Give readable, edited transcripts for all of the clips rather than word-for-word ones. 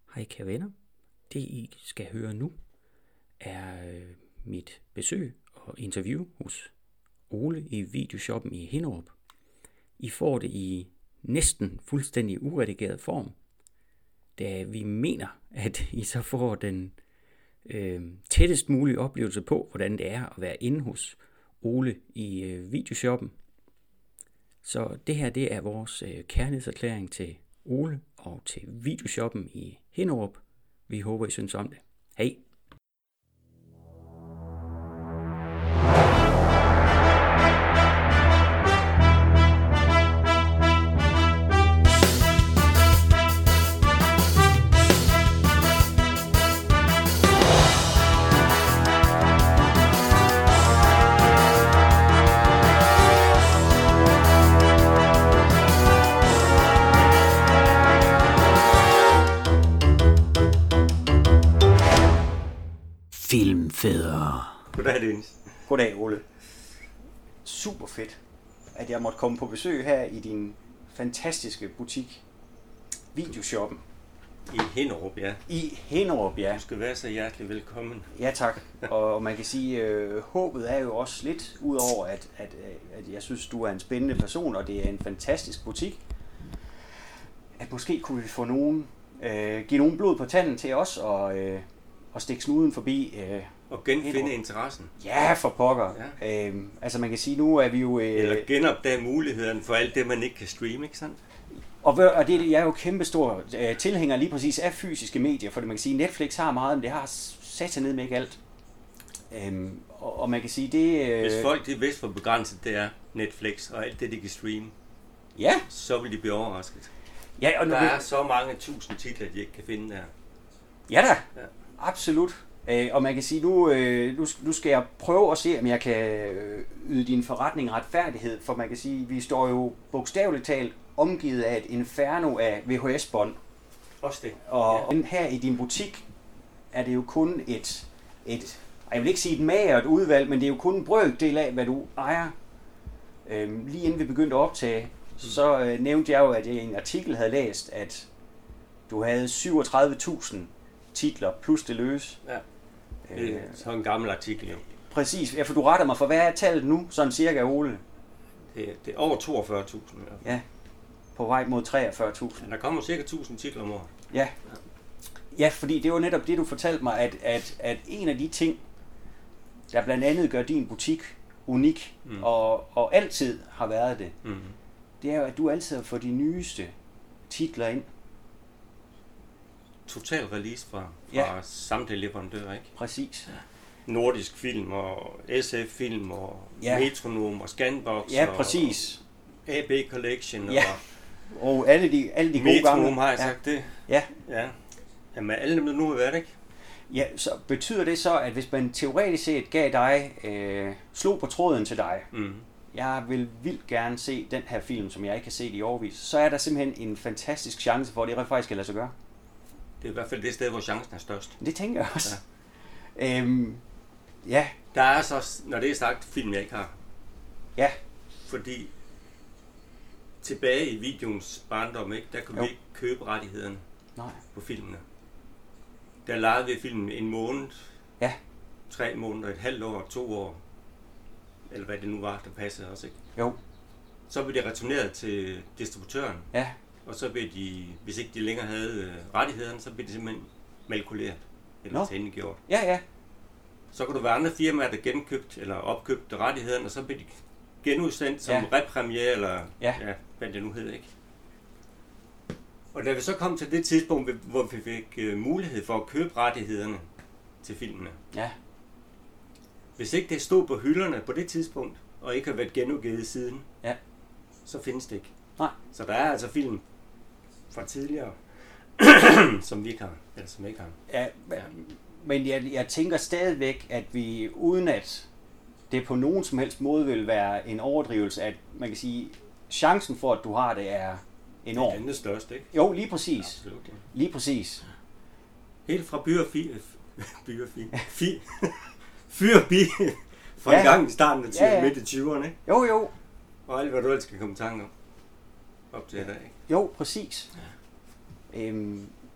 Hej kære venner. Det I skal høre nu er mit besøg og interview hos Ole i videoshoppen i Hinnerup. I får det i næsten fuldstændig uredigeret form, da vi mener, at I så får den tættest mulige oplevelse på, hvordan det er at være inde hos Ole i videoshoppen. Så det her, det er vores kærlighedserklæring til Ole og til videoshoppen i Hinnerup. Vi håber, I synes om det. Hej! Filmfædre. Goddag, Dennis. Goddag, Ole. Super fedt, at jeg måtte komme på besøg her i din fantastiske butik, videoshoppen. I Hinnerup, ja. I Hinnerup, ja. Du skal være så hjertelig velkommen. Ja, tak. Og man kan sige, håbet er jo også lidt, udover at jeg synes, du er en spændende person, og det er en fantastisk butik, at måske kunne vi få nogen, give nogen blod på tanden til os, og stikke snuden forbi. Og genfinde interessen. Ja, for pokker. Ja. Altså man kan sige, nu er vi jo... Eller genopdage mulighederne for alt det, man ikke kan streame, ikke sandt? Og jeg er jo kæmpestor tilhænger lige præcis af fysiske medier, for man kan sige, Netflix har meget, men det har sat sig ned med ikke alt. Og man kan sige, det... Hvis folk de vidste, hvor begrænset det er, Netflix og alt det, de kan streame, ja, så vil de blive overrasket. Ja, og der er så mange tusind titler, de ikke kan finde der. Ja da, ja. Absolut. Og man kan sige, nu skal jeg prøve at se, om jeg kan yde din forretning retfærdighed, for man kan sige, vi står jo bogstaveligt talt omgivet af et inferno af VHS-bånd. Også det. Og ja. Her i din butik er det jo kun et jeg vil ikke sige et magert udvalg, men det er jo kun en brøkdel af, hvad du ejer. Lige inden vi begyndte at optage, så nævnte jeg jo, at jeg i en artikel havde læst, at du havde 37.000 titler plus det løse. Ja, det er så en gammel artikel jo. Præcis, ja, for du retter mig for, hvad er tallet nu, sådan cirka, Ole? Det er over 42.000. Ja, på vej mod 43.000. Ja, der kommer cirka 1.000 titler om året. Ja. Ja, fordi det var netop det, du fortalte mig, at en af de ting, der blandt andet gør din butik unik, og altid har været det, det er jo, at du altid har fået de nyeste titler ind. Total release fra samtlige leverandører, ikke? Præcis. Ja. Nordisk Film og SF Film og Metronom og Scanbox. Ja, præcis. Og AB Collection og alle de gode gange. Metronom har jeg sagt det. Ja. Ja. Jamen alle dem, der nu har været, ikke? Ja, så betyder det så, at hvis man teoretisk set gav dig, slog på tråden til dig, jeg vil vildt gerne se den her film, som jeg ikke har set i årevis, så er der simpelthen en fantastisk chance for, at det faktisk skal lade sig gøre. Det er i hvert fald det sted, hvor chancen er størst. Det tænker jeg også. Ja. Ja. Der er så, når det er sagt, film jeg ikke har. Ja. Fordi tilbage i videoens barndom, ikke, der kunne vi ikke købe rettighederne på filmene. Der lejede vi filmen en måned, 3 måneder, et halvt år, 2 år, eller hvad det nu var, der passede også, ikke? Jo. Så blev det returneret til distributøren. Ja. Og så blev de, hvis ikke de længere havde rettighederne, så blev de simpelthen malkuleret eller tilgængeliggjort. Ja, ja. Så kunne der være andre firmaer, der genkøbt eller opkøbte rettighederne, og så blev de genudsendt som repremiere eller hvad det nu hed, ikke? Og da vi så kom til det tidspunkt, hvor vi fik mulighed for at købe rettighederne til filmene. Ja. Hvis ikke det stod på hylderne på det tidspunkt, og ikke har været genudgivet siden, så findes det ikke. Nej. Så der er altså film fra tidligere, som vi ikke har, eller som ikke har. Ja, men jeg tænker stadigvæk, at vi, uden at det på nogen som helst måde vil være en overdrivelse, at man kan sige, chancen for, at du har det, er enorm. Det er det største, ikke? Jo, lige præcis. Ja, absolut, ja. Lige præcis. Helt fra Fyrbi fra en gang i starten til midt i 20'erne, ikke? Jo, jo. Og alt, hvad du ellers skal komme i tanke om. Op til i dag, ikke? Jo, præcis. Ja.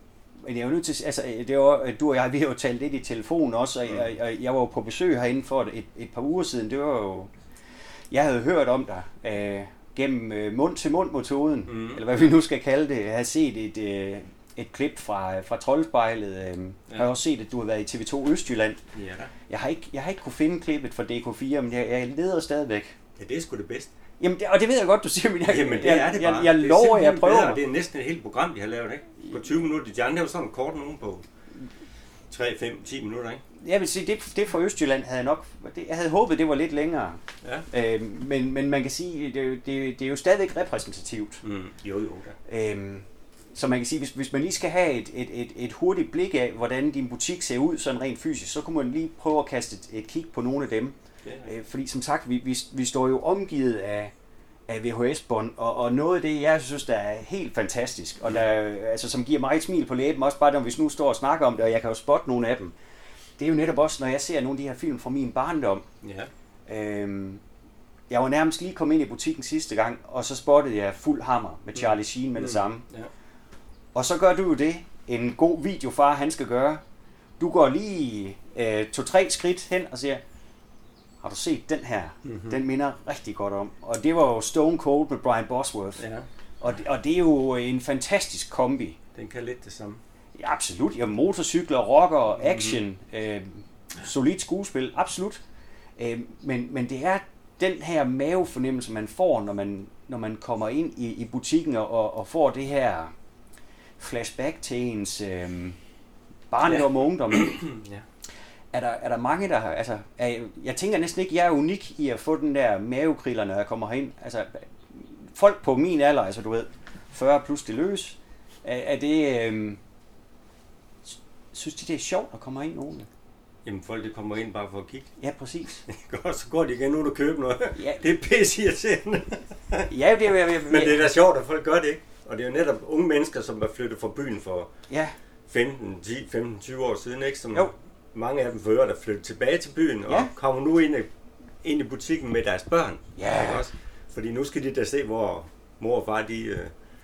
Men jeg er jo nødt til, altså, det var, du og jeg, vi har jo talt lidt i telefon også, og jeg var jo på besøg herinde for et par uger siden. Det var jo, jeg havde hørt om dig gennem mund-til-mund-metoden, eller hvad vi nu skal kalde det. Jeg havde set et klip fra Troldspejlet. Jeg har også set, at du har været i TV2 Østjylland. Ja da. Jeg har ikke kunne finde klippet fra DK4, men jeg leder stadigvæk. Ja, det er sgu det bedste. Jamen, og det ved jeg godt, du siger, men jeg det lover, jeg prøver. Bedre. Det er næsten et helt program, de har lavet, ikke? På 20 minutter. De andre er jo sådan kort nogen på 3, 5, 10 minutter, ikke? Jeg vil sige, det fra Østjylland havde jeg nok... Jeg havde håbet, det var lidt længere. Ja. Men man kan sige, det er jo stadigvæk repræsentativt. Jo da. Så man kan sige, hvis man lige skal have et hurtigt blik af, hvordan din butik ser ud sådan rent fysisk, så kunne man lige prøve at kaste et kig på nogle af dem. Ja. Fordi som sagt, vi står jo omgivet af VHS-bånd, og noget af det, jeg synes, der er helt fantastisk, og der, altså, som giver mig et smil på læben, også bare når vi nu står og snakker om det, og jeg kan jo spotte nogle af dem, det er jo netop også, når jeg ser nogle af de her film fra min barndom. Ja. Jeg var nærmest lige kommet ind i butikken sidste gang, og så spottede jeg Fuld Hammer med Charlie Sheen med det samme. Ja. Og så gør du jo det, en god videofar han skal gøre. Du går lige 2-3 skridt hen og siger, har du set den her? Den minder rigtig godt om. Og det var jo Stone Cold med Brian Bosworth. Ja. Og det er jo en fantastisk kombi. Den kan lidt det samme. Ja, absolut. Ja, motorcykler, rocker, action, solidt skuespil, absolut. Men det er den her mavefornemmelse, man får, når man kommer ind i butikken og får det her flashback til ens barndom og ungdom. Ja. Er der mange, der har... Altså, jeg tænker næsten ikke, jeg er unik i at få den der mavekriller, når jeg kommer herind. Altså, folk på min alder, altså du ved, 40 plus det løs, er det... synes de, det er sjovt at komme ind nogen? Jamen, folk det kommer ind bare for at kigge. Ja, præcis. Så går de igen ud og køber noget. Ja. Det er pisse irriterende. Ja, det er... Men det er da sjovt, at folk gør det, ikke? Og det er jo netop unge mennesker, som er flyttet fra byen for 15-20 år siden, ikke? Som mange af dem for øvrigt er flyttet tilbage til byen, og kommer nu ind i butikken med deres børn. Ja. Ikke også? Fordi nu skal de da se, hvor mor og far, de...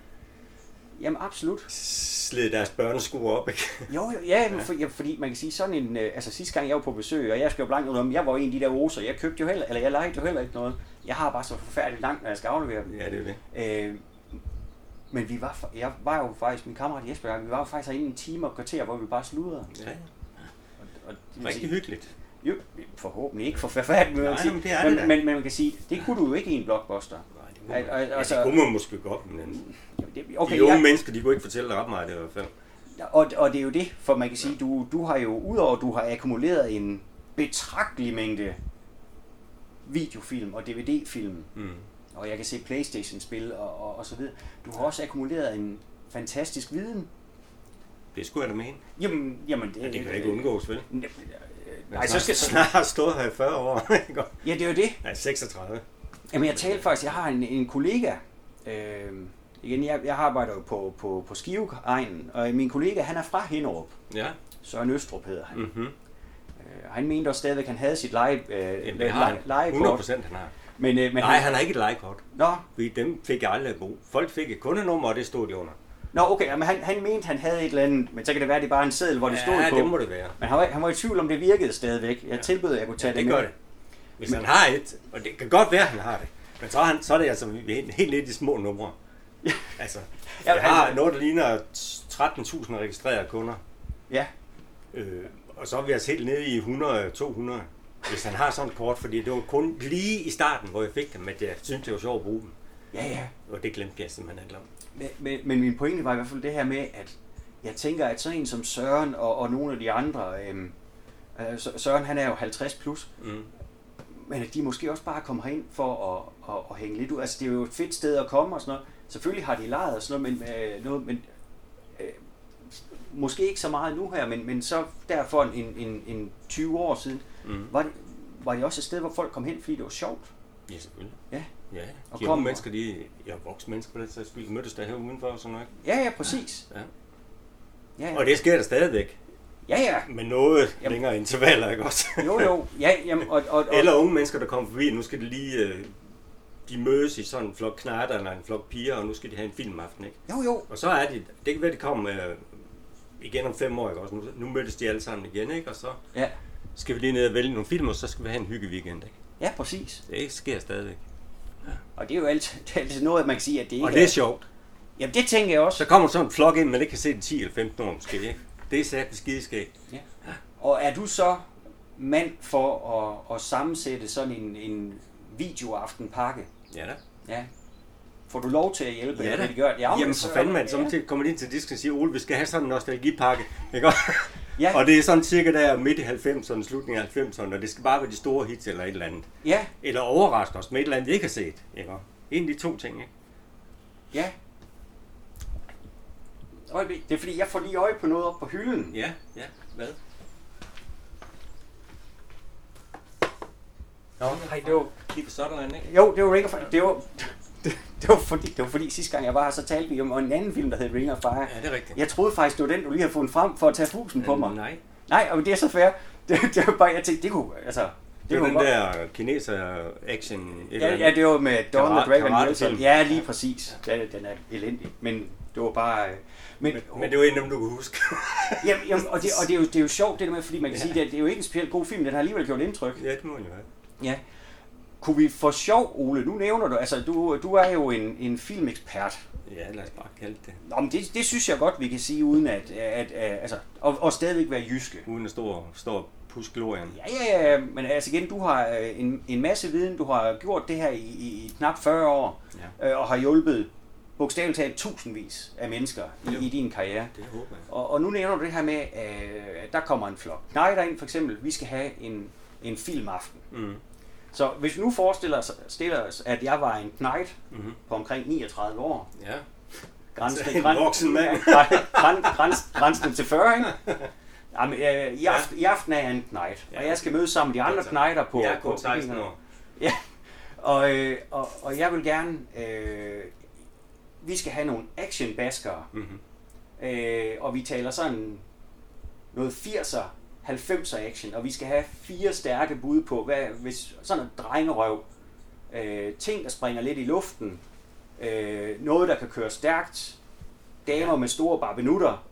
Jamen, absolut. Slid deres børnesko op, ikke? Jo, ja. Fordi man kan sige sådan en... Altså, sidste gang jeg var på besøg, og jeg skal jo blankt ud om, jeg var en af de der oser, jeg købte jo heller... Eller jeg lejede jo heller ikke noget. Jeg har bare så forfærdeligt langt, når jeg skal aflevere dem. Ja, det er det. Men jeg var jo faktisk, min kammerat Jesper, vi var jo faktisk herinde en time og kvarter, hvor vi bare sludrede. Ja. Rigtig hyggeligt. Jo, forhåbentlig ikke for forfærdeligt. Men man kan sige, det kunne du jo ikke i en blockbuster. Nej, det kunne man måske godt, men de unge mennesker, de kunne ikke fortælle ret meget i hvert fald. Og det er jo det, for man kan sige, du har jo, udover at du har akkumuleret en betragtelig mængde videofilm og DVD-film, og jeg kan se PlayStation-spil og så videre. Du har også akkumuleret en fantastisk viden. Det skulle jeg da mene. Jamen det kan ikke undgås, vel? Nej, så skal snart stå her i 40 år. Ja, det er jo det. Nej, 36. Jamen jeg talte faktisk, jeg har en kollega, igen, jeg arbejder jo på Skive-egnen, og min kollega, han er fra Hinderup. Ja. Søren Østrup hedder han. Han mente også stadigvæk, han havde sit legekort. 100% han har. Men nej, han har ikke et legekort. Nå. Fordi dem fik jeg aldrig brug. Folk fik et kundenummer, og det stod de under. Nå, okay, men han mente, han havde et eller andet, men så kan det være, det er bare en seddel, hvor det stod på. Ja, det må det være. Men han var i tvivl, om det virkede stadigvæk. Jeg tilbød, at jeg kunne tage det med. Det gør det. Hvis han har et, og det kan godt være, at han har det, men så er det altså helt lidt de små numre. Altså, jeg har noget, der ligner 13.000 registrerede kunder. Ja. Og så er vi altså helt nede i 100-200, hvis han har sådan et kort, fordi det var kun lige i starten, hvor jeg fik dem, at jeg syntes, det var sjovt at bruge dem. Ja. Og det glemte jeg simpelthen ikke om. Men min pointe var i hvert fald det her med, at jeg tænker, at sådan en som Søren og nogle af de andre, Søren han er jo 50 plus, men at de måske også bare kommer herind for at hænge lidt ud. Altså det er jo et fedt sted at komme og sådan noget. Selvfølgelig har de lejet og sådan noget, men måske ikke så meget nu her, men så derfor en 20 år siden, var det også et sted, hvor folk kom hen, fordi det var sjovt. Ja, selvfølgelig. Ja. De unge mennesker, voksne mennesker på det sags skyld, mødtes der her udenfor og sådan noget. Ja, præcis. Ja. Og det sker der stadigvæk. Ja. Med noget længere intervaller, ikke også? Jo. Ja, og eller unge mennesker, der kommer forbi, nu skal de lige... De mødes i sådan en flok knatter eller en flok piger, og nu skal de have en filmaften, ikke? Jo. Og så er de... Det kan være, de kommer igen om 5 år, ikke også? Nu mødtes de alle sammen igen, ikke? Og så skal vi lige ned og vælge nogle film, og så skal vi have en hyggeweekend, ikke? Ja, præcis. Det sker stadigvæk. Ja. Og det er jo altid noget, at man kan sige, at det ikke og det er sjovt. Jamen, det tænker jeg også. Så kommer sådan en flok ind, man ikke kan se den 10 eller 15 år måske, ikke? Det er sat skideskægt. Ja. Og er du så mand for at sammensætte sådan en videoaftenpakke? Ja da. Ja. Får du lov til at hjælpe? Ja da. Ja, jamen for fanden mand, så kommer de ind til disken og siger, Ole, vi skal have sådan en nostalgipakke, ikke? Ja. Og det er sådan cirka der midt i 90'erne, slutningen af 90'erne, og det skal bare være de store hits eller et eller andet. Ja. Eller overraske os med et eller andet, vi ikke har set, ikke? En af de 2 ting, ikke? Ja. Det er fordi, jeg får lige øje på noget op på hylden. Ja, hvad? Nå, nej, det var... Lige på Sutherland, ikke? Jo, det var Ring of Fire. Det var fordi sidste gang jeg var her, så talte vi om en anden film, der hed Ring of Fire. Ja, det er rigtigt. Jeg troede faktisk, det var den, du lige havde fundet frem for at tage fusen på mig. Nej. Nej, og det er så fair. Det var bare, jeg tænkte, det kunne, altså... Det var den der kineser action... Ja, det var med Dawn the Dragon Wilson. Ja, lige ja. Præcis. Den er elendig, men det var bare... Men det var en af dem, du kunne huske. Jamen, og det er jo sjovt, det der med, fordi man kan sige, at det er jo ikke en specielt god film, den har alligevel gjort indtryk. Ja, det må jo have. Ja. Kunne vi for sjov, Ole, nu nævner du, altså du er jo en filmekspert. Ja, lad os bare kalde det. Nå, men det synes jeg godt, vi kan sige, uden at altså, og stadigvæk være jyske. Uden at stå og puske glorien. Ja, men altså igen, du har en masse viden, du har gjort det her i knap 40 år, og har hjulpet bogstaveligt talt tusindvis af mennesker i din karriere. Det håber jeg. Og nu nævner du det her med, at der kommer en flok knejder ind, for eksempel, vi skal have en filmaften. Mm. Så hvis vi nu forestiller os, at jeg var en knejt på omkring 39 år, ja. Grænsen til 40, ikke? Jamen, i aften er jeg en knejt, og jeg skal mødes sammen med de andre knejter på... Jeg er kun 16 år. Ja, og jeg vil gerne... vi skal have nogle actionbaskere, og vi taler sådan noget 80'er, 90'er action, og vi skal have 4 stærke bud på, hvis sådan et drengerøv, ting, der springer lidt i luften, noget, der kan køre stærkt, damer med store barbenutter.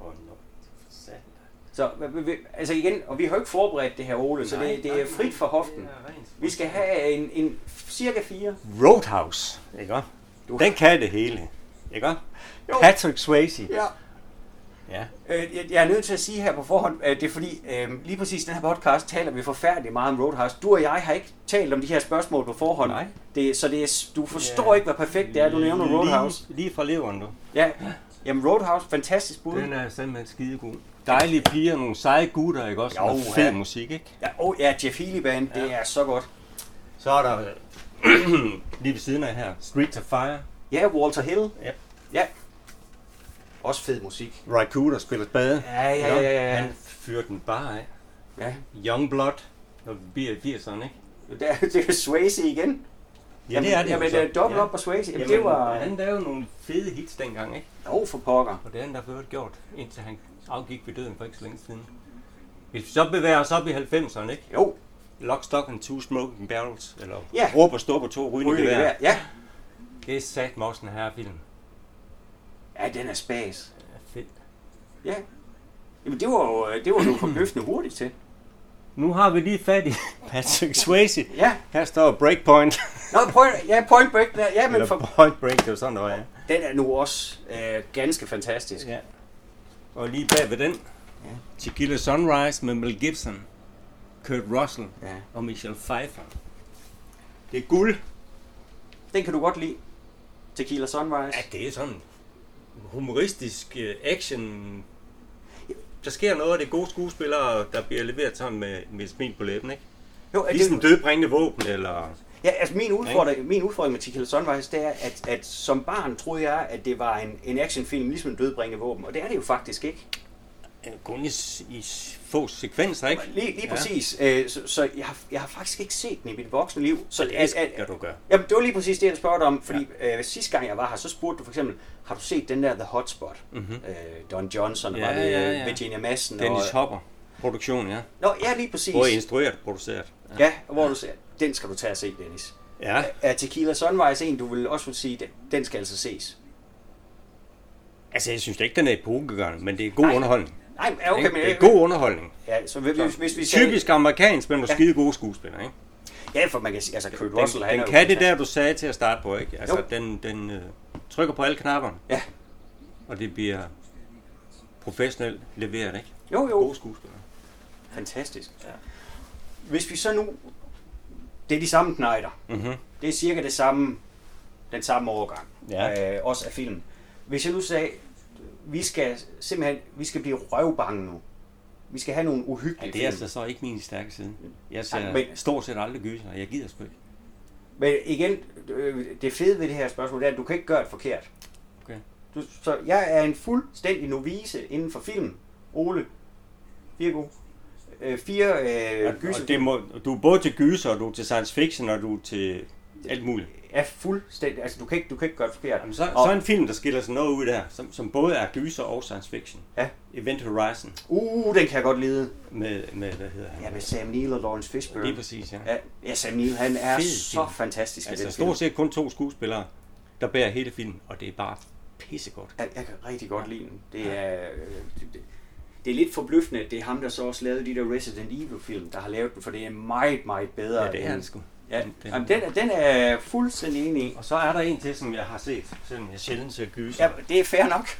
Så altså igen, og vi har jo ikke forberedt det her, Ole, så det er frit for hoften. Vi skal have en cirka 4. Roadhouse, ikke? Den kan det hele, ikke? Patrick Swayze. Ja. Ja. Jeg er nødt til at sige her på forhånd, det er fordi, lige præcis den her podcast taler vi forfærdeligt meget om Roadhouse. Du og jeg har ikke talt om de her spørgsmål på forhånd. Nej. Du forstår ikke, hvad perfekt det er, du nævner Roadhouse. Lige fra leveren, du. Ja, jamen Roadhouse, fantastisk bud. Den er simpelthen skidegod. Dejlige piger, nogle seje gutter, ikke også? Og fed musik, ikke? Ja, Jeff Healey Band, det er så godt. Så er der lige ved siden af her, Streets of Fire. Ja, Walter Hill. Ja. Også fed musik. Ry Cooder spiller spade. Ja. Han fyrer den bare af. Ja. Youngblood. Når vi bliver i 80'erne, ikke? Det er Swayze igen. Ja, det er det. Jamen, det er dobbelt op på Swayze. Jamen, det var... Han lavede nogle fede hits dengang, ikke? Jo, for pokker. Og det er han der ført gjort, indtil han afgik ved døden for ikke så længe siden. Hvis vi så bevæger os op i 90'erne, ikke? Jo. Lock, Stock and Two Smoking Barrels. Eller Råb og Stop og 2 rygende gevær. Ja. Det er satme også en herrefilm. Ja, den er spas. Fedt. Ja. Jamen, det var du forbløffende hurtigt til. Nu har vi lige fat i Patrick Swayze. Ja. Her står Breakpoint. Nå, Point Break. Ja, men Point Break, det var sådan noget, ja. Den er nu også ganske fantastisk. Ja. Og lige bag ved den, Tequila Sunrise med Mel Gibson, Kurt Russell og Michelle Pfeiffer. Det er guld. Den kan du godt lide. Tequila Sunrise. Ja, det er sådan humoristisk action. Der sker noget af det gode skuespillere, der bliver leveret sammen med smil på læben, ikke? Jo, ligesom dødbringende våben, eller... Ja, altså min udfordring med Tequila Sunrise, det er, at som barn troede jeg, at det var en actionfilm, ligesom en dødbringende våben, og det er det jo faktisk ikke. Kun i få sekvenser, ikke? Lige præcis. Så jeg har faktisk ikke set den i mit voksne liv. Så det skal du gøre. Jamen, det var lige præcis det, jeg spurgte om, fordi sidste gang jeg var her, så spurgte du for eksempel, har du set den der The Hotspot? Don Johnson, og Virginia Madsen. Dennis Hopper. Produktion, ja. Nå, ja, lige præcis. Hvor instrueret og produceret. Ja, og hvor du siger, den skal du tage og se, Dennis. Ja. Er Tequila Sunrise en, du vil også sige, den skal altså ses? Altså, jeg synes da ikke, den er epokegørende, men det er god underholdning. Nej, okay, men... Det er god underholdning. Ja, så hvis vi sagde... Typisk amerikansk, men skide gode skuespillere, ikke? Ja, for man kan sige, altså Kurt Russell... Den kan det der, du sagde til at starte på, ikke? Altså, den trykker på alle knapperne. Ja. Og det bliver professionelt leveret, ikke? Jo. Gode skuespillere. Fantastisk. Ja. Hvis vi så nu... Det er de samme knejder. Mm-hmm. Det er cirka den samme overgang. Ja. Også af filmen. Hvis jeg nu sagde, vi skal blive røvbange nu. Vi skal have nogle uhyggelige film. Det er altså så ikke min stærke side. Jeg ser stort set aldrig gyser, og jeg gider sgu ikke. Men igen, det fede ved det her spørgsmål, det er, at du kan ikke gøre det forkert. Okay. Så jeg er en fuldstændig novice inden for film. Ole, Virgo. 4 gyser. Du er både til gyser, og du er til science fiction, og du er til alt muligt. Er fuldstændig, altså du kan ikke gøre det forkert. Jamen, så er en film, der skiller sig noget ud der, som både er gyser og science fiction. Ja. Event Horizon. Den kan jeg godt lide. Med hvad hedder han? Ja, med Sam Neill og Lawrence Fishburne. Lige præcis, ja. Ja, Sam Neill, han er så fantastisk. Altså stort set kun 2 skuespillere, der bærer hele filmen, og det er bare pissegodt. Jeg kan rigtig godt lide den. Det er lidt forbløffende, det er ham, der så også lavede de der Resident Evil-film, der har lavet den, for det er meget, meget bedre. Ja, det er han sgu. Ja, den er fuldstændig enig i. Og så er der en til, som jeg har set, selvom jeg sjældent ser gyser. Ja, det er fair nok.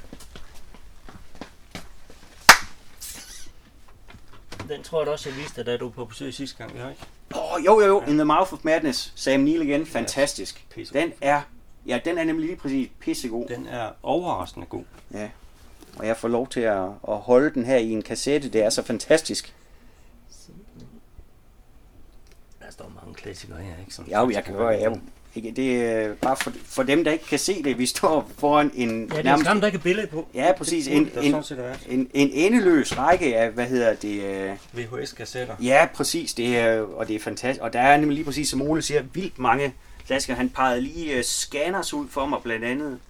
Den tror jeg også, jeg viste dig, da du var på besøg sidste gang, vi har ikke? Jo, In the Mouth of Madness. Sam Neill igen, fantastisk. Den er nemlig lige præcis pissegod. Den er overraskende god. Ja, og jeg får lov til at holde den her i en kassette, det er så fantastisk. Der står mange klassikere her, ikke? Ja, jeg kan høre, det er bare for dem, der ikke kan se det. Vi står foran en... Ja, det er skam, der ikke er billede på. Ja, præcis. En endeløs række af, VHS-kassetter. Ja, præcis. Og det er fantastisk. Og der er nemlig lige præcis, som Ole siger, vildt mange klassiker. Han pegede lige Scanners ud for mig, blandt andet.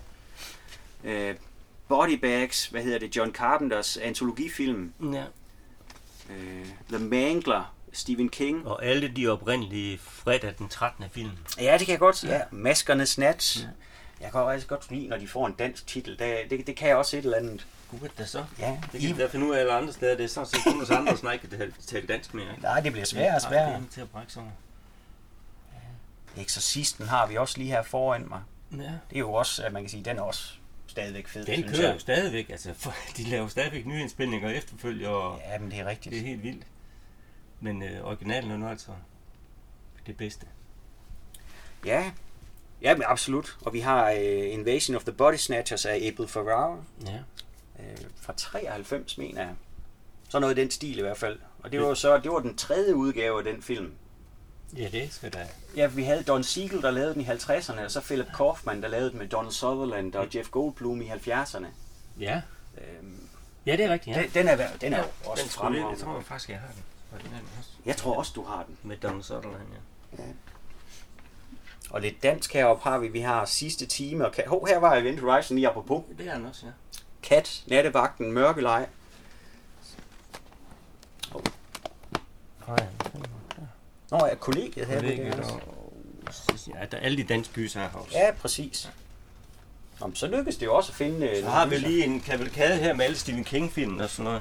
Body Bags, John Carpenters antologifilm. Ja. The Mangler, Stephen King. Og alle de oprindelige fredag den 13. film. Ja, det kan jeg godt sige. Ja. Maskernes Nat. Ja. Jeg kan også godt lide, når de får en dansk titel. Det kan jeg også et eller andet. Gud, det så? Ja. Det kan jeg finde ud af alle andre steder. Det er sådan set kun hos andre, som ikke kan tale dansk mere. Ikke? Nej, det bliver sværere og sværere. Det er til at brække sådan. Ja. Eksorcisten har vi også lige her foran mig. Ja. Det er jo også, at man kan sige, den er også stadigvæk fed. Den kører jo stadigvæk. Altså, de laver stadigvæk nye indspilninger og efterfølger. Og ja, men det er rigtigt. Det er helt vildt. Men originalen er nu altså det bedste. Ja, men absolut. Og vi har Invasion of the Body Snatchers af Abel Ferrara. Ja. Fra 93, mener jeg. Så noget i den stil i hvert fald. Og det var den 3. udgave af den film. Ja, det skal da. Ja, vi havde Don Siegel, der lavede den i 50'erne, og så Philip Kaufman, der lavede den med Donald Sutherland og Jeff Goldblum i 70'erne. Ja. Ja, det er rigtigt. Ja. Den er også fremragende. Jeg tror faktisk, jeg har den. Jeg tror også, du har den. Med Donald Sutherland, ja. Og lidt dansk heroppe har vi har Sidste Time. Og her var Event Horizon lige apropos. Det er den også, ja. Kat, Nattevagten, Mørkelej. Nå ja, kollegiet her. Ja, der er alle de danske gyser her også. Ja, præcis. Nå, så lykkedes det jo også at finde... Så har vi lige en kavalkade her med alle Stephen King-filmen og sådan noget.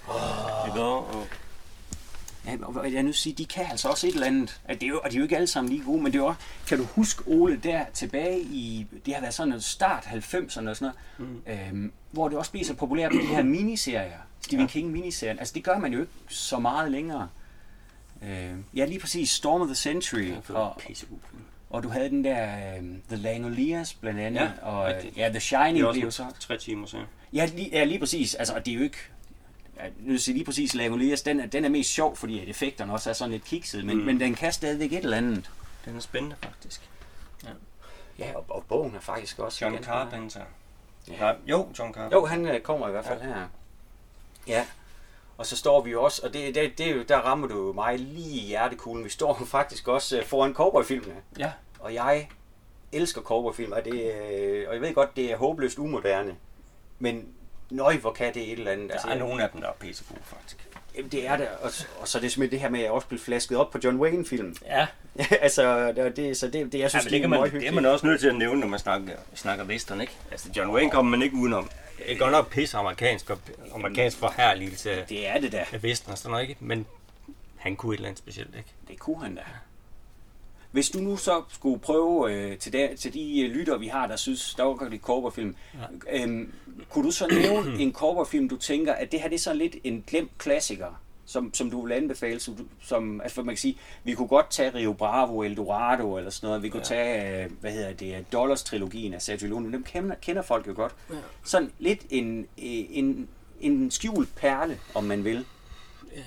Ja, jeg nu sige, de kan altså også et eller andet. Og de er jo ikke alle sammen lige gode, men det er også, kan du huske, Ole, der tilbage i, det har været sådan noget start 90'erne og sådan noget, hvor det også bliver så populært med de her miniserier, Stephen King miniserier. Altså det gør man jo ikke så meget længere. Ja, lige præcis, Storm of the Century, og du havde den der The Langoliers blandt andet, og The Shining blev så 3 timer så. Ja, lige præcis. Altså, det er jo ikke... Jeg vil sige lige præcis, Langoliers, den er mest sjov, fordi effekterne også er sådan lidt kikset, men den kan stadigvæk et eller andet. Den er spændende, faktisk. Ja, og bogen er faktisk også... John Carpenter. Ja. John Carpenter. Jo, han kommer i hvert fald her. Ja, og så står vi jo også, og der rammer du mig lige i hjertekuglen. Vi står faktisk også foran cowboyfilmene. Ja. Og jeg elsker cowboyfilm, og jeg ved godt, det er håbløst umoderne, men nøj, hvor kan det et eller andet. Der er nogle af dem, der er pissegode, faktisk. Det er det, og så er det simpelthen det her med, at jeg også blev flasket op på John Wayne-film. Ja. Altså, det jeg synes, det er man også nødt til at nævne, når man snakker western, ikke? Altså, John Wayne kommer man ikke udenom. Det er godt nok pisse amerikansk forherligelse det er det da. af Vesten og sådan noget, ikke? Men han kunne et eller andet specielt, ikke? Det kunne han da. Hvis du nu så skulle prøve til de lyttere, vi har, der synes, der var lidt cowboyfilm, kunne du så nævne en cowboyfilm, du tænker, at det her det er så lidt en glemt klassiker, som du vil anbefale, som altså man kan sige, vi kunne godt tage Rio Bravo, El Dorado eller sådan noget, vi kunne tage, Dollars-trilogien af Sergio Leone, dem kender folk jo godt. Ja. Sådan lidt en skjult perle, om man vil. Ja.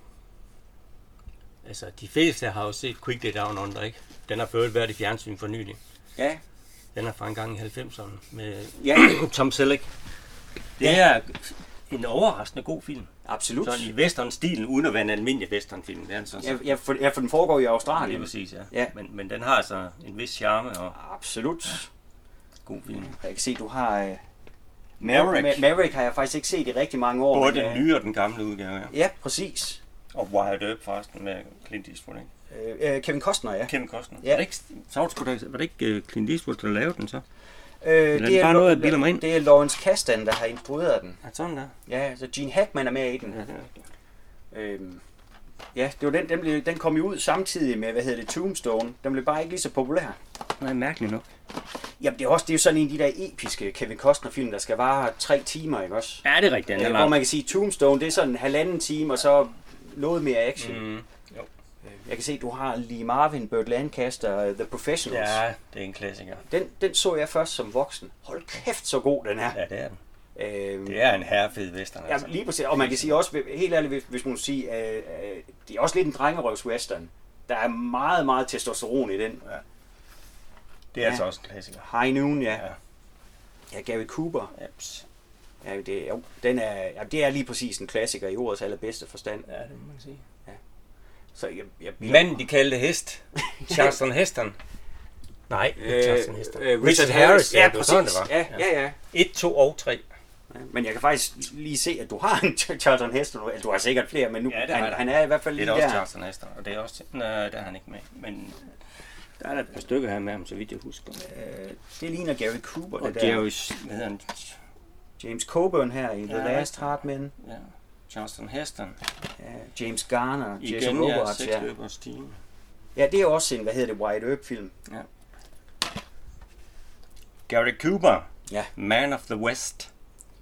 Altså, de fleste har jo set Quick Day Down Under, ikke? Den har ført været i fjernsyn for nylig. Ja. Den er fra en gang i 90'erne med Tom Selleck. Det er en overraskende god film. Absolut. Sådan i western-stilen, uden at være en almindelig western-film. Det er sådan, for den foregår i Australien. Ja, præcis, ja. Men den har altså en vis charme. Og absolut. Ja, god film. Jeg kan se, du har... Maverick har jeg faktisk ikke set i rigtig mange år. Både den nye og den gamle udgave, ja. Ja, præcis. Og Wired Earp forresten med Clint Eastwood, ikke? Kevin Costner, ja. Kevin Costner. Ja. Var det ikke Clint Eastwood, der lavede den så? Det er bare noget, jeg bilder mig ind. Det er Lawrence Kasdan, der har instrueret den. Ja, sådan der. Ja, så Gene Hackman er med i den. Ja, det var den kom jo ud samtidig med, Tombstone. Den blev bare ikke lige så populær. Nej, mærkeligt nok. Jamen, det er jo sådan en af de der episke Kevin Costner-film, der skal vare 3 timer, ikke også? Ja, det er rigtigt. Hvor man kan sige, Tombstone, det er sådan 1,5 time, og så noget mere action. Jo. Jeg kan se, du har Lee Marvin, Burt Lancaster, The Professionals. Ja, det er en klassiker. Den så jeg først som voksen. Hold kæft, så god den er. Ja, det er den. Det er en herrefed western. Altså. Ja, lige præcis. Og man kan sige også, helt ærligt, hvis man siger, det er også lidt en drengerøvs-western. Der er meget, meget testosteron i den. Ja. Det er altså også en klassiker. High Noon, ja. Ja, Gary Cooper. Jeps. Ja, det er lige præcis en klassiker i ordets allerbedste forstand. Ja, det må man sige. Ja. Så manden, de kaldte hest. Charleston Heston. Nej, Charleston Heston. Richard Harris. Ja, præcis. Sådan, det var. Ja. 1, 2 og 3. Ja, men jeg kan faktisk lige se, at du har en Charlton Heston. Altså, du har sikkert flere, men nu han er i hvert fald lige der. Det er også Charlton Heston, og det er også... der er han ikke med. Men der er et par stykker her med ham, så vidt jeg husker. Det ligner Gary Cooper, og det der. Hvad hedder han? James Coburn her i The Last Hardman. Ja. Charlton Heston. Ja, James Garner, Jason Robards, ja. Ja, det er også en, White Earp-film. Ja. Gary Cooper. Ja. Man of the West.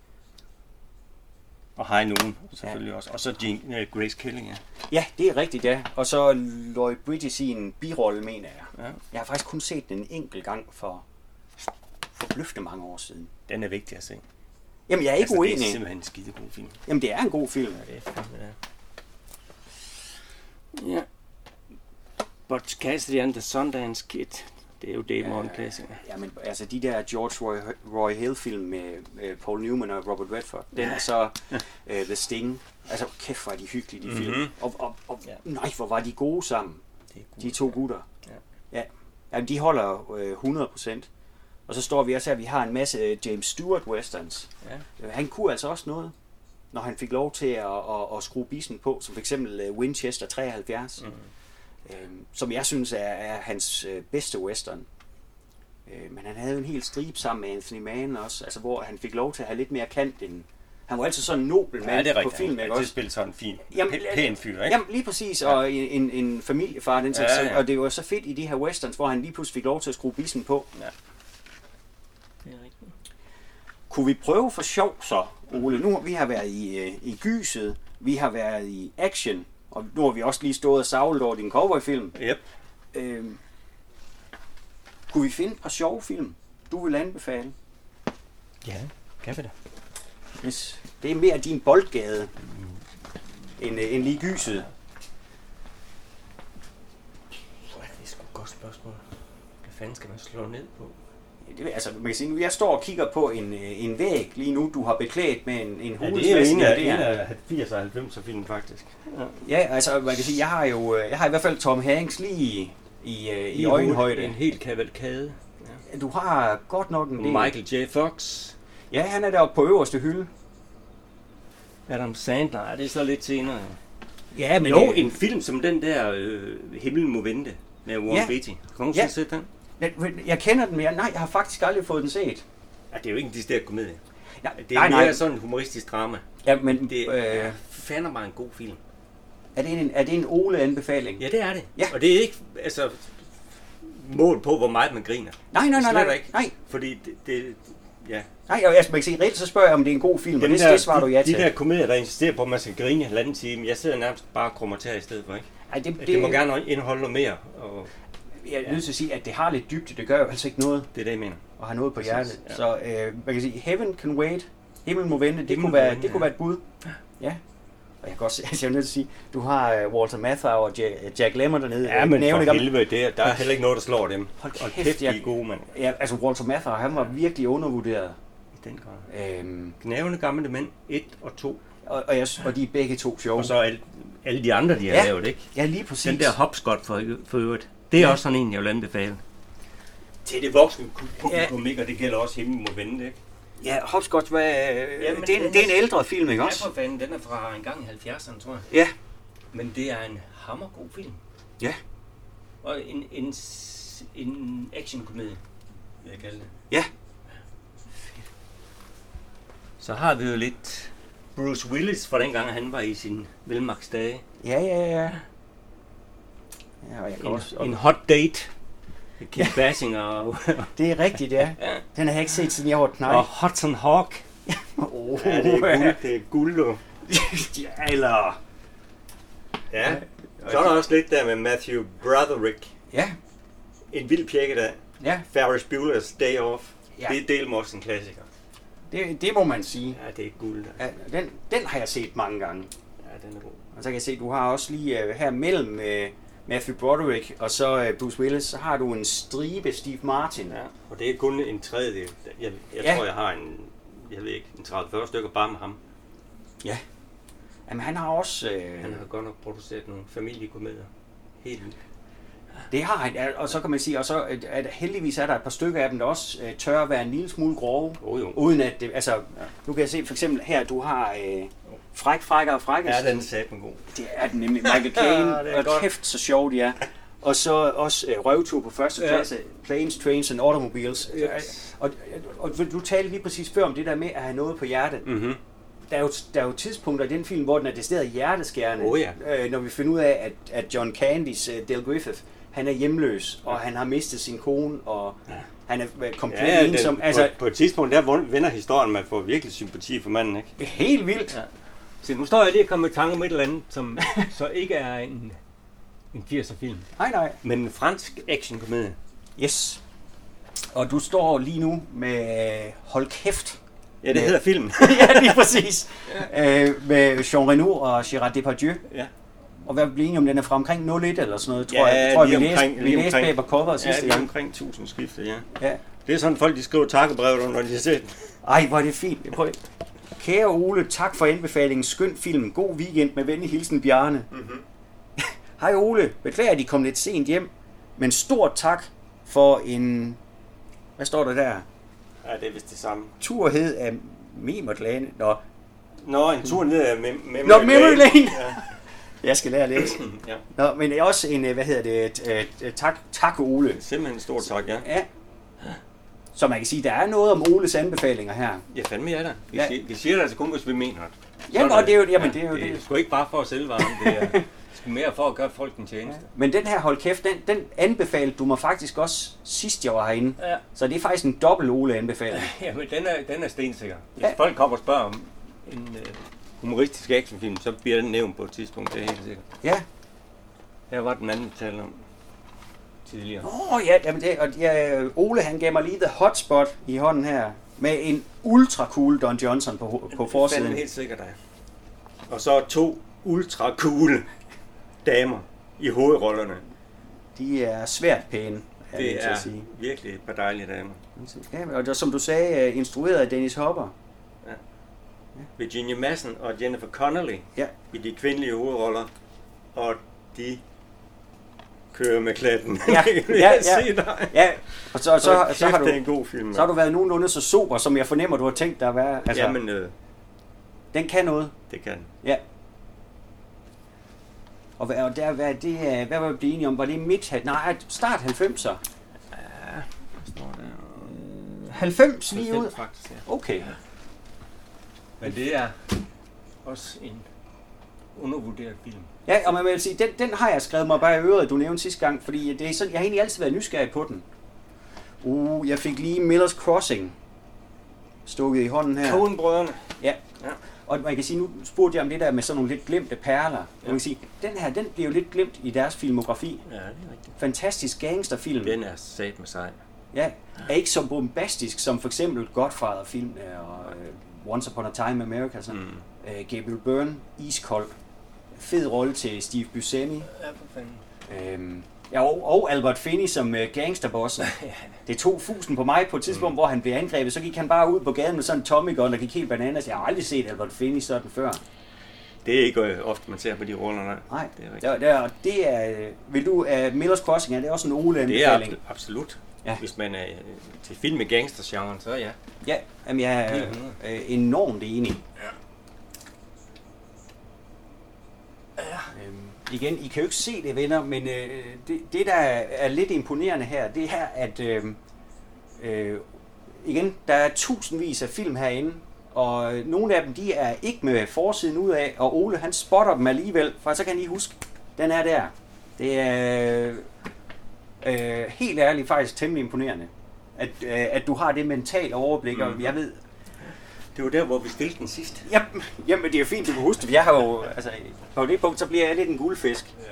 Og High Noon, selvfølgelig også. Og så Grace Kelly, ja. Ja, det er rigtigt, ja. Og så Lloyd Bridges i en birolle, mener jeg. Ja. Jeg har faktisk kun set den en enkelt gang for forbløffende mange år siden. Den er vigtig at se. Jamen, jeg er ikke uenig. Det er simpelthen en skide god film. Jamen, det er en god film. Ja, det er fandme, det er. Ja. Butch Cassidy and the Sundance Kid. Det er jo Dave Morgan klassiker. Ja, men altså de der George Roy Hill film med Paul Newman og Robert Redford, den er så The Sting. Altså kæft, hvor er de hyggelige, de film. Og nej, hvor var de gode sammen. De to gutter. Ja. Jamen, de holder 100%. Og så står vi også her, vi har en masse James Stewart westerns. Ja. Han kunne altså også noget, når han fik lov til at skrue bissen på, som for eksempel Winchester 73. Som jeg synes er hans bedste western. Men han havde jo en hel stribe sammen med Anthony Mann også, altså hvor han fik lov til at have lidt mere kant end... Han var altid sådan en nobel mand på film, ikke også? Ja, det spillede sådan en fin, pæn fyr, ikke? Jamen lige præcis, og en familiefar, den og det var så fedt i de her westerns, hvor han lige pludselig fik lov til at skrue bissen på. Ja. Det er rigtigt. Kunne vi prøve for sjov så, Ole? Nu vi har været i gyset, vi har været i action, og nu har vi også lige stået og savlet over din cowboyfilm. Yep. Kunne vi finde et par sjove film, du vil anbefale? Ja, kan vi da. Yes. Det er mere din boldgade, end lige gyset. Det er sgu et godt spørgsmål. Hvad fanden skal man slå ned på? Altså, man kan sige, nu jeg står og kigger på en væg lige nu, du har beklædt med en hulesmaske. Ja, det er en af 80'er og 90'er film faktisk. Ja, altså man kan sige, jeg har i hvert fald Tom Hanks lige i øjenhøjde. En helt kavalkade. Ja. Du har godt nok en del. Michael J. Fox. Ja, han er deroppe på øverste hylde. Adam Sandler, det er så lidt senere. Ja, men en film som den der Himlen må vente med Warren Beatty. Kan du set den? Jeg kender den, men jeg har faktisk aldrig fået den set. Ja, det er jo ikke en decideret komedie. Ja, det er mere sådan en humoristisk drama. Ja, men det er fandme mig en god film. Er det en Ole-anbefaling? Ja, det er det. Ja. Og det er ikke mål på, hvor meget man griner. Nej. Fordi det ja. Nej, jeg skal ikke sige rigtigt, så spørger jeg, om det er en god film, og det svarer du ja til. De der komedier, der insisterer på, at man skal grine en halvanden time, jeg sidder nærmest bare og krummer til i stedet for, ikke? Ej, det må gerne indeholde noget mere. Og jeg er nødt til at sige, at det har lidt dybde, det gør jo altså ikke noget. Det er det, jeg mener. Og har noget på hjertet. Ja. Så man kan sige, Heaven Can Wait, Himmel må vente, det kunne være et bud. Ja. Og jeg kan også jeg er nødt til at sige, du har Walter Matthau og Jack Lemmon dernede. Ja, men for helvede, der er heller ikke noget, der slår dem. Hold kæft, de er gode, mand. Ja, altså Walter Matthau, han var virkelig undervurderet. I den grad. Gnavende gamle mænd, 1 og 2. Og de er begge to sjove. Og så alle de andre, de har lavet, ikke? Ja, lige præcis. Den der Hopscotch for øvrigt. Det er også sådan en, jeg vil anbefale. Til det voksne publikum, ikke? Og det gælder også Himmel må vente, ikke? Ja, Hopscotch, det er en ældre film, ikke også? Ja, for fanden, den er fra en gang i 70'erne, tror jeg. Ja. Men det er en hammergod film. Ja. Og en actionkomedie, vil jeg kalde det. Ja. Så har vi jo lidt Bruce Willis fra dengang, han var i sin velmagtsdage. Ja. Ja, og jeg en hot date. Kim Basinger. Det er rigtigt, ja. Den har jeg ikke set, siden jeg var knæk. Og Hudson Hawk. Det er guld. Eller... Ja. Så er der også lidt der med Matthew Broderick. Ja. En vild pjekke der. Ja. Ferris Bueller's Day Off. Ja. Det er delvis også en klassiker. Det må man sige. Ja, det er guld. Ja, den har jeg set mange gange. Ja, den er god. Og så kan jeg se, du har også lige her mellem Matthew Broderick og så Bruce Willis, så har du en stribe Steve Martin. Ja, og det er kun en tredjedel. Jeg tror, jeg har en 30-40 stykker bare med ham. Ja. Jamen han har også... Han har godt nok produceret nogle familiekomedier. Helt vildt. Det har han, og så kan man sige, og så at heldigvis er der et par stykker af dem, der også tør at være en lille smule grove, uden at det, altså, nu kan jeg se for eksempel her, du har Frækker og Frækkes. Ja, den er satme god. Det er den nemlig, Michael Caine, og kæft så sjov de er. Og så også Røvtur på første klasse, Planes, Trains and Automobiles. Yes. Og du talte lige præcis før om det der med at have noget på hjertet. Mm-hmm. Der er jo tidspunkter i den film, hvor den er decideret hjerteskærende, ja. Når vi finder ud af, at John Candys Dale Griffith, han er hjemløs, og han har mistet sin kone, og han er komplet ensom. Altså, på et tidspunkt, der vender historien, man får virkelig sympati for manden, ikke? Det er helt vildt. Ja. Så nu står jeg lige og kommer i tanke om et eller andet, som så ikke er en 80'er film. Nej. Men en fransk actionkomedie. Yes. Og du står lige nu med Hold kæft. Ja, det hedder film. Ja, lige præcis. Med Jean Reno og Gérard Depardieu. Ja. Og hvad bliver om den er fra omkring 01 eller sådan noget, tror jeg. Vi læste bag på coveret sidste gang. Ja, omkring 1000 skiftet, ja. Det er sådan, folk de skriver takkebrev, når de har set den. Ej, hvor er det fint. Kære Ole, tak for anbefalingen. Skøn film. God weekend med venlig hilsen, Bjarne. Mm-hmm. Hej Ole, beklager, at de kom lidt sent hjem, men stort tak for en... Hvad står der der? Ja, det er vist det samme. Turhed af Memory Lane. Nå, en tur ned af Memory Lane. Ja. Jeg skal lære at læse. Ja. Nå, men også en, tak Ole. Simpelthen en stor tak, ja. Ja. Så man kan sige, der er noget om Oles anbefalinger her. Ja, fandme er der. Vi siger det altså kun, hvis vi mener det. Jamen, og det er jo, det. Det er sgu ikke bare for at sælge varen, det er sgu mere for at gøre folk en tjeneste. Ja. Men den her, hold kæft, den anbefalede du mig faktisk også sidst jeg var herinde. Ja. Så det er faktisk en dobbelt Ole-anbefaling. Ja, men den er stensikker. Hvis folk kommer og spørger om en humoristisk actionfilm, så bliver den nævnt på et tidspunkt, det er helt sikkert. Ja. Her var den anden, vi talte om tidligere. Ole han gav mig lige the hotspot i hånden her, med en ultra cool Don Johnson på forsiden. Det er helt sikkert, der. Og så 2 ultra cool damer i hovedrollerne. De er svært pæne. Det er virkelig et par dejlige damer. Ja, og det, som du sagde, instrueret af Dennis Hopper. Ja. Virginia Madsen og Jennifer Connelly i de kvindelige hovedroller, og de kører med klatten. Ja. Og så har du en god film. Så har du været nogenlunde så sober, som jeg fornemmer, du har tænkt dig at være. Altså, jamen, den kan noget. Det kan. Ja. Og hvad var vi blevet enige om? Var det start 90'er? Ja, hvad står der? 90 lige ud? Faktisk, ja. Okay. Men det er også en undervurderet film. Ja, og man vil sige, den har jeg skrevet mig bare i øret, du nævnte sidste gang, fordi det er sådan, jeg har egentlig altid været nysgerrig på den. Jeg fik lige Miller's Crossing stukket i hånden her. Coen-brødrene. Ja. Og man kan sige, nu spurgte jeg om det der med sådan nogle lidt glemte perler. Man kan sige, den her, den bliver jo lidt glemt i deres filmografi. Ja, det er rigtigt. Fantastisk gangsterfilm. Den er sat med sig. Ja, er ikke så bombastisk som for eksempel Godfather-film og Once Upon a Time in America. Sådan. Gabriel Byrne, iskold. Fed rolle til Steve Buscemi. Ja, for fanden. Ja, og Albert Finney som gangsterbossen. Det tog fusen på mig på et tidspunkt, hvor han blev angrebet. Så gik han bare ud på gaden med sådan en Tommy gun, der gik helt bananas. Jeg har aldrig set Albert Finney sådan før. Det er ikke ofte, man ser på de roller. Nej, det er rigtigt. Vil du af Miller's Crossing, er det også en Ole-anbefaling? Det er absolut. Ja. Hvis man er til film med gangstergenren, så ja. Ja, jamen jeg er enormt enig. Igen, I kan jo ikke se det, venner, men det der er lidt imponerende her, det er, at igen, der er tusindvis af film herinde, og nogle af dem, de er ikke med forsiden ud af, og Ole, han spotter dem alligevel, for så kan I huske, den er der. Det er helt ærligt faktisk temmelig imponerende, at du har det mentale overblik, og jeg ved... Det var der, hvor vi stillede den sidst. Jamen, det er jo fint, du kan huske det. Jeg har jo, altså, på det punkt, så bliver jeg lidt en guldfisk. Ja.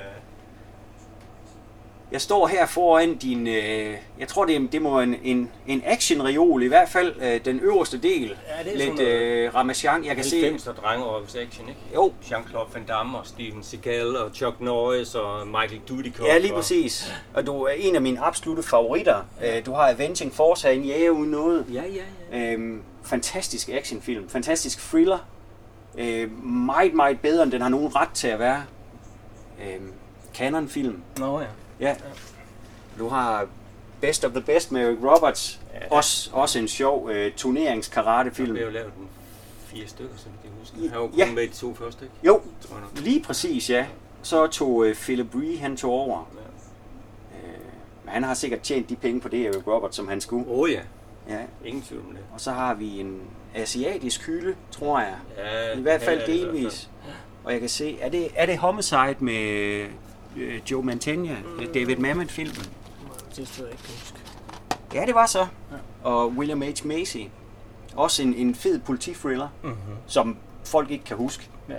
Jeg står her foran din, jeg tror det må en action-reol, i hvert fald den øverste del. Ja, det er lidt sådan Ramachan. Jeg kan se 90'er drengeårs action, ikke? Jo. Jean-Claude Van Damme og Steven Seagal og Chuck Norris og Michael Dudikoff. Ja, lige præcis. Og du er en af mine absolutte favoritter. Du har Avenging Force herinde, jæger uden noget. Ja. Fantastisk actionfilm, fantastisk thriller. Meget, meget bedre, end den har nogen ret til at være. Canon-film. Nå ja. Ja. Du har Best of the Best med Eric Roberts. Ja. Også en sjov turneringskaratefilm. Der blev jo lavet 4 stykker, som jeg husker. Han var kun med de 2 første, ikke? Jo, lige præcis, ja. Så tog Philip Ree, han tog over. Ja. Han har sikkert tjent de penge på det, Eric Roberts, som han skulle. Ja. Ja. Ingen tvivl om det. Og så har vi en asiatisk hylde, tror jeg. Ja, i hvert fald delvis. Og jeg kan se, er det Homicide med Joe Mantegna, David Mamet-filmen? Det tror jeg ikke, huske. Ja, det var så. Ja. Og William H. Macy. Også en fed politifthriller, som folk ikke kan huske. Ja.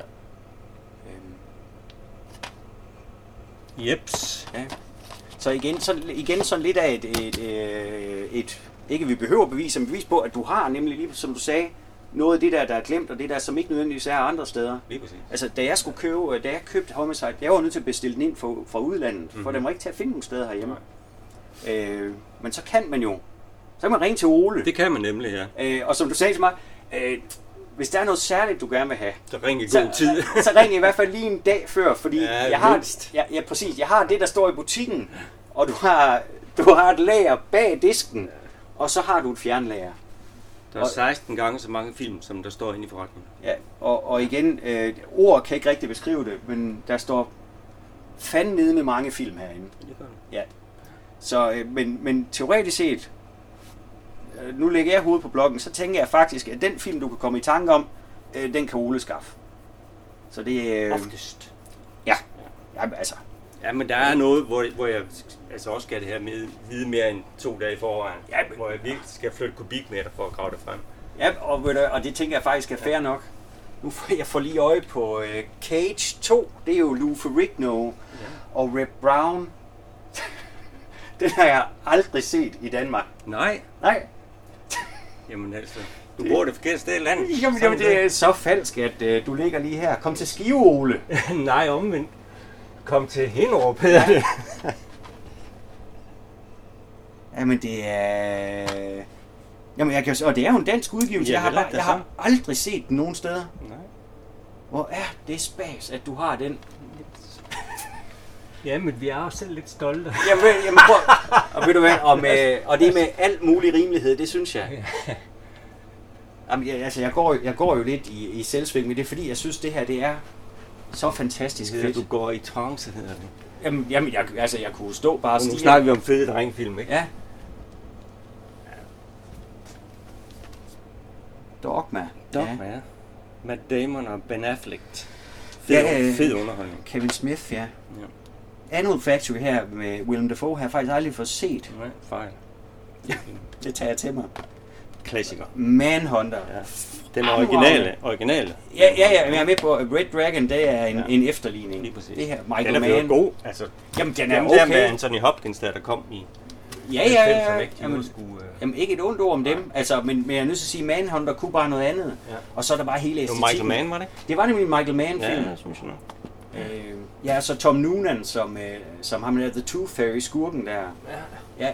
Jeps. Ja. Så igen sådan lidt af et ikke vi behøver bevise, men bevis på, at du har nemlig, lige som du sagde, noget af det der er glemt, og det der, som ikke nødvendigvis er andre steder. Lige præcis. Altså, da jeg købte Homicide, jeg var nødt til at bestille den ind fra udlandet, for den var ikke til at finde nogle steder herhjemme. Men så kan man jo, så kan man ringe til Ole. Det kan man nemlig, ja. Og som du sagde til mig, hvis der er noget særligt, du gerne vil have, så ring i god tid. Så ring i hvert fald lige en dag før, fordi præcis. Jeg har det, der står i butikken, og du har et lager bag disken, og så har du et fjernlager. Der er 16 gange så mange film, som der står inde i forretningen. Ja, og igen, ord kan ikke rigtig beskrive det, men der står fandme med mange film herinde. Det gør det. Ja. Så, men teoretisk set, nu lægger jeg hovedet på bloggen, så tænker jeg faktisk, at den film, du kan komme i tanke om, den kan Ole skaffe. Så det oftest. Ja, altså. Ja, men der er noget, hvor jeg altså også skal det her med vide mere end 2 dage i forvejen. Ja, hvor jeg virkelig skal flytte kubikmeter for at grave det frem. Ja, og det tænker jeg faktisk er fair nok. Nu får jeg lige øje på Cage 2. Det er jo Lou Ferrigno og Reb Brown. Den har jeg aldrig set i Danmark. Nej. Jamen altså, du bor det forkerte sted i landet. Jamen det er så falsk, at du ligger lige her. Kom til Skive, Ole. Nej, omvendt. Kom til Hinderup, hedder det. Jamen det er... Jamen og det er jo en dansk udgivelse. Ja, jeg har aldrig set den nogen steder. Nej. Hvor er det spas, at du har den? Ja, men vi er også selv lidt stolte. Jamen prøv, og ved du hvad, og det er med alt mulig rimelighed, det synes jeg. Jamen, altså, jeg går jo lidt i selvsving, men det er fordi, jeg synes, det her, det er så fantastisk fedt. Du går i trance, hedder det. Jamen jeg kunne stå bare og stige. Nu snakker vi om fede drengefilm, ikke? Ja. Dogma, ja. Matt Damon og Ben Affleck. Fed underholdning. Kevin Smith, ja. Animal Factory her med Willem Dafoe har jeg faktisk aldrig fået set. Nej, fejl. Ja, det tager jeg til mig. Klassiker. Manhunter. Ja. Den originale. Ja, jeg er med på, Red Dragon, det er en efterligning. Lige præcis. Det her, Michael Mann. Den er god. Altså, jamen, den er okay. Der med Anthony Hopkins, der kom i... Ja. Jamen, ikke et ondt ord om dem. Altså, men jeg er nødt til at sige, Manhunter kunne bare noget andet. Ja. Og så er der bare hele æstetikken. Michael Mann, var det? Det var nemlig en Michael Mann-film. Ja, synes jeg nok. Ja, så Tom Noonan, som ham der The Tooth Fairy, skurken der. Ja.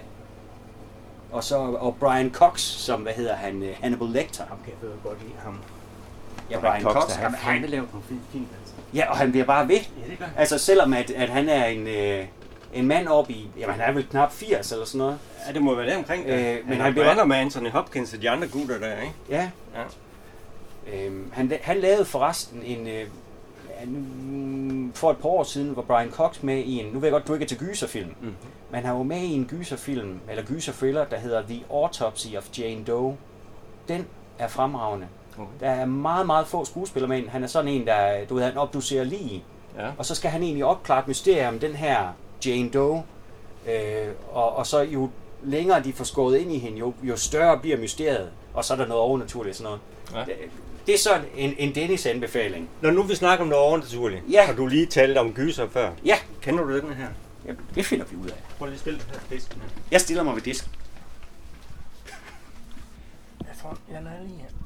Og Brian Cox, som, Hannibal Lecter. Ham kan jeg godt lide ham. Ja, Brian Cox. Han vil lave nogle film, altså. Ja, og han bliver bare ved. Ja, det gør. Altså, selvom at han er en mand op i, jamen han er vel knap 80 eller sådan noget. Ja, det må være der omkring. Men han bliver med Anthony Hopkins og de andre gutter der, ikke? Ja. Han lavede forresten for et par år siden var Brian Cox med i nu ved jeg godt, du ikke er til gyserfilm, men han var med i en gyserfilm, eller gyserthriller, der hedder The Autopsy of Jane Doe. Den er fremragende. Okay. Der er meget, meget få skuespillere med. Han er sådan en, der, han obducerer lige. Ja. Og så skal han egentlig opklare et mysterium, den her Jane Doe. Og så jo længere de får skåret ind i hende, jo større bliver mysteriet. Og så er der noget overnaturligt sådan noget. Ja. Det er så en Dennis-anbefaling. Når nu vi snakker om noget overnaturligt, har du lige talt om gyser før. Ja. Kender du den her? Ja, det finder vi ud af. Prøv lige at stille den her disken her. Jeg stiller mig ved disken. Jeg tror, jeg lader lige her.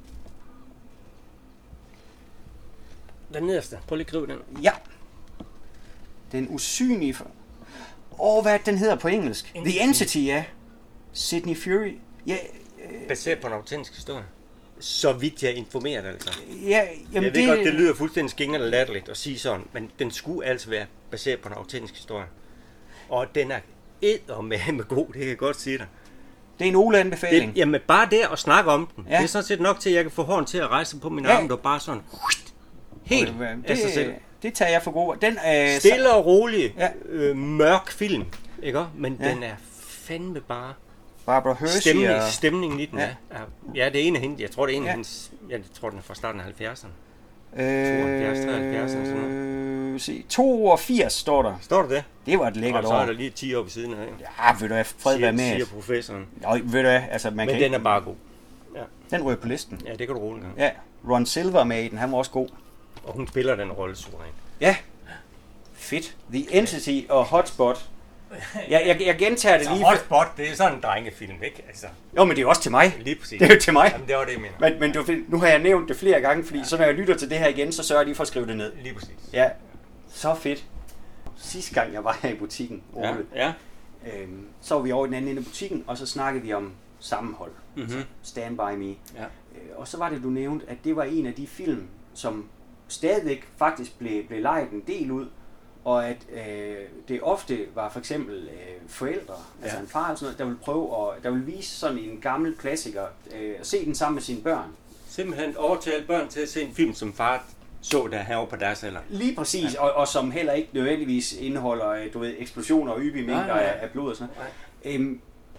Den nederste. Prøv lige at skrive den. Ja. Den usynlige... hvad den hedder på engelsk? The Entity, ja. Sidney Furie. Ja. Baseret på en autentisk historie. Så vidt jeg informerer dig, altså. Ja, jamen jeg ved godt, det lyder fuldstændig skingert og latterligt at sige sådan, men den skulle altså være baseret på en autentisk historie. Og den er eddermame god, det kan jeg godt sige dig. Det er en Ole-anbefaling. Jamen bare det at snakke om den, det er sådan set nok til, at jeg kan få hånden til at rejse på min arm, og bare sådan helt af sig selv. Det tager jeg for god. Den stille og rolig, mørk film, ikke? Men den er fandme bare... Barbara Hershey stemningen i den er. Ja, det er en af hende. Jeg tror, det er en af hendes... Jeg tror, den er fra starten af 70'erne. 72, 73 og sådan noget. 82 står der. Står der det? Det var et lækkert år. Og så er der lige 10 år ved siden af. Ja, ved du hvad, fred være med. Siger professoren. Jo, ved du hvad, altså man men kan den er bare god. Ja. Den røg på listen. Ja, det kan du roligt. Ja, Ron Silver med i den, han var også god. Og hun spiller den rolle suverænt. Ja. Fedt. The Entity og Hotspot. Jeg gentager det lige. Hotspot, det er sådan en drengefilm, ikke? Altså. Jo, men det er også til mig. Lige præcis. Det er jo til mig. Jamen, det var det, jeg mener. Men nu har jeg nævnt det flere gange, fordi så når jeg lytter til det her igen, så sørger jeg lige for at skrive det ned. Lige præcis. Ja, så fedt. Sidste gang jeg var her i butikken, Ole, så var vi over i den anden ende af butikken, og så snakkede vi om sammenhold. Altså Stand By Me. Ja. Og så var det, du nævnte, at det var en af de film, som stadigvæk faktisk blev lejet en del ud, og at det ofte var for eksempel forældre, altså en far eller sådan noget, der ville prøve der ville vise sådan en gammel klassiker, at se den sammen med sine børn. Simpelthen overtale børn til at se en film, som far så der herovre på deres alder. Lige præcis, og som heller ikke nødvendigvis indeholder, eksplosioner og ypige mængder af blod og sådan noget.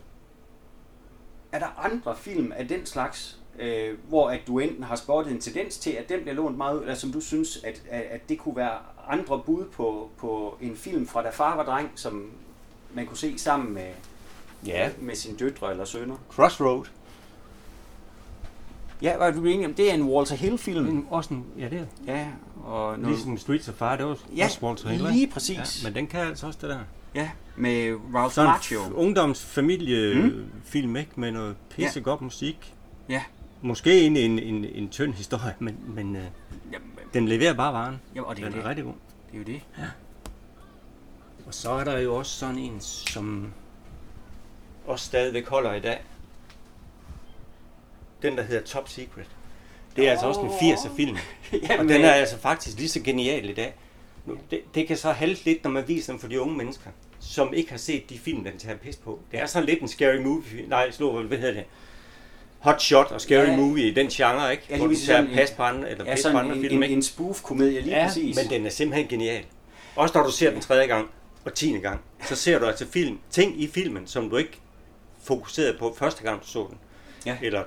Er der andre film af den slags, hvor at du enten har spottet en tendens til, at den bliver lånt meget ud, eller som du synes, at det kunne være andre bud på en film fra da far var dreng, som man kunne se sammen med sine døtre eller sønner? Crossroad. Ja, hvad er du enig om? Det er en Walter Hill-film. Også en, ja, det er. Ja, og ligesom Streets of Fire, det var også Walter Hill. Lige præcis. Ja, men den kan altså også det der. Ja, med Ralph Macchio. Ungdomsfamiliefilm, ikke? Med noget pissegodt musik. Ja. Måske en tynd historie, men den leverer bare varen. Ja, og det er den er rigtig god. Det er jo det. Ja. Og så er der jo også sådan en, som også stadigvæk holder i dag. Den, der hedder Top Secret. Det er altså også en 80'er film. Og den er altså faktisk lige så genial i dag. Det kan så halte lidt, når man viser dem for de unge mennesker, som ikke har set de film, den tager pis på. Det er sådan lidt en scary movie. Hvad hedder det? Hot Shot og Scary Movie i den genre, ikke? Ja, hvor du tager pas på andre, eller pis på andre film, ikke? En spoof-komedie, lige præcis. Men den er simpelthen genial. Også når du ser den 3. gang og 10. gang, så ser du altså ting i filmen, som du ikke fokuserede på første gang, du så den. Ja. Eller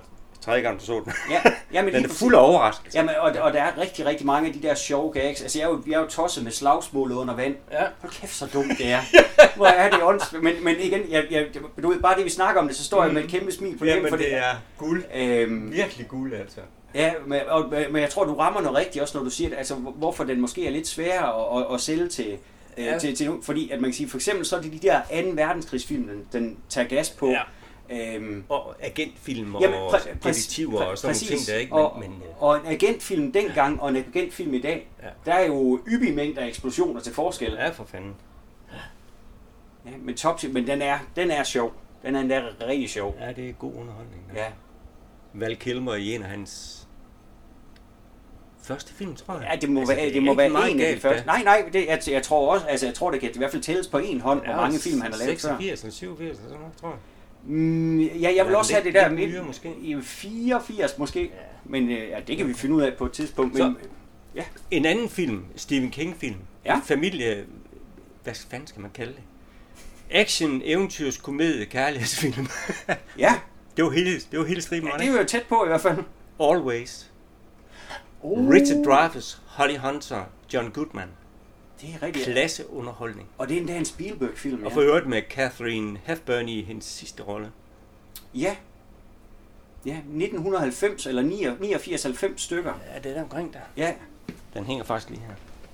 tredje gang, du så den. Ja, men den er fuld af overraskelse. Jamen, og der er rigtig, rigtig mange af de der sjove gags. Altså, jeg er jo tosset med slagsmålet under vand. Ja. Hold kæft, så dumt det er. Hvor er det åndsvagt. Men igen, du ved, bare det vi snakker om det, så står jeg med et kæmpe smil på det. For det er guld. Virkelig guld, altså. Ja, men jeg tror, du rammer noget rigtigt også, når du siger det. Altså, hvorfor den måske er lidt sværere at sælge til fordi at man kan sige, for eksempel så er det de der 2. verdenskrigsfilm, den tager gas på. Ja. Og agentfilm og detektiver og sådan nogle ting der, ikke? Og en agentfilm dengang og en agentfilm i dag, der er jo yppige mængder af eksplosioner til forskel. Ja, for fanden. Ja, men den er sjov. Den er endda rigtig sjov. Ja, det er god underholdning. Ja. Val Kilmer i en af hans første film, tror jeg. Ja, det må være en af de første. Nej, jeg tror også, altså jeg tror det kan i hvert fald tælles på en hånd, hvor mange film han har lavet før. 86 eller 87 eller sådan noget, tror jeg. Jeg vil også have det der med måske. I 84 måske, ja. Men det kan vi finde ud af på et tidspunkt. Men, så, en anden film, Stephen King film, familie, hvad fanden skal man kalde det? Action, eventyrs, komedie, kærlighedsfilm. Ja. Det var hele striben. Ja, det er jo tæt på i hvert fald. Always. Richard Dreyfuss, Holly Hunter, John Goodman. Det er rigtig klasseunderholdning. Og det er endda en Spielberg-film, ja. Og for øvrigt med Catherine Hepburn i hendes sidste rolle. Ja. Ja, 1990 eller 89-90 stykker. Ja, det er der omkring der. Ja. Den hænger faktisk lige her.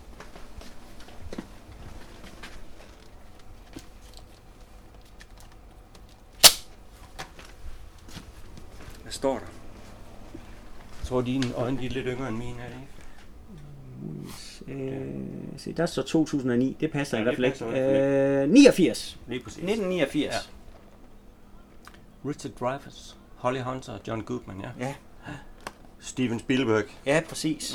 Hvad står der? Jeg tror, dine øjne er lidt yngre end mine, er det ikke? Se, der står 2009. Det passer i hvert fald ikke. 89. Lige præcis. 1989. Ja. Richard Dreyfuss, Holly Hunter og John Goodman, ja. Steven Spielberg. Ja, præcis.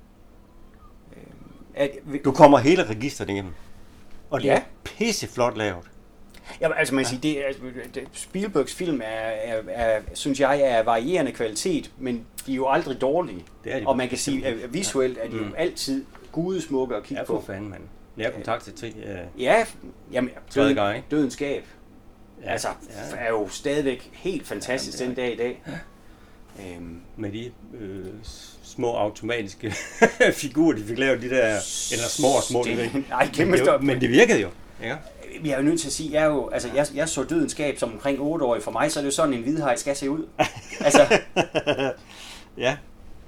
Ja. Du kommer hele registret igennem. Og det er pisseflot lavet. Jamen, altså man siger, Spielbergs film er, synes jeg, er varierende kvalitet, men de er jo aldrig dårlige. Og man kan sige, at visuelt er de jo altid gudesmukke at kigge på. Ja, for fanden, mand. Nærkontakt til jamen, Dødens Gab. Ja, altså, er jo stadigvæk helt fantastisk den dag i dag. Med de små automatiske figurer, de fik lavet, de der, eller små. Nej, kæmpe men det virkede jo. Ja. Jeg er jo nødt til at sige, jeg så Dødens Gab som omkring 8-årig. For mig så er det jo sådan, en hvidhaj skal se ud. Altså. Ja.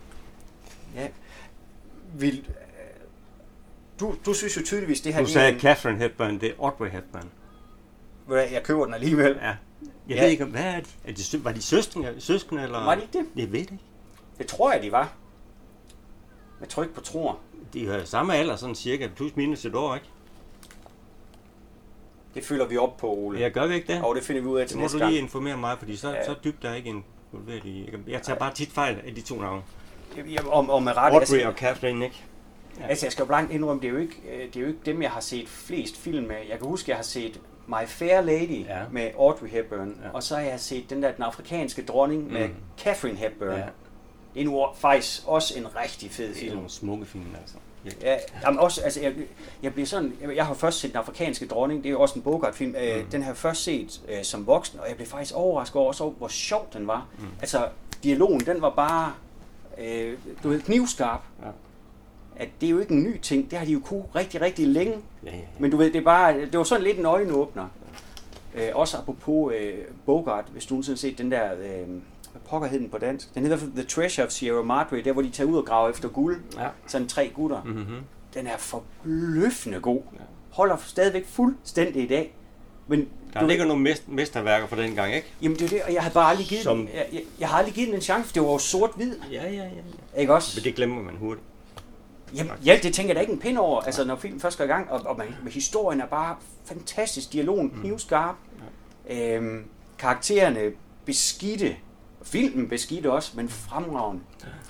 Du synes jo tydeligvis, det her... Du sagde Catherine Hepburn, det er Audrey Hepburn. Jeg køber den alligevel. Ja. Jeg ved ikke, hvad er de? Var de søskende eller? Var de ikke det? Jeg ved det ikke. Det tror jeg, de var. Med tryk på tror. De har samme alder, sådan cirka plus minus et år, ikke? Det fylder vi op på, Ole. Ja, gør vi ikke det? Og det finder vi ud af til næste gang. Så må du lige informere mig, fordi så dybt der ikke involveret i. Jeg tager bare tit fejl af de to navne. Og med ret. Audrey og Catherine, ikke? Ja. Altså, jeg skal jo blankt indrømme, det er jo ikke dem, jeg har set flest film med. Jeg kan huske, jeg har set My Fair Lady med Audrey Hepburn, og så har jeg set den afrikanske dronning med Catherine Hepburn. Ja. Det er nu faktisk også en rigtig fed film. Det er nogle smukke film, altså. Ja, jamen også, altså, jeg bliver sådan, jeg har først set Den afrikanske dronning, det er jo også en Bogart-film. Den har jeg først set som voksen, og jeg blev faktisk overrasket over, hvor sjov den var. Altså, dialogen, den var bare, du ved, knivskarp. Ja. At det er jo ikke en ny ting, det har de jo kunnet rigtig, rigtig længe. Ja. Men du ved, det var sådan lidt en øjenåbner. Også apropos Bogart, hvis du nogensinde har set den der, hvad pokker hed den på dansk? Den hedder The Treasure of Sierra Madre, der hvor de tager ud og graver efter guld. Ja. Sådan 3 gutter. Mm-hmm. Den er forbløffende god. Ja. Holder stadigvæk fuldstændig i dag. Men der ligger nogle mesterværker fra den gang, ikke? Jamen det er det, og jeg havde bare aldrig givet den, jeg har aldrig givet den en chance, for det var jo sort-hvid. Ja. Ikke også? Men det glemmer man hurtigt. Jamen, ja, det tænker jeg da ikke en pind over, altså når filmen først går i gang, og historien er bare fantastisk, dialogen knivskarp, karaktererne beskidte, filmen beskidte også, men fremragende.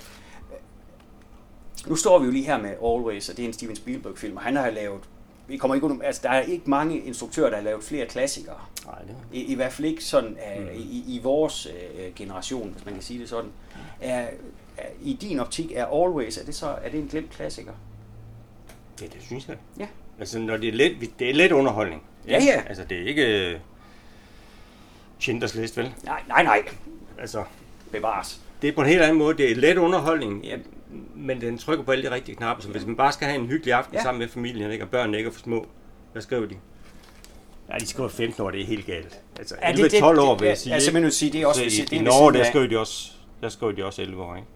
Nu står vi jo lige her med Always, og det er en Steven Spielberg-film, og han har lavet, der er ikke mange instruktører, der har lavet flere klassikere. Nej, det I hvert fald ikke sådan i vores generation, hvis man kan sige det sådan. I din optik er Always, er det en glemt klassiker? Ja, det synes jeg. Ja. Altså, når det er let underholdning. Ja. Altså, det er ikke Schindlers List, vel? Nej. Altså, bevares. det er på en helt anden måde. Det er let underholdning, ja, men den trykker på alle de rigtige knapper. Så hvis man bare skal have en hyggelig aften sammen med familien, ikke, og børnene ikke er for små, hvad skriver de? Ja, de skriver 15 år, det er helt galt. Altså 11-12 år, vil jeg sige. Altså, men du siger, det er også... I Norge, der skriver de også 11 år, ikke?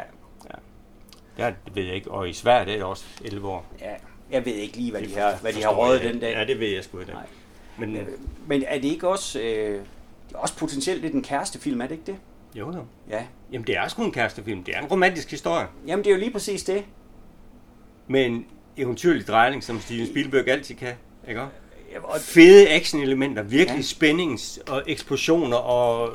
Ja, det ved jeg ikke. Og i Sverige, det er også 11 år. Ja, jeg ved ikke lige, hvad de har røget den dag. Ja, det ved jeg sgu ikke. Men er det ikke også... også potentielt lidt en kærestefilm, er det ikke det? Jo. Ja. Jamen, det er sgu en kærestefilm. Det er en romantisk historie. Jamen, det er jo lige præcis det. Med en eventyrlig drejning, som Steven Spielberg altid kan. Ikke også? Og fede action-elementer, virkelig spændings- og eksplosioner og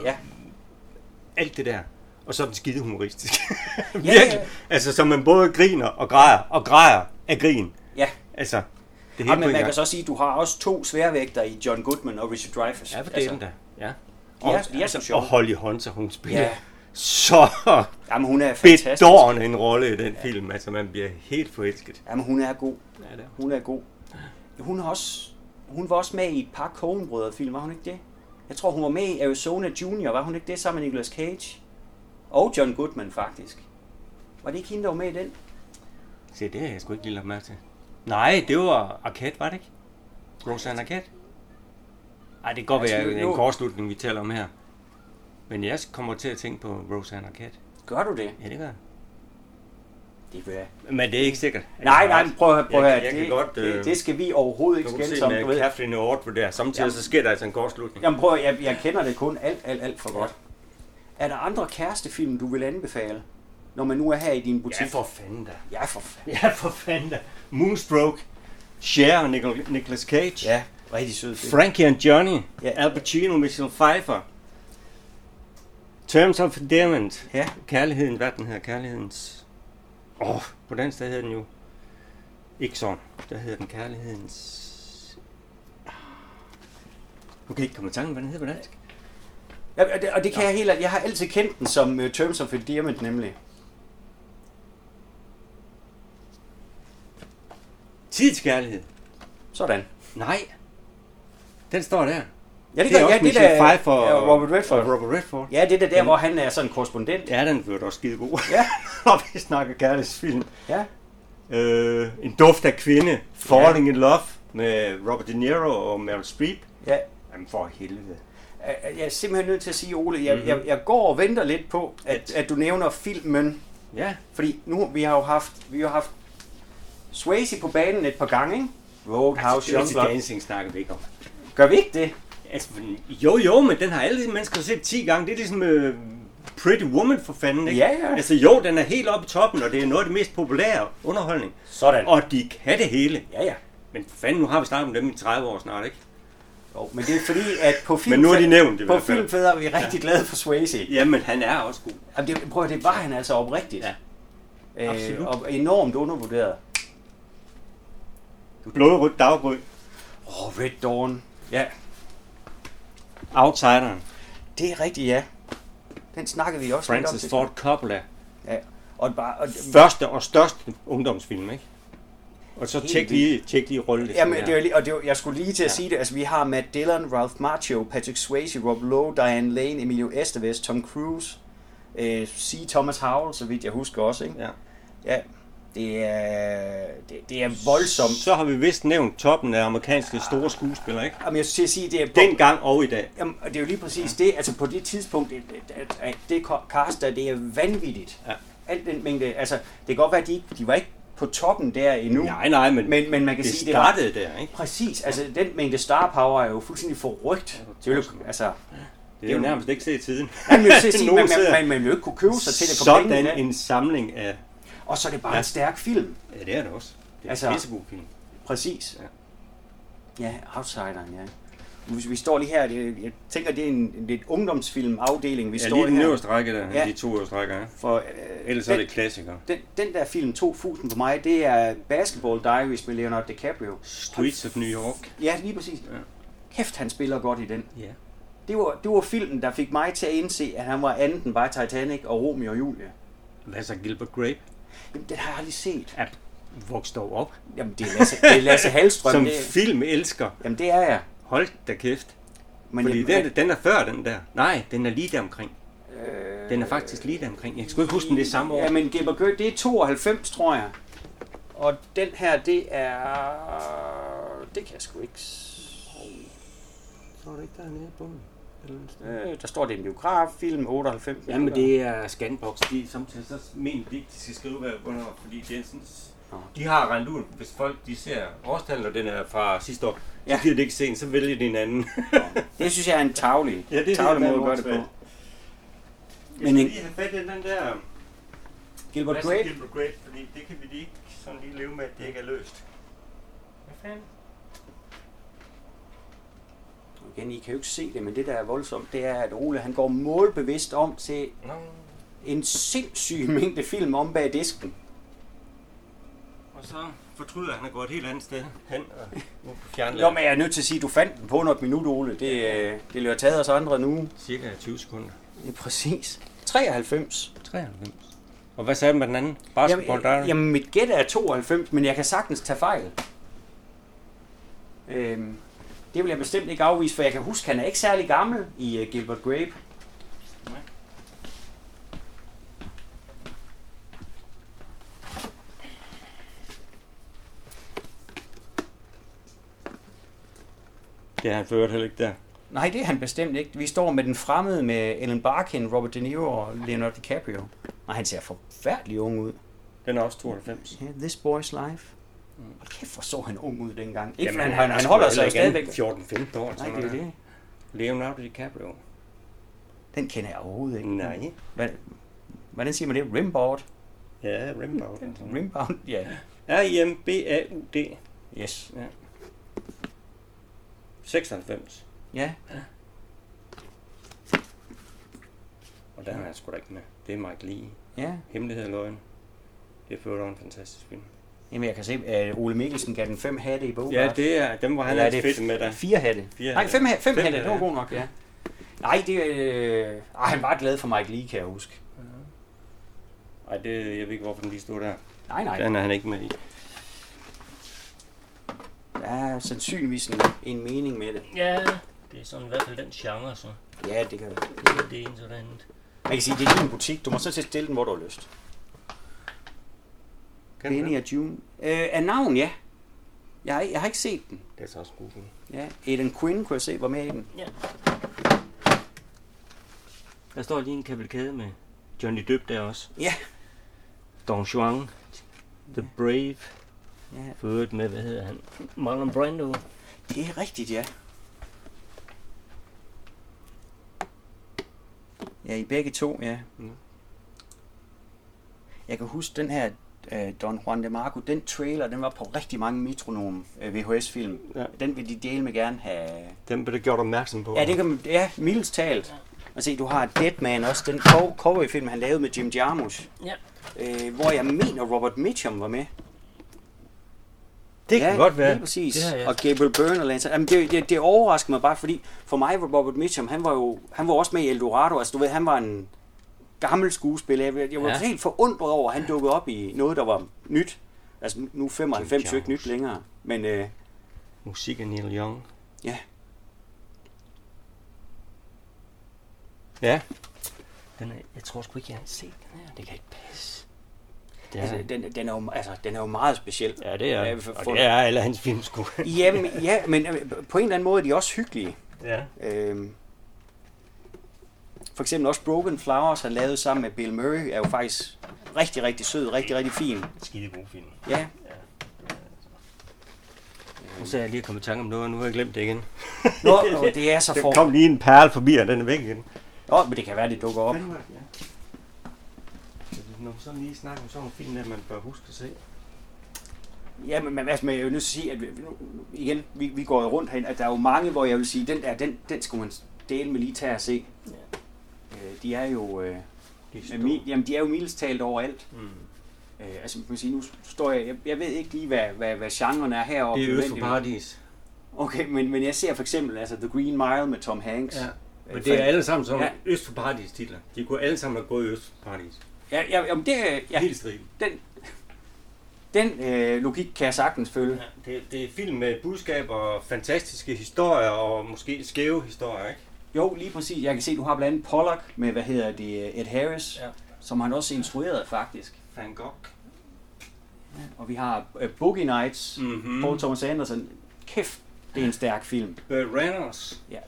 alt det der. Og så er den skide humoristisk. Virkelig. Altså, så man både griner og græder af grin. Ja. Altså, det hele men man kan så sige, at du har også 2 sværvægter i John Goodman og Richard Dreyfuss. Ja, for det er den da. Ja. De er så sjove. Og Holly Hunter, hun spiller så jamen, hun er fantastisk. Bedårende en rolle i den film. Altså, man bliver helt forelsket. Jamen, hun er god. Hun er god. Hun var også med i et par Coen-brødre-film, var hun ikke det? Jeg tror, hun var med i Arizona Junior, var hun ikke det, sammen med Nicolas Cage? Og John Goodman, faktisk. Var det ikke hende, der var med i den? Se, det har jeg sgu ikke lige lagt mærke til. Nej, det var Arquette, var det ikke? Rosanna Arquette? Nej, det kan godt være en kortslutning, vi taler om her. Men jeg kommer til at tænke på Rosanna Arquette. Gør du det? Ja, det gør jeg. Det vil jeg. Men det er ikke sikkert. Nej, prøv at høre. Det skal vi overhovedet ikke skændes om. Du ved, Catherine Orr der. Samtidig så sker der altså en kortslutning. Jamen prøv, jeg kender det kun alt for godt. Er der andre kærestefilm, du vil anbefale, når man nu er her i din butik? Ja, for fanden da. Ja, for fanden da. Moonstruck, Cher og Nicolas Cage. Ja, rigtig sød. Frankie and Johnny, Al Pacino, Michelle Pfeiffer. Terms of Endearment. Ja. Kærligheden, hvad den hedder? Kærlighedens... på den sted hedder den jo... Ikke sådan. Der hedder den Kærlighedens... Du kan ikke komme i tanke, hvad den hedder på dansk. Ja, og det kan jeg helt... Jeg har altid kendt den som Terms of Endearment, nemlig. Tid til kærlighed. Sådan. Nej. Den står der. Ja, det er Michelle Pfeiffer og Robert Redford. Ja, det er der, hvor han er sådan en korrespondent. Ja, den fører også skide god. Ja. Når vi snakker kærlighedsfilm. Ja. En duft af kvinde. Falling in Love med Robert De Niro og Meryl Streep. Ja. Jamen for helvede. Jeg er simpelthen nødt til at sige, Ole, jeg går og venter lidt på, at du nævner filmen. Ja. Fordi nu, vi har jo haft Swayze på banen et par gange, ikke? Roadhouse, Youngblood. Dancing snakker vi ikke om. Gør vi ikke det? Altså, jo, men den har alle mennesker set 10 gange. Det er ligesom Pretty Woman for fanden, ikke? Ja. Altså jo, den er helt oppe i toppen, og det er noget af det mest populære underholdning. Sådan. Og de kan det hele. Ja. Men fanden, nu har vi snakket om dem i 30 år snart, ikke? Jo, men det er fordi, at på Filmfædre er vi rigtig glade for Swayze. Jamen, han er også god. Jamen, det var han altså oprigtigt. Ja. Og enormt undervurderet. Blodrødt daggry. Red Dawn. Ja. Outsideren. Det er rigtigt, ja. Den snakkede vi også Francis Ford Coppola. Ja. Første og største ungdomsfilm, ikke? Og så tjek lige rollelisten. Jamen, jeg skulle lige til at sige det. Altså, vi har Matt Dillon, Ralph Macchio, Patrick Swayze, Rob Lowe, Diane Lane, Emilio Estevez, Tom Cruise, C. Thomas Howell, så vidt jeg husker også, ikke? Ja. Det er voldsomt. Så har vi vist nævnt toppen af amerikanske store skuespillere, ikke? Jamen, jeg skal sige, det er... Dengang og i dag. Jamen, det er jo lige præcis det. Altså, på det tidspunkt, det cast der, det er vanvittigt. Ja. Alt den mængde... Altså, det kan godt være, at de var ikke på toppen der endnu. Nej, men man kan det sige, startede det der, ikke? Præcis. Altså, den mængde star power er jo fuldstændig forrygt. Det er jo nærmest ikke set tiden. Man vil jo ikke kunne købe sig til det for penge. Sådan en samling af... Og så er det bare en stærk film. Ja, det er det også. Det er en pissegod film. Præcis. Ja, Outsideren, ja. Hvis vi står lige her, jeg tænker, det er en lidt ungdomsfilm-afdeling, vi står lige her. den øverste række der, de 2 øverste rækker, ja. For, ellers er det klassikere. Den der film, 2000 for mig, det er Basketball Diaries med Leonardo DiCaprio. Streets of New York. Ja, lige præcis. Ja. Kæft, han spiller godt i den. Ja. Det var filmen, der fik mig til at indse, at han var andet end bare Titanic og Romeo og Julie. Hvad så Gilbert Grape? Jamen, den har jeg aldrig set. Ja, voks dog op. Jamen, det er Lasse Hallstrøm. Som filmelsker. Jamen, det er jeg. Hold da kæft. Men fordi den er før den der. Nej, den er lige der omkring. Den er faktisk lige der omkring. Jeg skal ikke huske den det samme år. Ja, men Gilbert Grape, det er 92, tror jeg. Og den her, det er... Det kan jeg sgu ikke... Så er det ikke dernede på den? Der står det en biograffilm, 98. Ja, men det er Scanbox. De samtidig så mener de ikke, de skal skrive, hvornår, fordi det er sådan... De har regnet ud, hvis folk de ser årstallet, og den er fra sidste år, så giver det ikke sen, så vælger de en anden. Det synes jeg er en tavlig måde at gøre det på. Men jeg skal lige have fat i den der Gilbert Grape, fordi det kan vi lige sådan lige leve med, at det ikke er løst. Hvad fanden? Igen, I kan jo ikke se det, men det der er voldsomt, det er, at Ole han går målbevidst om til en sindssyg mængde film om bag disken. Og så fortryder han at gå et helt andet sted hen og fjerne Jo, men jeg er nødt til at sige, at du fandt den på under et minut, Ole. Det løber taget os andre nu. Cirka 20 sekunder. Det er præcis. 93. Og hvad sagde du med den anden? Basketball Diary? Jamen, mit gæt er 92, men jeg kan sagtens tage fejl. Det vil jeg bestemt ikke afvise, for jeg kan huske, at han er ikke særlig gammel i Gilbert Grape. Nej. Det er han ført heller ikke der. Nej, det er han bestemt ikke. Vi står med den fremmede med Ellen Barkin, Robert De Niro og Leonardo DiCaprio. Og han ser forfærdelig ung ud. Den er også 92. Yeah, This Boy's Life. Hvor kæft, hvor så han ung ud dengang. Ikke, jamen, han holder sig jo stadigvæk. 14-15 år. Nej, det er det. Leonardo DiCaprio. Den kender jeg overhovedet ikke. Nej. Hvordan siger man det? Rimbaud? Ja, Rimbaud. Rimbaud, ja. R-I-M-B-A-U-D. Yes. Ja. 96. Ja. Og der er jeg sgu da ikke med. Det er Mike Lee. Ja. Hemmelighed og løgn. Det er ført en fantastisk film. Jamen, jeg kan se, at Ole Mikkelsen gav den 5 hatte i bogen. Ja, det er, dem var han altså fedt med der. 4 hatte. Nej, 5 hatte, det var god nok, ja. Nej, det han var glad for Mike Lee, kan jeg huske. Nej, jeg ved ikke, hvorfor den lige stod der. Nej. Den er han ikke med i. Der er sandsynligvis en mening med det. Ja, det er sådan i hvert fald den genre, så. Ja, det kan det. Det er en sådan andet. Man kan sige, det er din butik. Du må så til at stille den, hvor du har lyst. Benny og June. Af navn, ja. Jeg har ikke set den. Det er så også god. Ja, Aidan Quinn kunne jeg se, var med i den. Ja. Der står lige en kavalkade med Johnny Depp der også. Ja. Don Juan, The Brave. Ja. Ført med, hvad hedder han? Marlon Brando. Det er rigtigt, ja. Ja, i begge to, ja. Jeg kan huske den her Don Juan de Marco, den trailer, den var på rigtig mange Metronom VHS-film. Ja. Den vil de dele med gerne have... Den blev det gjort opmærksom på. Ja, det kan man, mildest talt. Og se, du har Deadman også, den cowboy-film, han lavede med Jim Jarmusch. Ja. Hvor jeg mener, Robert Mitchum var med. Det kan godt være. Ja, præcis. Det og Gabriel Byrne og Lance. Jamen, det overrasker mig bare, fordi for mig var Robert Mitchum, han var også med i Eldorado. Altså, du ved, han var en gammel skuespiller. Jeg var helt forundret over, at han dukkede op i noget, der var nyt. Altså, nu 95 er ikke nyt længere. Men, musik af Neil Young. Ja. Ja. Jeg tror sgu ikke, jeg har set den her. Det kan ikke passe. Altså, den er jo meget speciel. Ja, det er. Og det er alle hans film sgu. Jamen, ja, men på en eller anden måde er de også hyggelige. Ja. For eksempel også Broken Flowers, han lavede sammen med Bill Murray, er jo faktisk rigtig, rigtig sød, rigtig, rigtig fin. Skide god film. Ja. Nu så er jeg lige kommet i tanke om noget, og nu har jeg glemt det igen. Nå, det er så Der kom lige en perle forbi, og den er væk igen. Nå, men det kan være, det dukker op. Når vi sådan lige snakker om sådan en film, at man bør huske at se. Ja, men altså, jeg vil nødt til at sige, at igen, vi går rundt herinde, at der er jo mange, hvor jeg vil sige, den skulle man dele med lige tage at se. Ja. De er jo, de er jo mildest talt overalt. Altså, man kan sige, nu står jeg ved ikke lige, hvad genren er heroppe. Det er Øst for Paradis. Okay, men jeg ser for eksempel altså The Green Mile med Tom Hanks. Ja. Men det er alle sammen sådan Øst for Paradis titler. De kunne alle sammen have gået i Øst for Paradis. Jamen det er... Helt striben. Den logik kan jeg sagtens følge. Ja, det er film med budskab og fantastiske historier, og måske skæve historier, ikke? Jo, lige præcis. Jeg kan se, du har blandt andet Pollock med, Ed Harris, som han også instrueret faktisk. Van Gogh. Ja, og vi har Boogie Nights, Paul Thomas Anderson. Kæft, det er en stærk film. Burt Reynolds. Ja.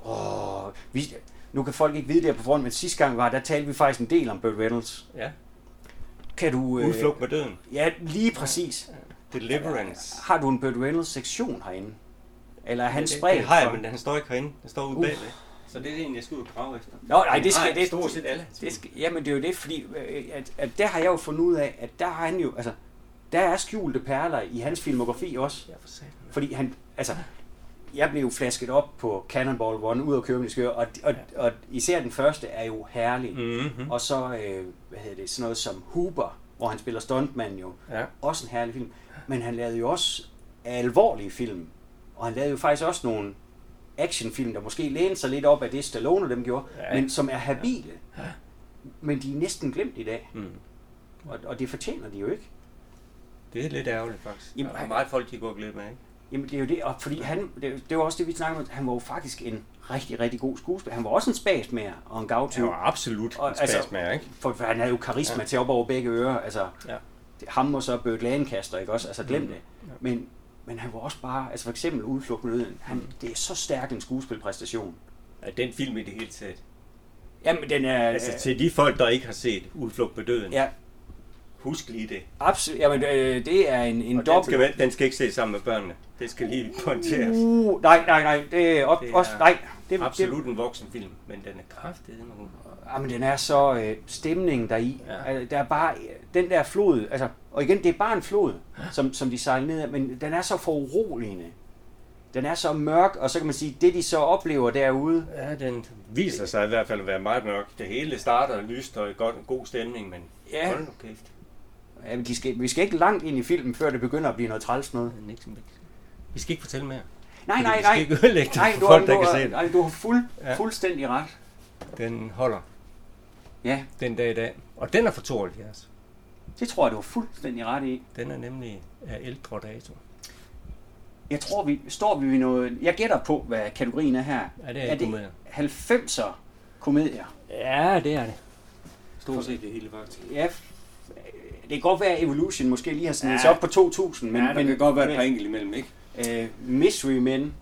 Nu kan folk ikke vide det her på forhånd, men sidste gang der talte vi faktisk en del om Burt Reynolds. Ja. Kan du... Udflugt med døden. Ja, lige præcis. Deliverance. Har du en Burt Reynolds sektion herinde? Eller er han spredt? Det har jeg, men han står ikke herinde. Han står ude bagved. Så det er det, jeg skal ud og grave efter. Nå, nej, det skal... Det stort set alle. Jamen, det er jo det, fordi at der har jeg jo fundet ud af, at der har han jo... Altså, der er skjulte perler i hans filmografi også. Ja, for satan. Fordi han... Altså, jeg blev jo flasket op på Cannonball Run ud af København, og især den første er jo herlig. Mm-hmm. Og så, sådan noget som Hooper, hvor han spiller stuntman jo. Ja. Også en herlig film. Men han lavede jo også alvorlige film. Og han lavede jo faktisk også nogle actionfilm, der måske lænede sig lidt op af det, Stallone dem gjorde, men som er habile. Ja. Men de er næsten glemt i dag. Mm. Og det fortjener de jo ikke. Det er lidt ærgerligt faktisk. Jamen, der er meget folk, de går glip af, ikke? Jamen det er jo det, og fordi det var også det, vi snakkede om, han var jo faktisk en rigtig, rigtig god skuespiller. Han var også en spasmager og en gavtyv. Han var absolut en spasmager, ikke? For han havde jo karisma til op over begge ører, altså ham og så Burt Lancaster, ikke også? Altså glem det. Ja. Men han var også bare, altså for eksempel Udflugt med døden, det er så stærk en skuespilpræstation. Ja, den film i det hele taget. Jamen den er... Altså til de folk, der ikke har set Udflugt med døden. Ja. Husk lige det. Absolut. Jamen, det er en dobbelt... Den skal ikke ses sammen med børnene. Det skal lige pointeres. Nej. Det er også... Nej. Det er absolut en voksenfilm, men den er kraftig. Jamen, den er så... stemningen deri. Ja. Altså, der er bare... Den der flod... Altså, og igen, det er bare en flod, som de sejler ned af, men den er så foruroligende. Den er så mørk, og så kan man sige, det de så oplever derude... Ja, den viser sig i hvert fald at være meget mørk. Det hele starter lyst og god stemning, men hold nu kæft. Ja, men vi skal ikke langt ind i filmen, før det begynder at blive noget træls noget. Vi skal ikke fortælle mere. Nej. Vi skal ikke ødelægge det for folk, der kan se det. Nej, du har fuldstændig ret. Den holder. Ja. Den dag i dag. Og den er for 72. Det tror jeg, du har fuldstændig ret i. Den er nemlig af ældre dato. Jeg tror, står vi ved noget... Jeg gætter på, hvad kategorien er her. Ja, det er komedier. 90'er komedier? Ja, det er det. Stort set det hele faktisk. Ja, det kan godt være, at Evolution måske lige har snedet sig op på 2000, men... Ja, der kan godt være et par enkelt imellem, ikke? Mystery Men,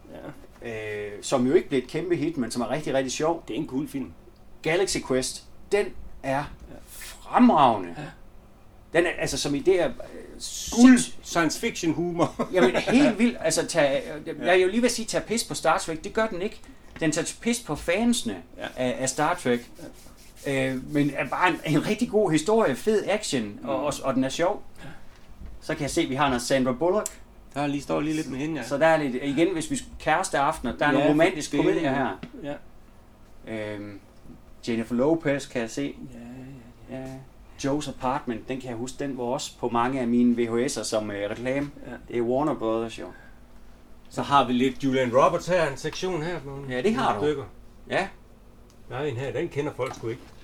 som jo ikke blev et kæmpe hit, men som er rigtig, rigtig sjov. Det er en cool film. Galaxy Quest, den er fremragende. Ja. Den er, altså som idé er... Science fiction humor. Jamen helt vildt. Altså, jeg er jo lige ved at sige, tage pis på Star Trek. Det gør den ikke. Den tager pis på fansene af Star Trek. Men er bare en rigtig god historie, fed action, og den er sjov. Så kan jeg se, at vi har noget Sandra Bullock. Der står lige lidt med hende, ja. Så der er lidt, igen, hvis vi kæreste aftener, der er nogle romantiske komedier her. Ja. Jennifer Lopez kan jeg se. Ja. Joe's Apartment, den kan jeg huske, den var også på mange af mine VHS'er som reklame. Ja. Det er Warner Brothers jo. Så har vi lidt Julian Roberts her, en sektion her. Ja, det har du. Stykker. Ja. Der er en her, den kender folk sgu ikke.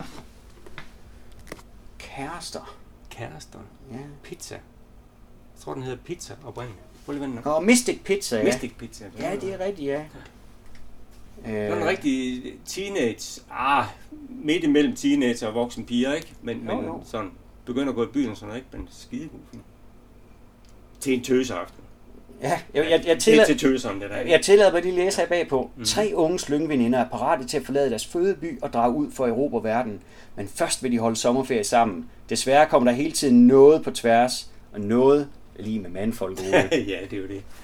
Kærester. Ja. Pizza. Jeg tror, den hedder Pizza oprindeligt. Prøv lige at vende Mystic Pizza, ja. Mystic Pizza. Ja, det er rigtigt, ja. Det er en rigtig teenage, midt imellem teenager og voksen piger, ikke? Men sådan, begynder at gå i byen og sådan noget, ikke? Men skidegod film. Til en tøseaften. Ja, jeg tillader mig lige læse her bagpå. 3 unge slyngveninder er parate til at forlade deres fødeby og drage ud for Europa og verden. Men først vil de holde sommerferie sammen. Desværre kommer der hele tiden noget på tværs, og noget lige med mandfolk ude. Ja, det er jo det.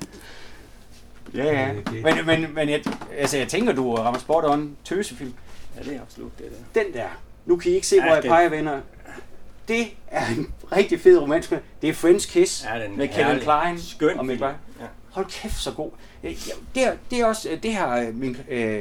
Ja. Men jeg tænker, du rammer spot on tøsefilm. Ja, det er absolut det der. Den der. Nu kan I ikke se, hvor jeg peger, venner. Det er en rigtig fed romansk. Det er French Kiss med Kevin Kline. Skøn. Hold kæft, så god. Det er også det her min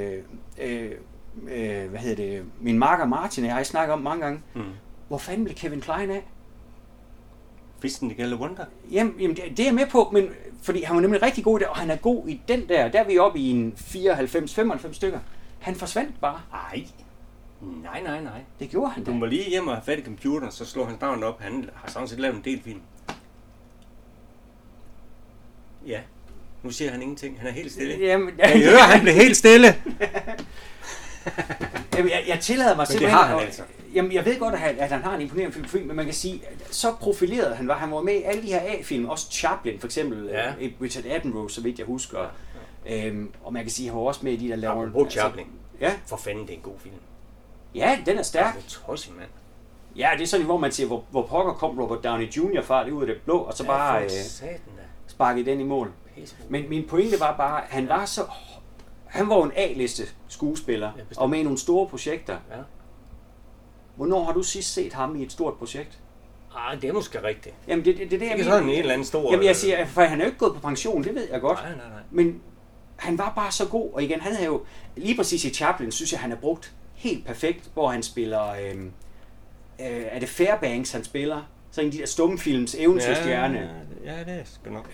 min makker Martin, jeg har snakket om mange gange. Hvor fanden blev Kevin Kline af? Fisten det gælder Wonder. Jamen det er jeg med på, men fordi han var nemlig rigtig god der, og han er god i den der. Der er vi oppe i en 94-95 stykker. Han forsvandt bare. Nej. Det gjorde han da. Du må lige hjem og have fat i computeren, så slår han navnet op. Han har sådan set lavet en del film. Ja. Nu siger han ingenting. Han er helt stille. Jamen, jeg hører, han bliver helt stille. Jamen, jeg tillader mig simpelthen... det har han altså. Jamen, jeg ved godt, at han har en imponerende filmografi, men man kan sige, så profileret han var. Han var med i alle de her A-film, også Chaplin for eksempel, Richard Attenborough, så vidt jeg husker. Og man kan sige, at han var også med i de der laver... Apropos Chaplin. Ja. For fanden, det er en god film. Ja, den er stærk. Det er tosset, mand. Ja, det er sådan, hvor man siger, hvor pokker kom Robert Downey Jr. fra det ud af det blå, og så bare sparkede den i mål. Men min pointe var bare, han var en A-liste skuespiller, og med i nogle store projekter. Ja. Hvornår har du sidst set ham i et stort projekt? Det er måske rigtigt. Jamen, det er det, jeg mener. Sådan en eller anden stor... Jamen, jeg siger, for han er jo ikke gået på pension, det ved jeg godt. Nej. Men han var bare så god, og igen, han havde jo, lige præcis i Chaplin, synes jeg, han er brugt helt perfekt, hvor han spiller, er det Fairbanks, han spiller? Så en af de der stumfilms eventyrstjerne. Ja, det er sgu nok.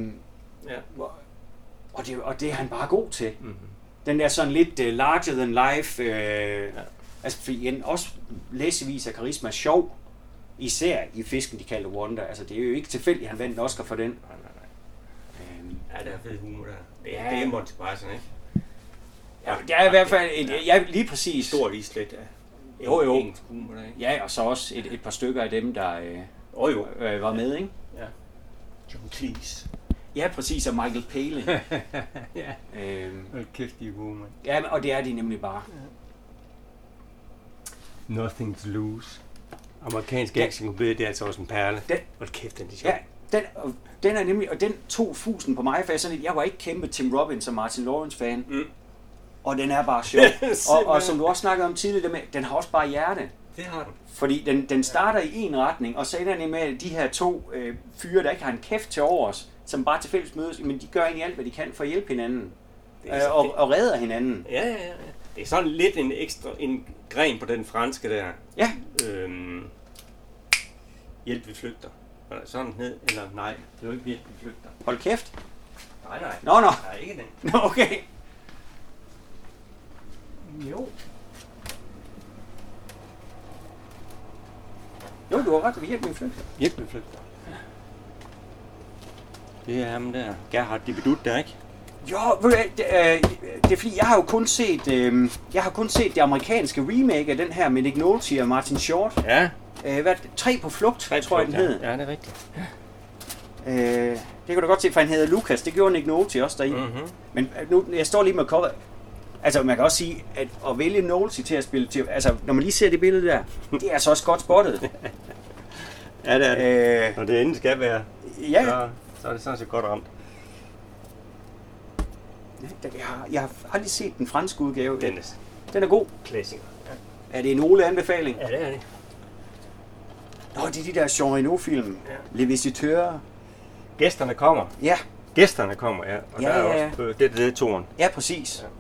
Og det er han bare god til. Mm-hmm. Den der sådan lidt larger than life, altså igen, også læsevis af karisma, sjov, især i Fisken, de kalder Wonder. Altså det er jo ikke tilfældigt, han vandt en Oscar for den. Nej. Ja, det er fed humor der. Det er Monty Python, ikke? Ja, det er i hvert fald lige præcis. Stor vis lidt af engelsk humor der, ikke? Ja, og så også et par stykker af dem, der var med, ikke? Ja. John Cleese. Ja, præcis, og Michael Palin. Ja. Hold kæft, de er gode, mand. Ja, og det er de nemlig bare. Ja. Nothing to lose. Amerikansk actionkomedie, det er altså også en perle. Hold kæft, den er sjov. Ja, den er nemlig, og den tog fusen på mig, for jeg var ikke kæmpe Tim Robbins og Martin Lawrence fan. Mm. Og den er bare sjov. og som du også snakkede om tidligere, den har også bare hjerte. Det har den. Fordi den starter i en retning, og så ender den med de her to fyre, der ikke har en kæft til overs, som bare tilfældigt mødes, men de gør egentlig alt, hvad de kan for at hjælpe hinanden. Og redder hinanden. Ja. Det er sådan lidt en gren på den franske der. Ja. Hjælp vi flygter. Sådan ned, eller nej, det er jo ikke hjælp vi flygter. Hold kæft. Nej. Nå. Nej, ikke den. Nå, okay. Jo, du har ret, hjælp vi flygter. Hjælp vi flygter. Det er ham der, Gerhard Dibedut der, ikke? Jo, det er fordi, jeg har kun set det amerikanske remake af den her med Nick Nolte og Martin Short. Ja. 3 på flugt, tror jeg den hed. Ja, det er rigtigt. Det kan du godt se, for han hedder Lucas. Det gjorde Nick Nolte også deri. Mm-hmm. Men nu, jeg står lige med cover. Altså, man kan også sige, at vælge Nolte til at spille til... Altså, når man lige ser det billede der, det er altså også godt spottet. Ja, det er det. Når det endelig skal være, ja. så er det sådan set godt ramt. Jeg har aldrig set den franske udgave. Den er god. Klassiker. Ja. Er det en Ole-anbefaling? Ja, det er det. Nå, det er de der Jean Reno-film. Ja. Les Visiteurs. Gæsterne kommer. Ja. Gæsterne kommer, ja. Og der er også det er toren. Ja, præcis. Ja.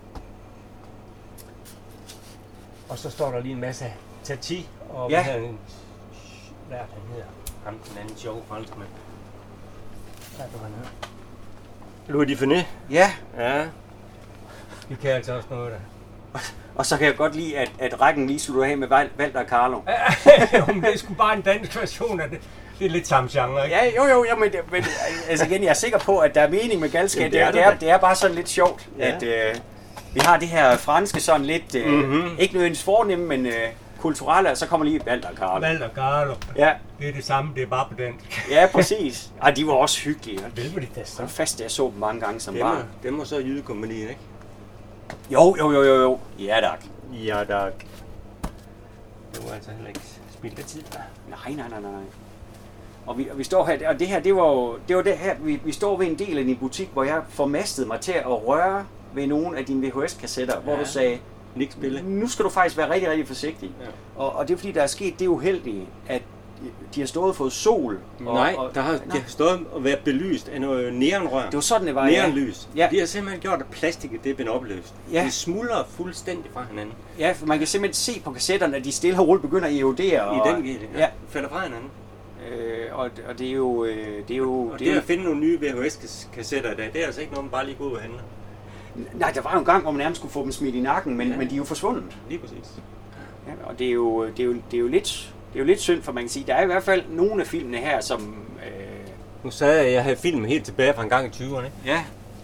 Og så står der lige en masse Tati, og hvad han hedder. Ham den anden sjove franskmand. Hvad er det, han hedder? Louis Dufiné. Ja. Ja. Vi kan altså også noget der. Og så kan jeg godt lide, at rækken lige slutter af med Walter og Carlo. Men det er sgu bare en dansk version af det. Det er lidt samme genre, ikke? Ja, jo, men altså igen, jeg er sikker på, at der er mening med galskab. Det er bare sådan lidt sjovt, at vi har det her franske sådan lidt, ikke nødvendigvis fornemme, men kulturelle, og så kommer lige Walter og Carlo. Walter og Carlo. Ja. Det er det samme, det er bare på dansk. Ja, præcis. Ej, de var også hyggelige. Vel var de da så. Fast, jeg så dem mange gange som barn. Dem var så Jydekompagniet, ikke? Jo. Ja, tak. Ja, tak. Det var altså heller ikke spildt af tid, der. Nej. Og vi står her, og det her, det var det her, vi står ved en del af din butik, hvor jeg formastede mig til at røre ved nogle af dine VHS-kassetter, hvor du sagde, nu skal du faktisk være rigtig, rigtig forsigtig. Ja. Og det er fordi, der er sket det uheldige, at de har stået og fået sol. De har stået og været belyst af noget neonrør. Det var sådan, det var. Neonlys. Ja. De har simpelthen gjort, at plastikket det er blevet opløst. Ja. Det smuldrer fuldstændig fra hinanden. Ja, for man kan simpelthen se på kassetterne, at de stille og roligt begynder at erodere. I den gælde, falder fra hinanden. Og det er jo... Og det at finde nogle nye VHS-kassetter i dag, det er altså ikke noget, man bare lige går ud og handler. Nej, der var jo en gang, hvor man nærmest skulle få dem smidt i nakken, men de er jo forsvundet. Lige præcis. Ja, og det er jo lidt synd, for man kan sige, der er i hvert fald nogle af filmene her, som Nu sagde jeg havde filmen helt tilbage fra en gang i 20'erne, ikke? Ja.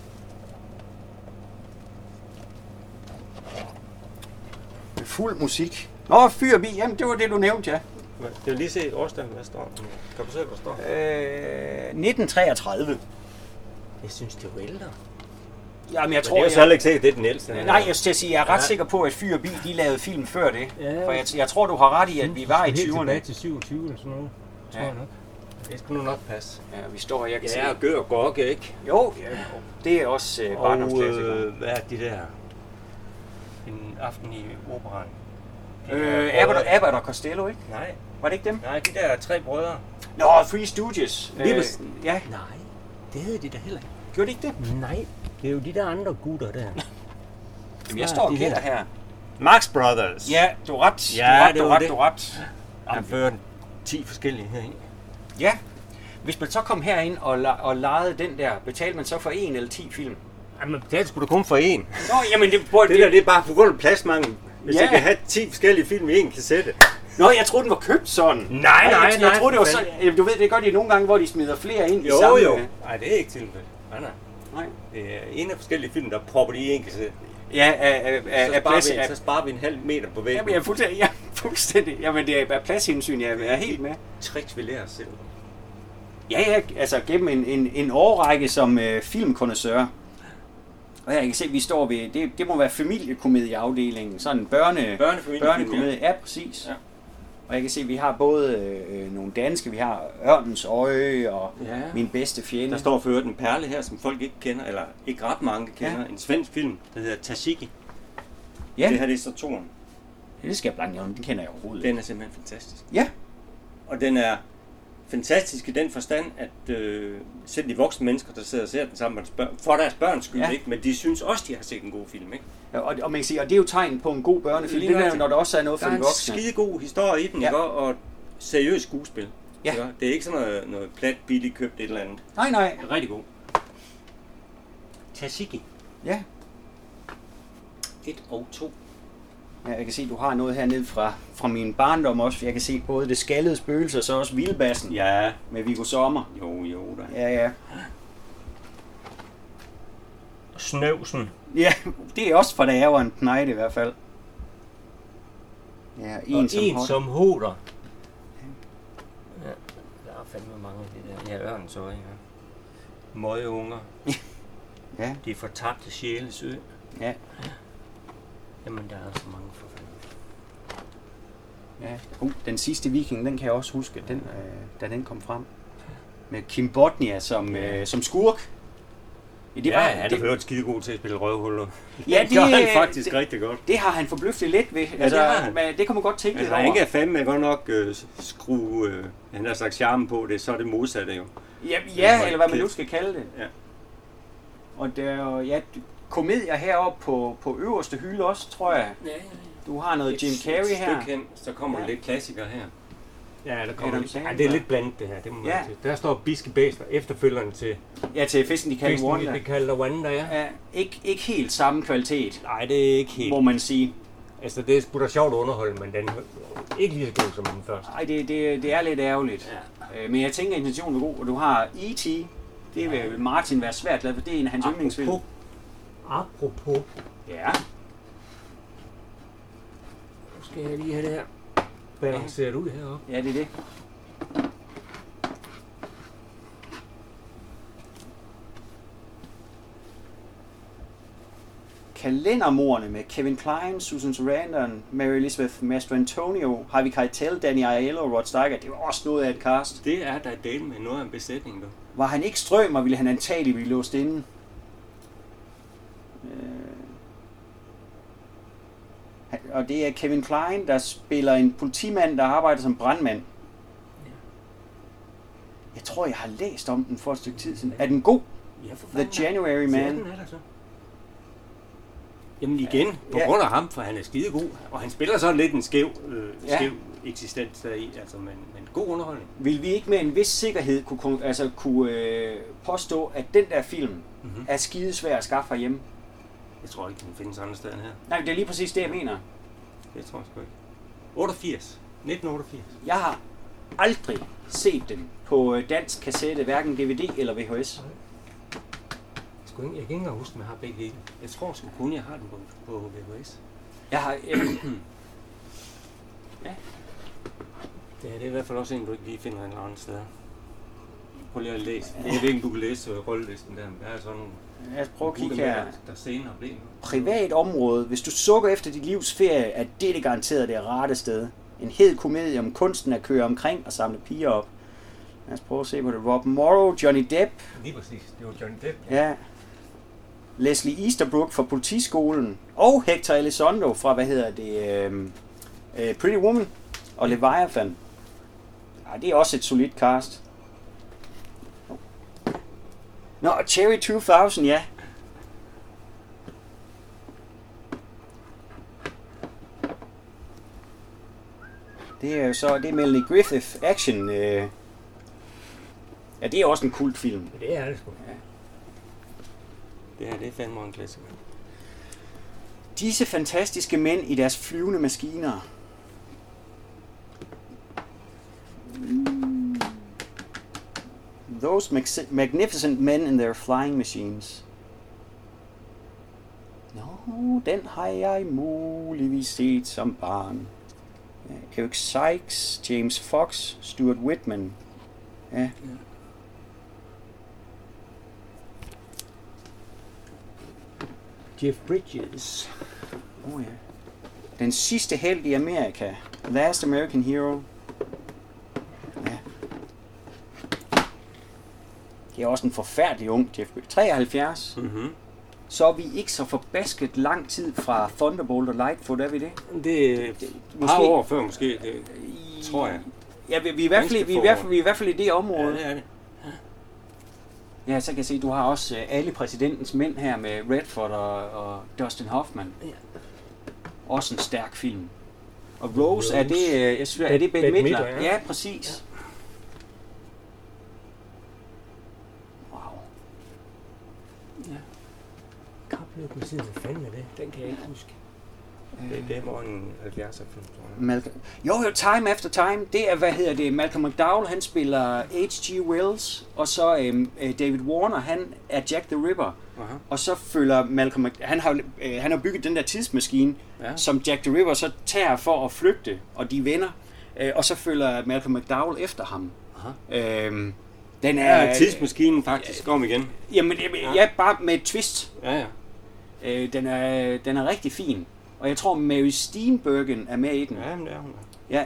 Fuld musik. Nå, Fyrby, jamen det var det, du nævnte, ja. Jeg vil lige se årsdagen, hvad står der. Kan du se, hvad står? 1933. Jeg synes, det er jo ældre. Jamen, jeg tror, det er jo så heller ikke sikkert, det er den ældste. Nej, jeg skal sige, jeg er ret sikker på, at Fyrby, de lavede film før det. Ja. For jeg tror, du har ret i, at vi var i 20'erne. Helt tilbage til 27 eller sådan noget, tror jeg nok. Det skulle nu nok passe. Ja, vi står, jeg kan se. Ja, og Gør og Gokke, ikke? Jo, ja, det er også barndomsklassikere. Hvad er de der? En aften i operaen. Abbott og Costello, ikke? Nej. Var det ikke dem? Nej, de der 3 brødre. Nå, Three Stooges. Ja. Nej, det hed de da heller ikke. Gjorde de ikke det? Nej, det er jo de der andre gutter der. Jamen, jeg står og gætter her. Marx Brothers. Ja, du er ret. Ja, du er ret. Han førte 10 forskellige herinde. Ja. Hvis man så kom herind og lejede den der, betalte man så for 1 eller 10 film? Jamen, betalte sgu da kun for 1. Nå, jamen det er bare på grund af pladsmangel. Hvis jeg kan have 10 forskellige film i en kassette. Nå, jeg troede, den var købt sådan. Nej. Jeg troede, det var sådan. Du ved, det gør de nogle gange, hvor de smider flere ind i samme. Jo. Nej, det er ikke tilfældet. Nej. Det er en af forskellige film, der propper i en kassette. Ja, så sparer vi en halv meter på væggen. Jamen, jeg er fuldstændig. Jamen, det er pladshensyn, jeg er helt med. Tricks, vi lærer os selv. Ja, altså gennem en årrække som filmkondensør. Og jeg kan se, at vi står ved, det må være familiekomedieafdelingen, sådan en børnekomedie. Ja, præcis. Ja. Og jeg kan se, at vi har både nogle danske, vi har Ørnens Øje og Min bedste fjende. Der står for øvrigt en perle her, som folk ikke kender, eller ikke ret mange kender. Ja. En svensk film, der hedder Tashiki. Ja. Det her det er så toren. Ja, det skal jeg blanke om, den kender jeg overhovedet. Den er simpelthen fantastisk. Ja. Og den er fantastisk i den forstand, at selv de voksne mennesker, der sidder og ser den sammen for deres børns skyld, ikke? Men de synes også, de har set en god film, ikke? Ja, og man kan sige, og det er jo tegn på en god børnefilm, det er, når der også er noget for de voksne. Der er en skide god historie i den, ikke? Og seriøst skuespil. Ja. Ikke? Det er ikke sådan noget plat, billigt købt et eller andet. Nej. Det er rigtig god. Tashiki. Ja. 1 og 2. Ja, jeg kan se, at du har noget hernede fra min barndom også. Jeg kan se både Det skaldede spøgelse og så også Vildbassen. Ja. Med Viggo Sommer. Jo da. Ja. Snøvsen. Ja, det er også fra da jeg var en knejt i hvert fald. Ja, en som hoder. Ja, der er fandme mange af det der. Ja, Ørnens Øje. Ja. Møgeunger. Ja. De fortabte sjæles ø. Ja. Jamen, der er så mange forfærdelige. Ja. Den sidste viking, den kan jeg også huske, da den kom frem. Med Kim Bodnia som skurk. Han har hørt skide god til at spille røvhuller. Ja, det gør han faktisk rigtig godt. Det har han forbløffet lidt ved. Ja, det kan man godt tænke lidt over. Han ikke er fandme godt nok skrue, han har sagt charme på det, så er det modsatte jo. Ja, eller hvad man nu skal kalde det. Ja. Og der er komedier heroppe på øverste hylde også, tror jeg. Ja. Du har noget Jim Carrey her. Hen, så kommer der lidt klassikere her. Ja, der kommer det er lidt blandet det her, det må man sige. Der står Biske Bæster, efterfølgerne til... Ja, til Fisken de kalder Wanda. Det kalder Wanda, ja. Ikke helt samme kvalitet. Nej, det er ikke helt. Må man sige. Altså, det er sgu da sjovt at underholde, men den er ikke lige så god som den første. Nej, det er lidt ærgerligt. Ja. Men jeg tænker, at intentionen er god, og du har E.T. Det vil Martin være svært glad for, det er en af hans yndlingsfilm. Apropos. Ja. Nu skal jeg lige have det her. Hvordan ser det ud heroppe? Ja, det er det. Kalendermordene med Kevin Kline, Susan Sarandon, Mary Elizabeth Mastrantonio, Harvey Keitel, Danny Aiello og Rod Steiger. Det var også noget af et cast. Det er der del med noget af en besætning, du. Var han ikke strømmer, ville han antageligt blive låst inde. Og det er Kevin Kline, der spiller en politimand, der arbejder som brandmand. Ja. Jeg tror, jeg har læst om den for et stykke tid siden. Er den god? Ja, The January Man. Ja, den er der så. Jamen igen, på grund af ham, for han er skidegod. Og han spiller så lidt en skæv eksistens deri, altså, men god underholdning. Vil vi ikke med en vis sikkerhed kunne påstå, at den der film er skidesvær at skaffe herhjemme? Jeg tror ikke, den findes andre steder end her. Nej, det er lige præcis det, jeg mener. Det tror jeg sgu ikke. 1988. Jeg har aldrig set den på dansk kassette, hverken DVD eller VHS. Jeg kan ikke engang huske, om jeg har begge dele. Jeg tror sgu kun, jeg har den på VHS. Jeg har... Ja, det er i hvert fald også en, du ikke lige finder en eller anden sted. Prøv lige at læse. Jeg ved ikke, du kan læse rollelisten der, men der er sådan nogle... Lad os prøve at kigge her. Der senere blev. Privat område. Hvis du sukker efter dit livs ferie, er det garanteret det rette sted. En hed komedie om kunsten at køre omkring og samle piger op. Lad os prøve at se på det. Rob Morrow, Johnny Depp. Lige præcis. Det var Johnny Depp. Ja. Leslie Easterbrook fra Politiskolen. Og Hector Elizondo fra, Pretty Woman og Leviathan. Ja, det er også et solidt cast. Nå, Cherry 2000, ja. Det er jo så, det er Melanie Griffith action. Ja, det er også en kultfilm. Det er det sgu. Ja. Det er fandme en klassiker. Disse fantastiske mænd i deres flyvende maskiner. Those magnificent men in their flying machines. Nå, den har jeg muligvis set som barn. Ja, Eric Sykes, James Fox, Stuart Whitman. Ja. Jeff Bridges. Oh ja. Den sidste helt i Amerika. Last American Hero. Ja. Det er også en forfærdelig ung Jeff Bridges. 73. Mm-hmm. Så er vi ikke så forbasket lang tid fra Thunderbolt og Lightfoot, er vi det? Det er måske år før måske, det tror jeg. Ja, vi er i hvert fald i det område. Ja, det er det. Ja, så kan jeg se, du har også alle præsidentens mænd her med Redford og Dustin Hoffman. Ja. Også en stærk film. Og Rose. Er det, jeg synes, er det Bette Midler? Ja, præcis. Wow. Ja. Kapløb med siden, hvad fanden er det? Den kan jeg ikke huske. Det var en 70'er film, tror jeg. Jo, Time After Time, det er, Malcolm McDowell, han spiller H.G. Wells, og så David Warner, han er Jack the Ripper. Uh-huh. Og så følger Malcolm han har bygget den der tidsmaskine, som Jack the Ripper så tager for at flygte, og de venner. Og så følger Malcolm McDowell efter ham. Uh-huh. Den er tidsmaskinen faktisk om igen. Jamen, ja, bare med et twist. Ja. Den er rigtig fin. Og jeg tror, Mary Steenburgen er med i den. Ja, men det er hun. Ja.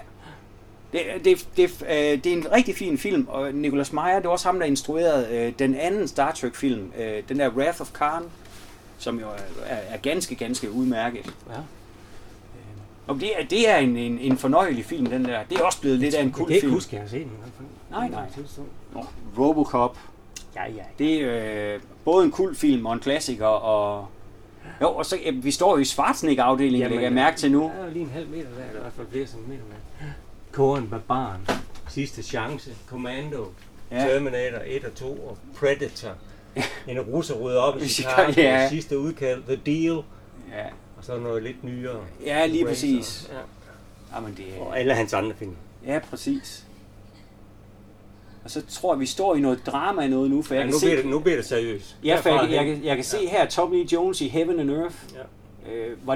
Det er en rigtig fin film, og Nicholas Meyer, det var også ham, der instruerede den anden Star Trek-film, den der Wrath of Khan, som jo er ganske, ganske udmærket. Ja. Og det er en fornøjelig film, den der. Det er også blevet lidt af en kultfilm. Jeg kan ikke huske, at jeg har set den. Nej. Robocop. Ja. Det er både en kultfilm og en klassiker, og... Jo, og så vi står jo i Schwarzenegger-afdelingen, lægger jeg mærke til nu. Der er lige en halv meter der, eller i hvert fald flere centimeter med. Coen Barbaren, Sidste Chance, Commando, Terminator 1 og 2 og Predator. En russer rydder op i Chicago, Sidste Udkald, The Deal. Ja. Og så noget lidt nyere. Ja, lige præcis. Ja. Jamen, det er... Og alle hans andre film. Ja, præcis. Og så tror jeg, vi står i noget drama noget nu, for jeg kan nu bliver det seriøst. Ja, for jeg kan se her Tommy Lee Jones i Heaven and Earth. Ja. Var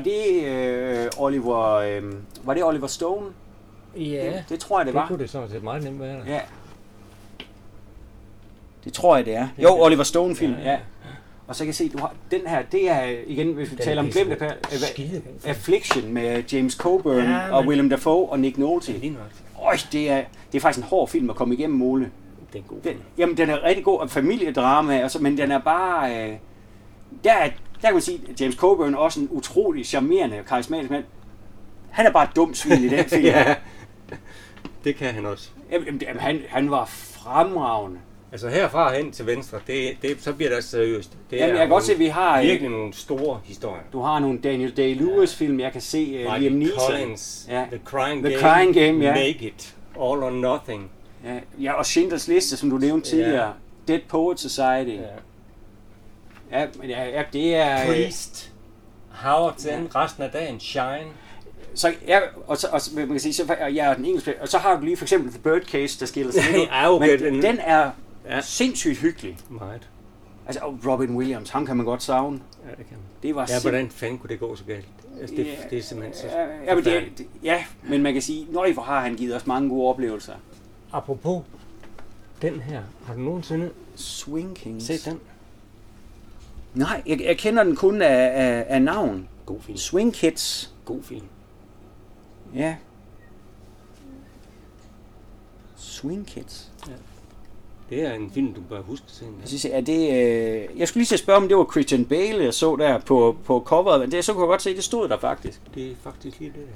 det Oliver Stone? Ja. Det tror jeg, det var. Det kunne det sådan set meget nemt være. Ja. Det tror jeg, det er. Jo, Oliver Stone-film, ja. Og så kan jeg se, du har den her, det er igen, hvis vi taler om glemte Affliction med James Coburn og Willem Dafoe og Nick Nolte. Det er faktisk en hård film at komme igennem, Ole. Det er en god film. Jamen, den er rigtig god, og familiedrama, men den er bare... Der kan man sige, at James Coburn er også en utrolig charmerende og karismatisk mand. Han er bare dum svin i den film. Ja, det kan han også. Jamen, han var fremragende. Altså herfra hen til venstre, så bliver det seriøst. Jamen, jeg kan godt se, at vi har... virkelig nogle store historier. Du har nogle Daniel Day-Lewis-film, jeg kan se Liam Neeson. Collins, The Crying Game, Make It, All or Nothing. Ja, og Schindlers Liste, som du nævnte tidligere. Dead Poets Society. Ja, det er... Priest, Howard's End, resten af dagen, Shine. Så ja, og man kan sige, så jeg er den engelske, og så har du lige for eksempel The Birdcage, der skiller sig lidt. Ja, okay, men den er sindssygt hyggelig. Meget. Altså, og Robin Williams, ham kan man godt savne. Ja, det kan man. Det var hvordan fanden kunne det gå så galt? Altså, det er simpelthen så... Men man kan sige, hvor har han givet os mange gode oplevelser. Apropos den her, har du nogensinde Swing Kings set den? Nej, jeg kender den kun af navn. God film. Swing Kids. God film. Ja. Swing Kids. Ja. Det er en film, du bør huske til. Jeg skulle lige til at spørge, om det var Christian Bale, jeg så der på coveret, men det så kunne jeg godt se, det stod der faktisk. Det er faktisk lige det der.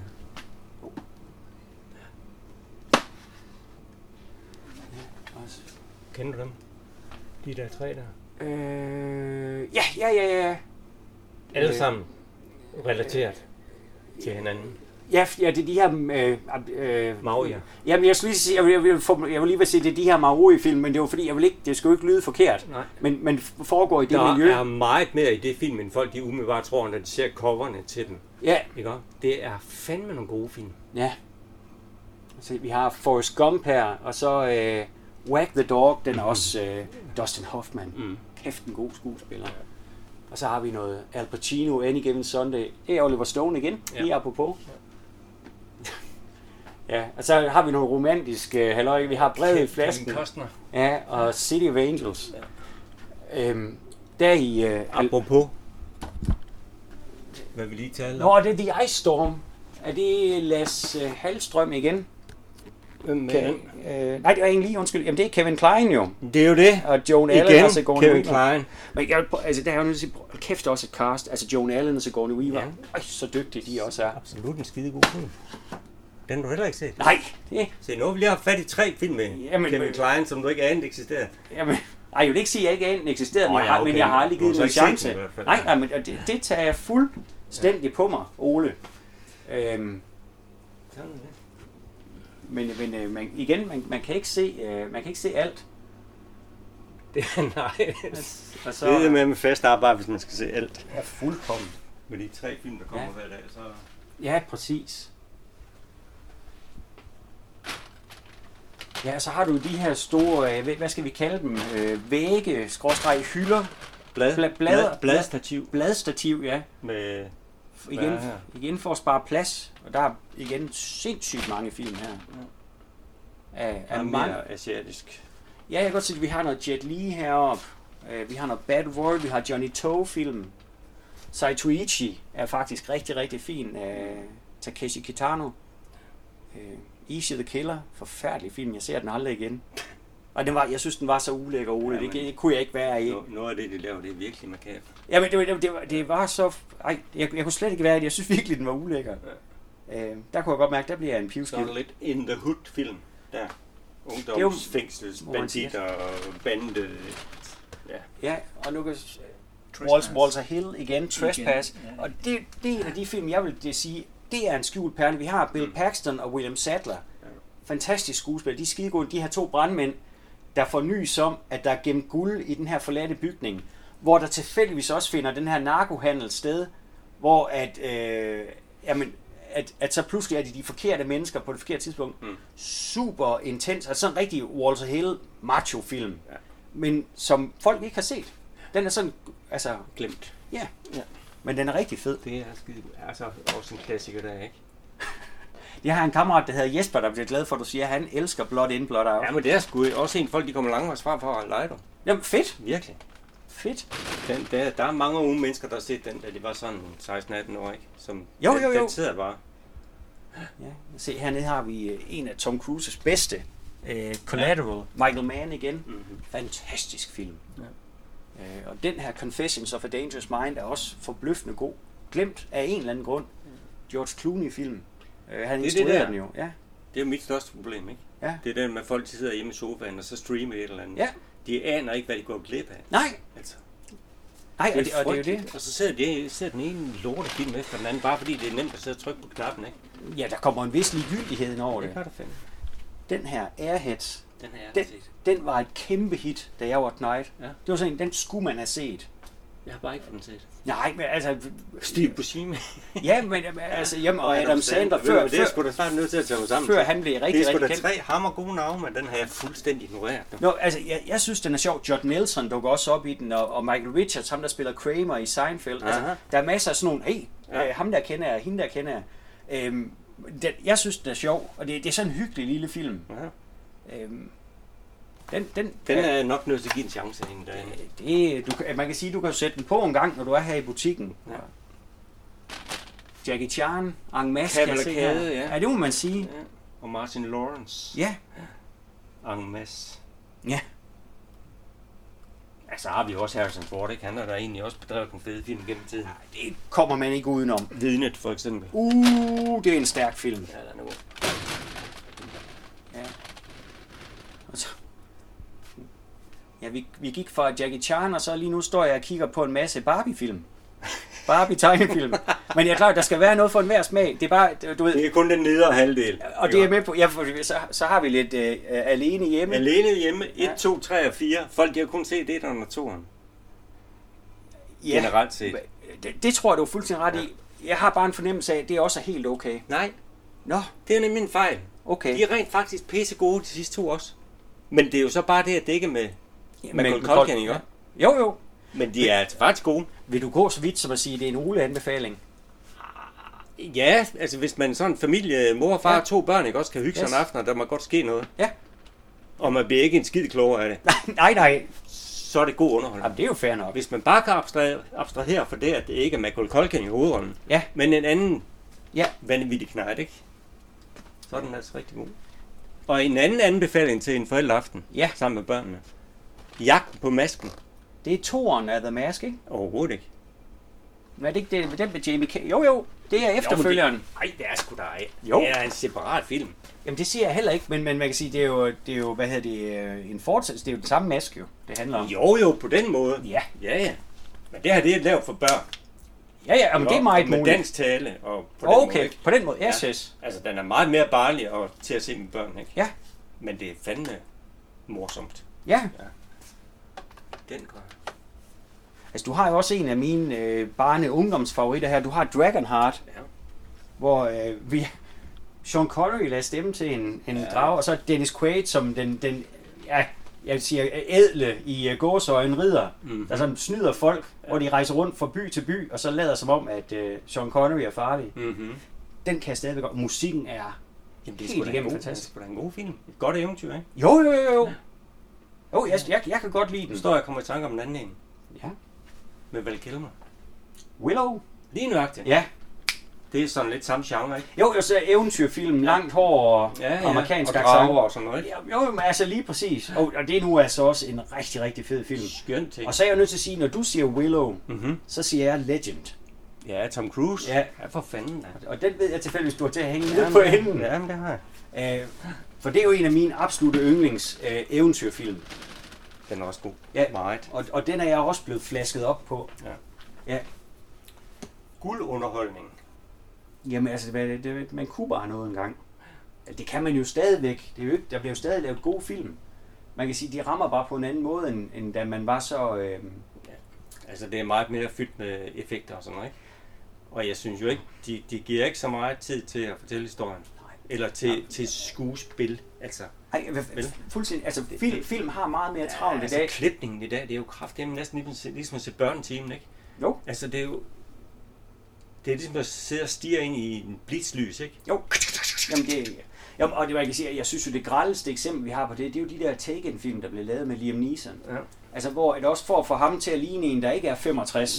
Kender du dem? De der tre der? Ja. Alle sammen relateret til hinanden. Ja, det er de her... Maorier. Jamen, jeg skulle lige sige, jeg vil lige sige, det er de her Maori-film, men det var fordi, det skulle ikke lyde forkert. Nej. Men foregår i det miljø. Der er meget mere i det film, end folk de umiddelbart tror, når de ser coverne til dem. Ja. Ikke? Det er fandme nogle gode film. Ja. Så vi har Forrest Gump her, og så Wag the Dog, den er også Dustin Hoffman. Kæft en god skuespiller. Og så har vi noget Al Pacino, Any Given Sunday. Det er Oliver Stone igen, lige apropos. Ja, og så har vi nogle romantiske halløj. Vi har Brevet i flasken. Ja, og City of Angels. Ja. Der i... Apropos. Hvad vil I tale om? Det er The Ice Storm. Er det Lasse Hallstrøm igen? Nej, det var egentlig lige, undskyld. Jamen, det er Kevin Kline jo. Det er jo det. Og Joan Allen og Sigourney Kevin Kline. Men der er jo nødt til at sige, kæft også et cast. Altså, Joan Allen og Sigourney Weaver. Ja. Så dygtige de også er. Absolut en skide god film. Den har du heller ikke set? Nej. Det. Se, nu har vi lige haft fat i 3 film med Kevin Kline, som du ikke anede eksisterede. Jamen, jeg vil ikke sige, at jeg ikke anede eksisterede, men jeg har aldrig givet en chance. Nej, men det tager jeg fuldstændig på mig, Ole. Men man kan ikke se alt. Nej. Så, det er med fast arbejde, hvis man skal se alt. Ja, fuldkommen. Med de 3 film, der kommer hver dag, så... Ja, præcis. Ja, så har du de her store, hvad skal vi kalde dem, vægge, skråstreg, hylder. Bladstativ, ja. Med... Igen for at spare plads, og der er igen sindssygt mange film her. Af mere asiatisk. Ja, jeg kan godt se, at vi har noget Jet Li heroppe. Vi har noget Bad World, vi har Johnny To-film. Saitoichi er faktisk rigtig, rigtig fin. Takeshi Kitano. Ishi the Killer, forfærdelig film. Jeg ser den aldrig igen. Og jeg synes, den var så ulækker, Ole. Ja, det kunne jeg ikke være i. Noget af det, de laver, det er virkelig makabert. Ja, men det var så... Ej, jeg kunne slet ikke være i det. Jeg synes virkelig, den var ulækker. Ja. Der kunne jeg godt mærke, der bliver en pivskild. Så er der lidt In the Hood-film der. Ungdomsfængselsbanditter og bande... Ja, og nu kan... Walter Hill igen, Trespass. Ja. Og det er en af de film, jeg vil sige, det er en skjult perle. Vi har Bill Paxton og William Sadler. Fantastisk skuespil. De er skidegode. De her 2 brandmænd, der får nys om, at der er gemt guld i den her forladte bygning, hvor der tilfældigvis også finder den her narkohandel sted, hvor at så pludselig er de forkerte mennesker på det forkerte tidspunkt. Super intens. Altså sådan en rigtig Walter Hill macho-film. Ja. Men som folk ikke har set. Den er sådan, altså... Glemt. Ja. Men den er rigtig fed. Det er skide altså også en klassiker, der ikke? Jeg har en kammerat, der hedder Jesper, der bliver glad for, at du siger, at han elsker Blood In, Blood Out. Ja, men det er sgu også en folk, de kommer langvejs fra for at lege dem. Jamen, fedt. Virkelig. Fedt. Der er mange unge mennesker, der har set den, da de var sådan 16-18 år, ikke? Som jo. Den sidder bare. Ja, se, hernede har vi en af Tom Cruises bedste, Collateral, Michael Mann igen. Mm-hmm. Fantastisk film. Ja. Og den her Confessions of a Dangerous Mind er også forbløffende god. Glemt af en eller anden grund. George Clooney-film. Han instruerede den jo. Ja. Det er jo mit største problem, ikke? Ja. Det er den med folk, der sidder hjemme i sofaen og så streamer et eller andet. Ja. De aner ikke, hvad de går glip af. Nej. Altså. Nej, og det er jo det. Og så sidder den ene lortefilm efter den anden, bare fordi det er nemt at sidde og trykke på knappen, ikke? Ja, der kommer en vis ligegyldighed over det. Det kan du finde. Den her Airheads, den var et kæmpe hit, da jeg var Knight. Ja. Det var sådan en, den skulle man have set. Jeg har bare ikke fået den set. Nej, men altså... Steve Buscemi. Ja, men altså, jamen, og Adam Sandler det er sgu da snart nødt til at tage mig sammen. Før han blev rigtig kendt. Det er sgu da 3 hammer gode navne, men den har jeg fuldstændig ignoreret. Nå, altså, jeg synes, den er sjov. Judd Nelson dukker også op i den, og Michael Richards, ham der spiller Kramer i Seinfeld. Altså, der er masser af sådan nogle, ham der kender jeg, hende der kender jeg. Jeg synes, den er sjov, og det er sådan en hyggelig lille film. Den er nok nødt til at give en chance. Man kan sige, du kan sætte den på en gang, når du er her i butikken. Ja. Jackie Chan, en masse Cavalcade, ja, det må man sige. Ja. Og Martin Lawrence. Ja. En masse. Ja. Altså har vi også Harrison Ford, ikke? Han har da egentlig også bedrevet en fed film gennem tiden. Nej, det kommer man ikke udenom. Vidnet, for eksempel. Det er en stærk film. Ja, den er god. Ja. Og så... Ja, vi gik fra Jackie Chan, og så lige nu står jeg og kigger på en masse Barbie-film. Barbie-tegnefilm. Men jeg er klar, der skal være noget for enhver smag. Det er bare, du ved... Det er kun den nedre halvdel. Og det er med på... Ja, så har vi lidt Alene Hjemme. Alene Hjemme. 1, 2, 3 og 4. Folk, de har kun set 1 og 2'eren. Ja. Generelt set. Det tror jeg, du er fuldstændig ret i. Jeg har bare en fornemmelse af, at det også er helt okay. Nej. Nå. Det er nemlig en fejl. Okay. De er rent faktisk pisse gode de sidste 2 også. Men det er jo så bare det, at det ikke er med Macaulay Culkin, ikke? Jo. Men de er faktisk gode. Vil du gå så vidt som at sige, at det er en Ole-anbefaling? Ja, altså hvis man sådan en familie, mor, far og 2 børn, ikke også kan hygge sig en aften, og der må godt ske noget. Ja. Og man bliver ikke en skid klogere af det. Nej. Så er det god underholdning. Jamen, det er jo fair nok. Hvis man bare kan abstrahere for det, at det ikke er Macaulay Culkin i hovedrollen, men en anden vanvittig knægt, ikke? Så er den altså rigtig god. Og en anden anbefaling til en forældreaften, sammen med børnene. Jagten på masken. Det er 2'eren af The Mask, ikke? Overhovedet ikke. Men er det ikke den med Jamie Kennedy? Jo, det er efterfølgeren. Nej, det er sgu da ikke. Jo. Det er en separat film. Jamen det siger jeg heller ikke, men man kan sige, det er jo hvad hedder det, en fortsættelse. Det er jo den samme maske, jo, det handler om. Jo, på den måde. Ja. Men det her, det er lavet for børn. Ja, men det er meget muligt. Med dansk tale og på den måde. Okay, på den måde, yes. Altså, den er meget mere barnlig og til at se med børn, ikke? Ja. Men det er fandme morsomt. Ja. Den grad. Altså, du har jo også en af mine barne-ungdomsfavoritter her. Du har Dragonheart, hvor Sean Connery lader stemme til en drage, og så Dennis Quaid som den jeg siger, ædle i gåseøjne ridder, der sådan snyder folk, hvor de rejser rundt fra by til by, og så lader som om, at Sean Connery er farlig. Den kan jeg stadigvæk godt. Musikken er helt igennem fantastisk. Det er en god film. Et godt eventyr, ikke? Jo. Jo, jeg kan godt lide den. Nu står jeg og kommer i tanke om en anden en. Ja. Med Val Kilmer. Willow. Lige nøjagtigt. Ja. Det er sådan lidt samme genre, ikke? Jo, så eventyrfilm, langt hår og amerikansk accent. Og sådan noget, ikke? Jo, men altså lige præcis. Og det er nu altså også en rigtig, rigtig fed film. Skønt ting. Og så er jeg nødt til at sige, når du siger Willow, så siger jeg Legend. Ja, Tom Cruise. Ja, for fanden da. Og den ved jeg tilfældigvis, du har til at hænge ned på enden. Jamen, det har jeg. For det er jo en af mine absolutte yndlings eventyrfilm. Den er også god. Ja, meget. Og den er jeg også blevet flasket op på. Ja. Guldunderholdning. Jamen altså, man kunne bare noget engang. Det kan man jo stadigvæk. Det er jo ikke, der bliver jo stadig lavet gode film. Man kan sige, de rammer bare på en anden måde, end da man var så... Altså, det er meget mere fyldt med effekter og sådan noget, ikke? Og jeg synes jo ikke, de giver ikke så meget tid til at fortælle historien. Eller til skuespil, altså. Nej, fuldstændig. Altså, film har meget mere travlt i dag. Altså, klipningen i dag, det er jo kraftedeme næsten ligesom at se børnetimen, ikke? Jo. Altså, det er jo... Det er ligesom at sidde og stirre ind i en blitzlys, ikke? Jo. Jamen, og det var, jeg kan sige, jeg synes jo, det græleste eksempel, vi har på det er jo de der Taken-film, der blev lavet med Liam Neeson. Ja. Altså, hvor det også for at få ham til at ligne en, der ikke er 65,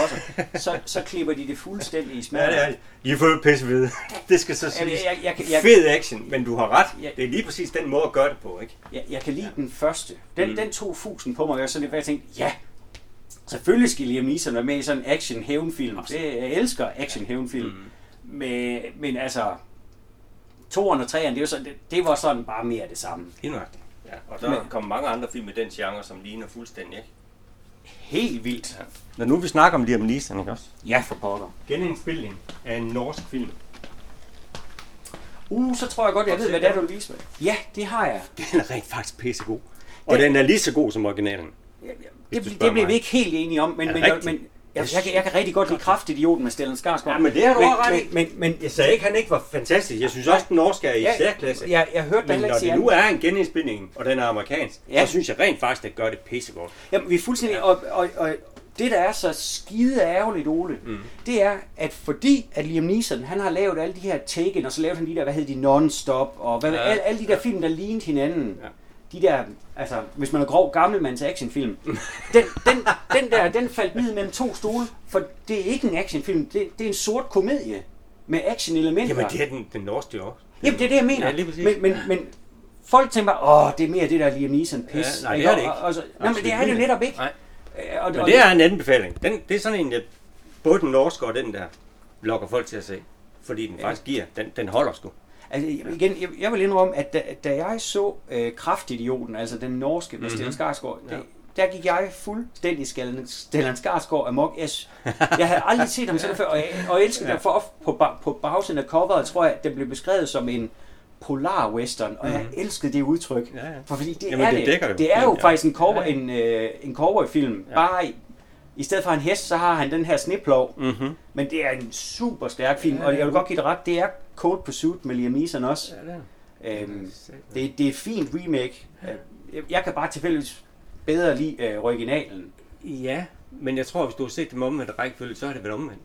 så klipper de det fuldstændig i smadret. Ja. De er fået pisse ved. Det skal så siges. Fed action, men du har ret. Det er lige præcis den måde at gøre det på, ikke? Jeg kan lide den første. Den tog fusen på mig, og så jeg tænkte, selvfølgelig skal Liam Neeson være med i sådan en action-hævnfilm. Jeg elsker action-hævnfilm. Men altså, 2'eren og 3'eren, det var sådan bare mere det samme. Indragtigt. Ja, og der kommer mange andre film i den genre, som ligner fuldstændig, ikke? Helt vildt. Ja. Når nu vi snakker om Liam Neeson, ikke også? Ja, for pokker. Genindspilning af en norsk film. Så tror jeg godt, jeg ved, hvad det er, du vil vise mig. Ja, det har jeg. Den er rent faktisk pissegod. Og den er lige så god som originalen. Det bliver vi ikke helt enige om, men jeg kan rigtig godt lide Kraftidioten med Stellan Skarsgård. Ja, men det har du også ret. Men jeg sagde ikke, han ikke var fantastisk. Jeg synes også, den norske er i særklasse. Jeg hørte men når det nu er en genindspilning, og den er amerikansk, så synes jeg rent faktisk, at gør det pissegodt. Jamen, vi er fuldstændig... Og det, der er så skide ærgerligt, Ole, det er, at fordi at Liam Neeson, han har lavet alle de her Taken, og så lavede han de der, hvad hedder de, Non-Stop, og alle de der film, der lignede hinanden. Ja. De der, altså, hvis man er grov gammelmands actionfilm, den faldt ned mellem 2 stole, for det er ikke en actionfilm, det er en sort komedie med action-elementer. Jamen, det er den norske også. Jamen, det er det, jeg mener. Ja, men folk tænker bare, det er mere det der Liam Neeson pis. Ja, nej, det er det ikke. Men det er det netop ikke. Nej. Men det er en anbefaling. Det er sådan en, både den norske og den der lokker folk til at se, fordi den faktisk giver, den holder sgu. Altså igen, jeg vil indrømme, at da jeg så Kraftidioten, altså den norske med Stellan Skarsgård, der gik jeg fuldstændig Stellan Skarsgård amok. Jeg havde aldrig set ham sådan før, og jeg elskede det, for på bagsiden af coveret, tror jeg, det blev beskrevet som en polar-western, og jeg elskede det udtryk. Ja. For fordi det er jo faktisk en cowboy-film, bare i stedet for en hest, så har han den her sneplov. Men det er en super stærk film, og jeg vil godt give det ret, det er Cold Pursuit med Liam Neeson også. Det er et fint remake. Jeg kan bare tilfældigvis bedre lide originalen. Ja, men jeg tror, hvis du har set dem omvendt rækkefølge, så er det vel omvendt.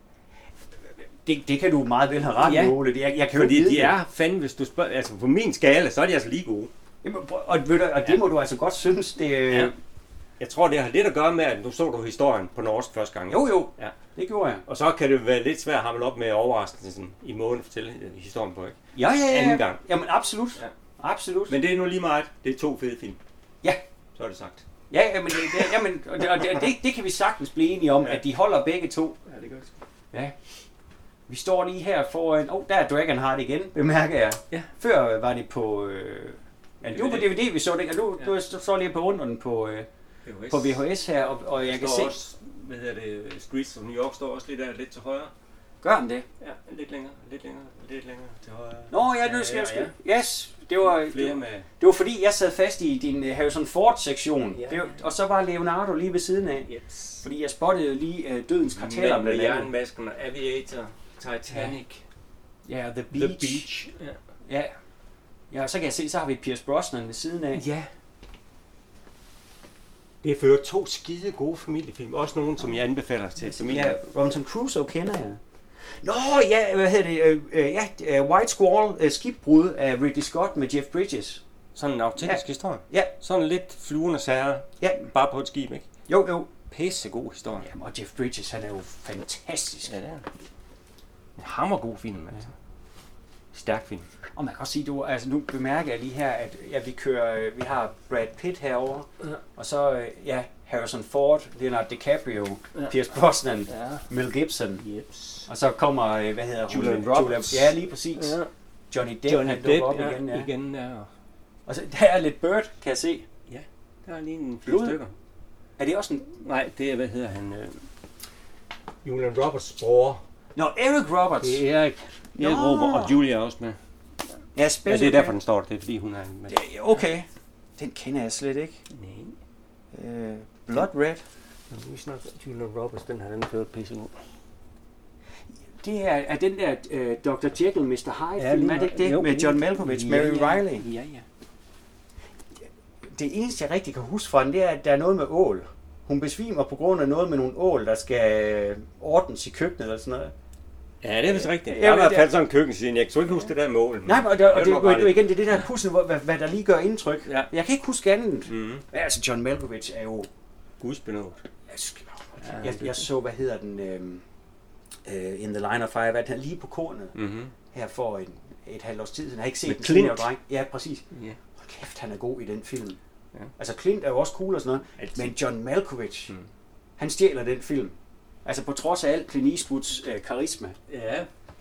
Det kan du meget vel have ret i, Ole. Jeg kan fordi de er fandme, hvis du spørger, altså på min skala, så er de altså lige gode. Jamen, og det må du altså godt synes, det... Ja. Jeg tror, det har lidt at gøre med, at nu så du historien på norsk første gang. Jo, det gjorde jeg. Og så kan det være lidt svært at hamle op med overraskelsen i måden at fortælle historien på, ikke? Ja. Anden gang. Jamen, absolut. Ja. Absolut. Men det er nu lige meget. Det er 2 fede film. Ja. Så er det sagt. Ja, men det kan vi sagtens blive enige om, at de holder begge to. Ja, det gør det. Ja. Vi står lige her foran... der er Dragonheart igen, bemærker jeg. Ja. Før var det på... det var på DVD, vi så det, og du står lige på runden på VHS her, og jeg kan se... Også, Streets of New York står også lidt til højre. Gør den det? Ja, lidt længere til højre. Nå, ja, det skal jeg. Yes, det var fordi, jeg sad fast i din Harrison Ford-sektion, og så var Leonardo lige ved siden af. Yes. Fordi jeg spottede lige Dødens Karteller. Med jernmasken, Aviator, Titanic. Ja, The Beach. Ja, så kan jeg se, så har vi Pierce Brosnan ved siden af. Ja. Det er for 2 skide gode familiefilm. Også nogle, som jeg anbefaler til familien. Ja, Robinson Crusoe kender jeg. Nå, ja, hvad hedder det? White Squall, skibbrud af Ridley Scott med Jeff Bridges. Sådan en autentisk historie. Ja. Sådan lidt fluernes herre. Ja. Bare på et skib, ikke? Jo. Pissegod historie. Jamen, og Jeff Bridges, han er jo fantastisk. Ja, det er. En hammergod film, altså. Stærk film. Og man kan også sige, nu bemærker jeg lige her, at vi har Brad Pitt herovre, og så Harrison Ford, Leonardo DiCaprio, Pierce Brosnan, Mel Gibson, og så kommer, Julia Roberts. Ja, lige præcis. Ja. Johnny Depp op igen. Og så der er lidt Bird, kan jeg se. Ja, der er lige en 4 stykker. Er det også en... Nej, det er, Julia Roberts bror. Nå, Eric Roberts. Det er Erik Robert, og Julia er også med. Ja, spændende. Ja, det er derfor, den står der. Det er, fordi hun er med. Okay. Den kender jeg slet ikke. Nej. Blood Red. Vi snakker Julia Roberts, den har den ført pisse ud. Det er den der Dr. Jekyll, Mr. Hyde-film, er det ikke det? Jo, med John Malkovich, Mary Riley. Ja. Det eneste, jeg rigtig kan huske fra den, det er, at der er noget med ål. Hun besvimer på grund af noget med nogle ål, der skal ordnes i køkkenet eller sådan noget. Ja, det er vist rigtigt. Jeg har i hvert fald sådan en køkkenscene. Jeg kan ikke huske det der mål. Nej, og det er igen det der pudsel, hvad der lige gør indtryk. Ja. Jeg kan ikke huske andet. Ja, altså, John Malkovich er jo... gudsbenået. Jeg så, hvad hedder den... In the Line of Fire, hvad den lige på kornet. Her for et halvt års tid. Jeg har ikke set den siden, jeg dreng. Ja, præcis. Hold kæft, han er god i den film. Ja. Altså, Clint er jo også cool og sådan noget. Men John Malkovich, han stjæler den film. Altså på trods af alt Clint Eastwoods karisma. Ja.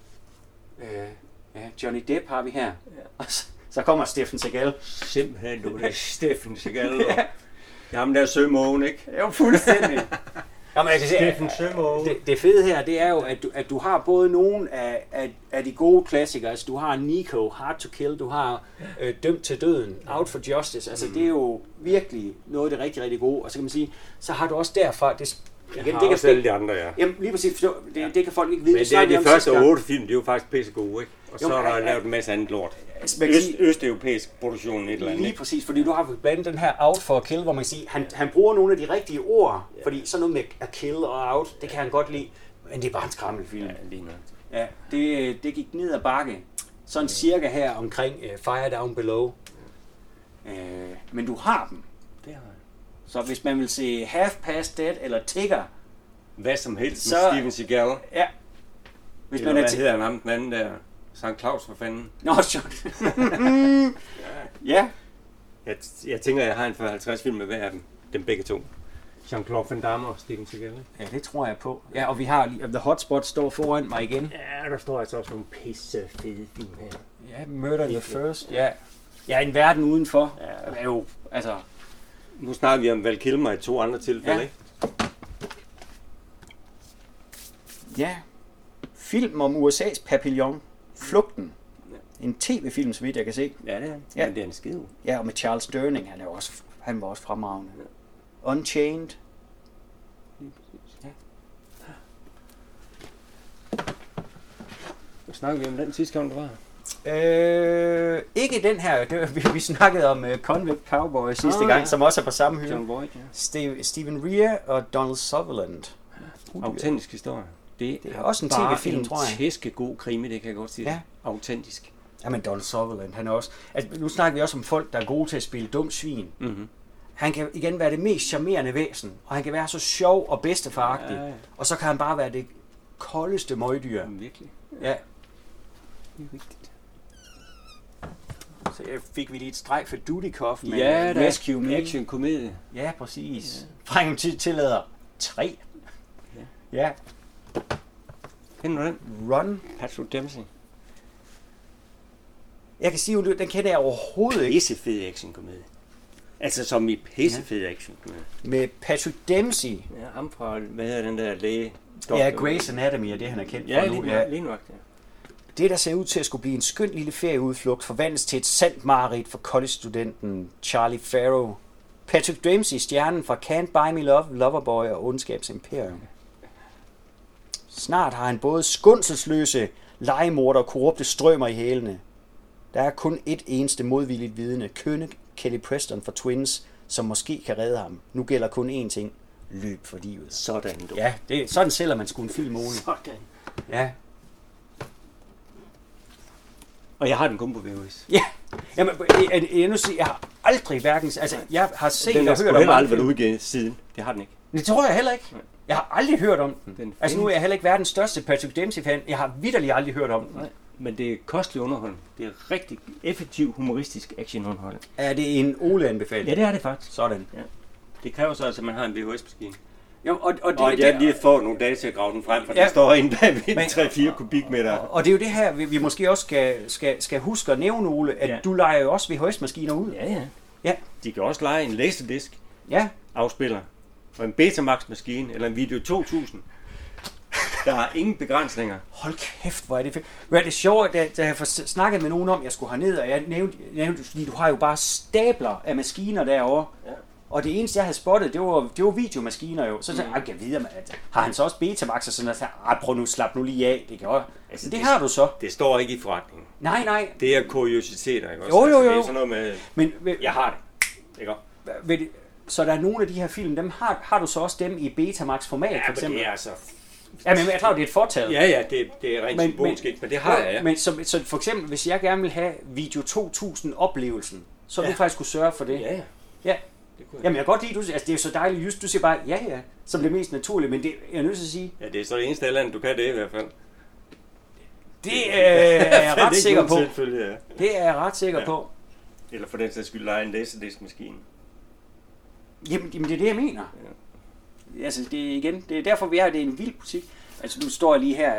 Johnny Depp har vi her. Ja. Og så kommer Steffen Seagal. Simpelthen, du det Steffen Seagal. Jamen der er sømågen, ikke? Jo, fuldstændig. Jamen, det fede her, det er jo, at du har både nogle af de gode klassikere. Altså, du har Nico, Hard to Kill, du har Dømt til døden, Out for Justice. Altså, det er jo virkelig noget af det rigtig, rigtig gode. Og så kan man sige, så har du også derfra... Det kan også alle de andre, ja. Jamen, lige præcis, det kan folk ikke vide. Men det er de første 8 film, det er jo faktisk pisse gode, ikke? Og så er der lavet en masse andet lort. Østeuropæisk produktion, et eller andet. Lige præcis, fordi du har blandt andet den her Out for Kill, hvor man siger, han bruger nogle af de rigtige ord, fordi sådan noget med at kill og out, det kan han godt lide, men det er bare en skræmmefilm. Ja, lige nok. Ja, det gik ned ad bakke, sådan cirka her omkring Fire Down Below. Men du har dem. Det har jeg. Så hvis man vil se Half Past Dead eller Tigger, hvad som helst med Steven Seagal. Ja. Hvis man hvad hedder han den anden der? St. Claus for fanden. Nå, sjovt. Ja. Jeg tænker, jeg har en 50 film med hver af dem. Dem begge to. Jean-Claude Van Damme og Steven Seagal. Ja, det tror jeg på. Ja, og vi har The Hotspot står foran mig igen. Ja, der står altså også nogle pisse fede film her. Ja, Murder the First. Ja. Ja, en verden udenfor. Ja. Er jo, altså... Nu snakker vi om Val Kilmer i 2 andre tilfælde, ikke? Ja. Film om USA's papillon. Flugten. En tv-film, så vidt jeg kan se. Ja, det er. Ja. Men det er en skide. Ja, og med Charles Durning, han var også fremragende. Ja. Unchained. Ja. Hvad snakker vi om den sidste gang, der var? Ikke den her. Vi snakkede om Convict Cowboy sidste gang, som også er på samme hylde. John Voight, ja. Stephen Rea og Donald Sutherland. Autentisk historie. Det er også en tv-film, tror jeg. Bare en tæske god krimi, det kan jeg godt sige. Ja. Autentisk. Jamen, Donald Sutherland, han er også... Altså, nu snakker vi også om folk, der er gode til at spille dum svin. Mm-hmm. Han kan igen være det mest charmerende væsen, og han kan være så sjov og bedstefaragtig, ja. Og så kan han bare være det koldeste møgdyr. Jamen, virkelig. Ja. Det er vigtigt. Så fik vi lige et streg for Dudikoff med Rescue Me. Action-komedie. Ja, præcis. Ja. Frem til tillader 3. Ja. Kender du den? Run. Patrick Dempsey. Jeg kan sige, den kender jeg overhovedet ikke. Pissefed actionkomedie. Altså som i pissefed actionkomedie. Med Patrick Dempsey. Ja, ham fra, hvad hedder den der læge? Ja, Grey's Anatomy er det, han er kendt for nu. Ja, lige nok, ja. Det, der ser ud til at skulle blive en skøn lille ferieudflugt, forvandles til et sandt mareridt for college-studenten Charlie Farrow. Patrick Dempsey, stjernen fra Can't Buy Me Love, Loverboy og Ondskabsimperium. Snart har han både skundselsløse legemorder og korrupte strømmer i hælene. Der er kun et eneste modvilligt vidne, kønne Kelly Preston fra Twins, som måske kan redde ham. Nu gælder kun én ting. Løb for livet. Sådan, du. Ja, sådan sælger man sgu en film, Ole. Sådan. Ja. Og jeg har den kun på VHS. Ja. Jamen, jeg har aldrig hverken... Altså, jeg har set og hørt om den. Den har aldrig været udgivet siden. Det har den ikke. Det tror jeg heller ikke. Jeg har aldrig hørt om den. Altså, nu er jeg heller ikke verdens største Patrick Dempsey-fan. Jeg har vitterligt aldrig hørt om den. Nej. Men det er kostelig underholdning. Det er rigtig effektiv, humoristisk actionunderholdning. Er det en Ole-anbefaling? Ja, det er det faktisk. Sådan. Ja. Det kræver så, at man har en VHS-maskine. Jo, og jeg lige får nogle dage til at grave den frem, for den står inde bag ved 3-4 kubikmeter. Og det er jo det her, vi måske også skal huske at nævne, Ole, at du leger jo også VHS-maskiner ud. Ja. De kan også lege en laserdisc afspiller, og en Betamax-maskine, eller en Video 2000. Der er ingen begrænsninger. Hold kæft, hvor er det fedt. Hvad er det sjovt, da jeg snakkede med nogen om, jeg skulle herned, og jeg nævnte, fordi du har jo bare stabler af maskiner derovre. Ja. Og det eneste, jeg havde spottet, det var videomaskiner jo. Så sagde jeg, kan vide, har han så også Betamax og sådan noget? Så prøv nu, slap nu lige af. Det kan også. Altså, det har du så. Det står ikke i forretningen. Nej. Det er kuriositeter, ikke også? Jo. Det er sådan noget med, jeg har det. Ikke? Så der er nogle af de her film, dem har du så også dem i Betamax-format, for eksempel? Ja, det er altså... Ja, men jeg tror, det er et fortal. Ja, det er rent symbolisk ikke, men det har jeg, ja. Men så for eksempel, hvis jeg gerne vil have Video 2000-oplevelsen, så vil du faktisk kunne sørge for det. Ja. Jamen, jeg kan godt lide, altså det er jo så dejligt just, du siger bare, ja, som det mest naturlige, men det jeg er nødt til at sige... Ja, det er så det eneste land, du kan det i hvert fald. Det er jeg ret sikker på. Det er jeg ret sikker på. Eller for den sags skyld, lege en laserdisc-maskine. Jamen, det er det, jeg mener. Ja. Altså, det er derfor, det er en vild butik. Altså, du står lige her...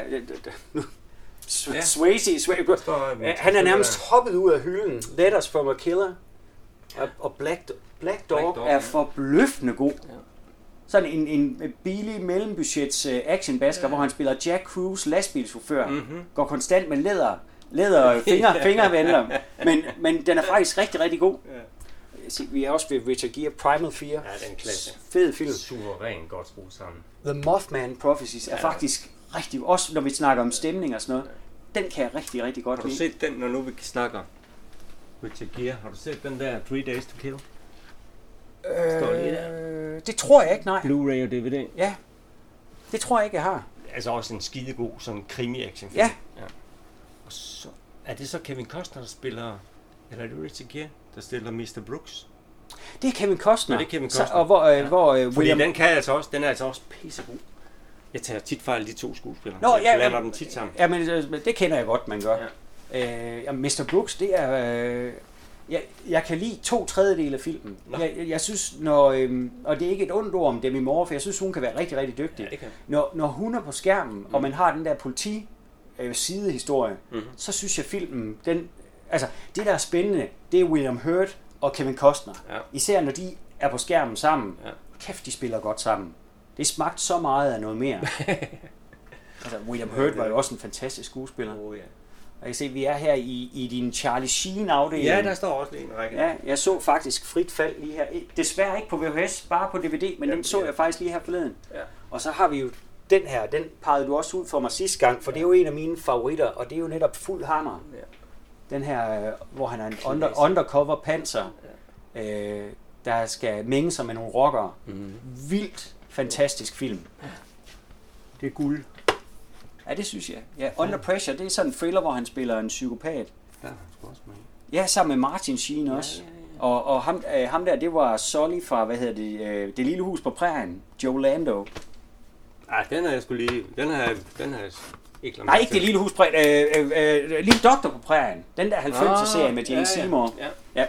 Swayze. Han er nærmest hoppet ud af hylden. Letters from a Killer. Og Black Dog er forbløffende god. sådan en billig mellembudgets actionbasker, hvor han spiller Jack Cruise, lastbilschauffør, går konstant med læder fingervender, men den er faktisk rigtig, rigtig god. Vi er også ved Richard Gere, Primal Fear. Ja, den klasse. Fed film. Suveræn godt skruet sammen. The Mothman Prophecies er faktisk rigtig, også når vi snakker om stemning og sådan noget, den kan jeg rigtig, rigtig godt lide. Har du set den, når nu vi snakker Richard Gere? Har du set den der 3 Days to Kill? Det tror jeg ikke, nej. Blu-ray og DVD? Ja, det tror jeg ikke, jeg har. Altså også en skidegod sådan krimi-action-film. Ja. Og så, er det så Kevin Costner, der spiller, eller er det Richard Gere, der stiller Mr. Brooks? Det er Kevin Costner. Ja, det er Kevin Costner. Så, og hvor fordi William... den er altså også pissegod. Jeg tager tit fejl de to skuespillere. Nå, jeg lander dem tit sammen. Ja, men det kender jeg godt, man gør. Ja. Mr. Brooks, det er... Jeg kan lide 2/3 af filmen. Jeg synes, og det er ikke et ondt ord om Demi Moore, for jeg synes, hun kan være rigtig, rigtig dygtig. Ja, når hun er på skærmen, og man har den der sidehistorie, så synes jeg filmen, altså det der er spændende, det er William Hurt og Kevin Costner. Ja. Især når de er på skærmen sammen. Ja. Kæft, de spiller godt sammen. Det smagte så meget af noget mere. Altså William Hurt var jo også en fantastisk skuespiller. Ja. Og jeg kan se, vi er her i din Charlie Sheen afdeling. Ja, der står også lige en række. Ja, jeg så faktisk Frit Fald lige her. Desværre ikke på VHS, bare på DVD, men den så jeg faktisk lige her forleden. Ja. Og så har vi jo den her, den pegede du også ud for mig sidste gang, for det er jo en af mine favoritter, og det er jo netop Fuld Hammer. Ja. Den her, hvor han er en undercover panser, der skal mænge sig med nogle rockere. Vildt fantastisk film. Det er guld. Ja, det synes jeg. Ja, Under Pressure, det er sådan en thriller, hvor han spiller en psykopat. Ja, han skal også med. Ja, sammen med Martin Sheen også. Ja. Og ham der, det var Sully fra, Det lille hus på prærien, Joe Lando. Ej, den har jeg sgu lige... Den har jeg ikke... Nej, ikke Det lille hus på prærien. Lille Doktor på prærien. Den der 90'er-serie med Jane Seymour. Ja.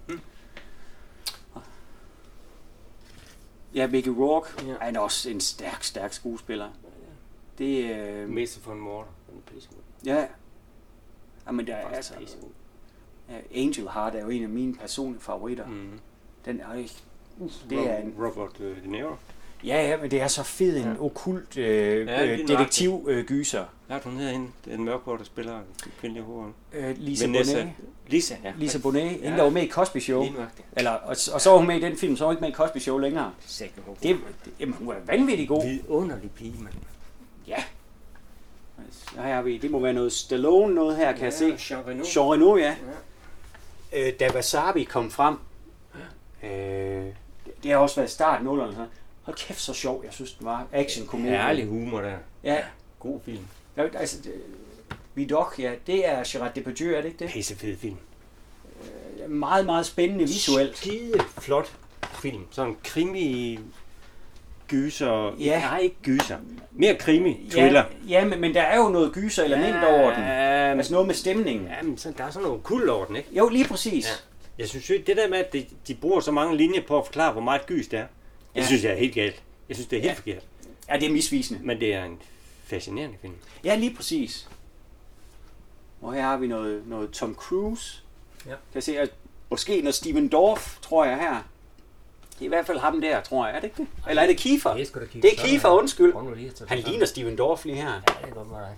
Ja, Mickey Rourke. Ja. Han er også en stærk skuespiller. Det er... Messe for en morder. Ja. Men der er altså... Angel Heart er jo en af mine personlige favoritter. Den er ikke... Det er en... Robert De Niro. Ja, men det er så fed en okkult detektivgyser. Ja, hun hedder hende. Det er en mørkhård, der spiller en kvindelig hovedrolle. Lisa Bonet. Lisa Bonet, der var med i Cosby Show. Og så var hun med i den film, så var hun ikke med i Cosby Show længere. Jamen, hun er vanvittig god. Vidunderlig pige, mand. Ja. Det må være noget Stallone, noget her, kan jeg se. Jean Reno, ja. Da Wasabi kom frem, det har også været start 0'erne. Hold kæft, så sjov, jeg synes, den var. Action-komedie. Herlig humor der. Ja. God film. Altså, Vidocq, ja, det er Gerard Depardieu, er det ikke det? Pissefed film. Meget, meget spændende visuelt. Skide flot film. Sådan en krimi... gyser. Ja. Nej, ikke gyser. Mere krimi, thriller. Ja, men der er jo noget gyser element over den. Altså noget med stemningen. Ja, men der er sådan noget kult over den, ikke? Jo, lige præcis. Ja. Jeg synes jo, det der med, at de bruger så mange linjer på at forklare, hvor meget gys det er. Det synes jeg er helt galt. Jeg synes, det er helt forkert. Ja, det er misvisende. Men det er en fascinerende film. Ja, lige præcis. Og her har vi noget Tom Cruise. Ja. Kan jeg se, at måske noget Steven Dorff, tror jeg her. Det er i hvert fald ham der, tror jeg. Er det ikke det? Eller er det Kiefer? Det er Kiefer, undskyld. Han ligner Steven Dorff lige her. Ja, det er godt med dig.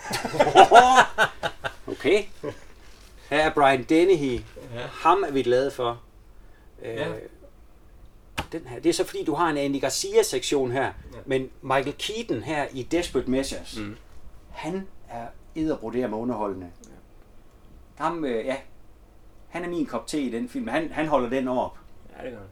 Okay. Her er Brian Dennehy. Ja. Ham er vi glade for. Den her. Det er så fordi, du har en Andy Garcia-sektion her. Ja. Men Michael Keaton her i Desperate Measures, han er edderbroderet med underholdende. Ja. Ham, han er min kop te i den film. Han holder den op. Ja, det gør han.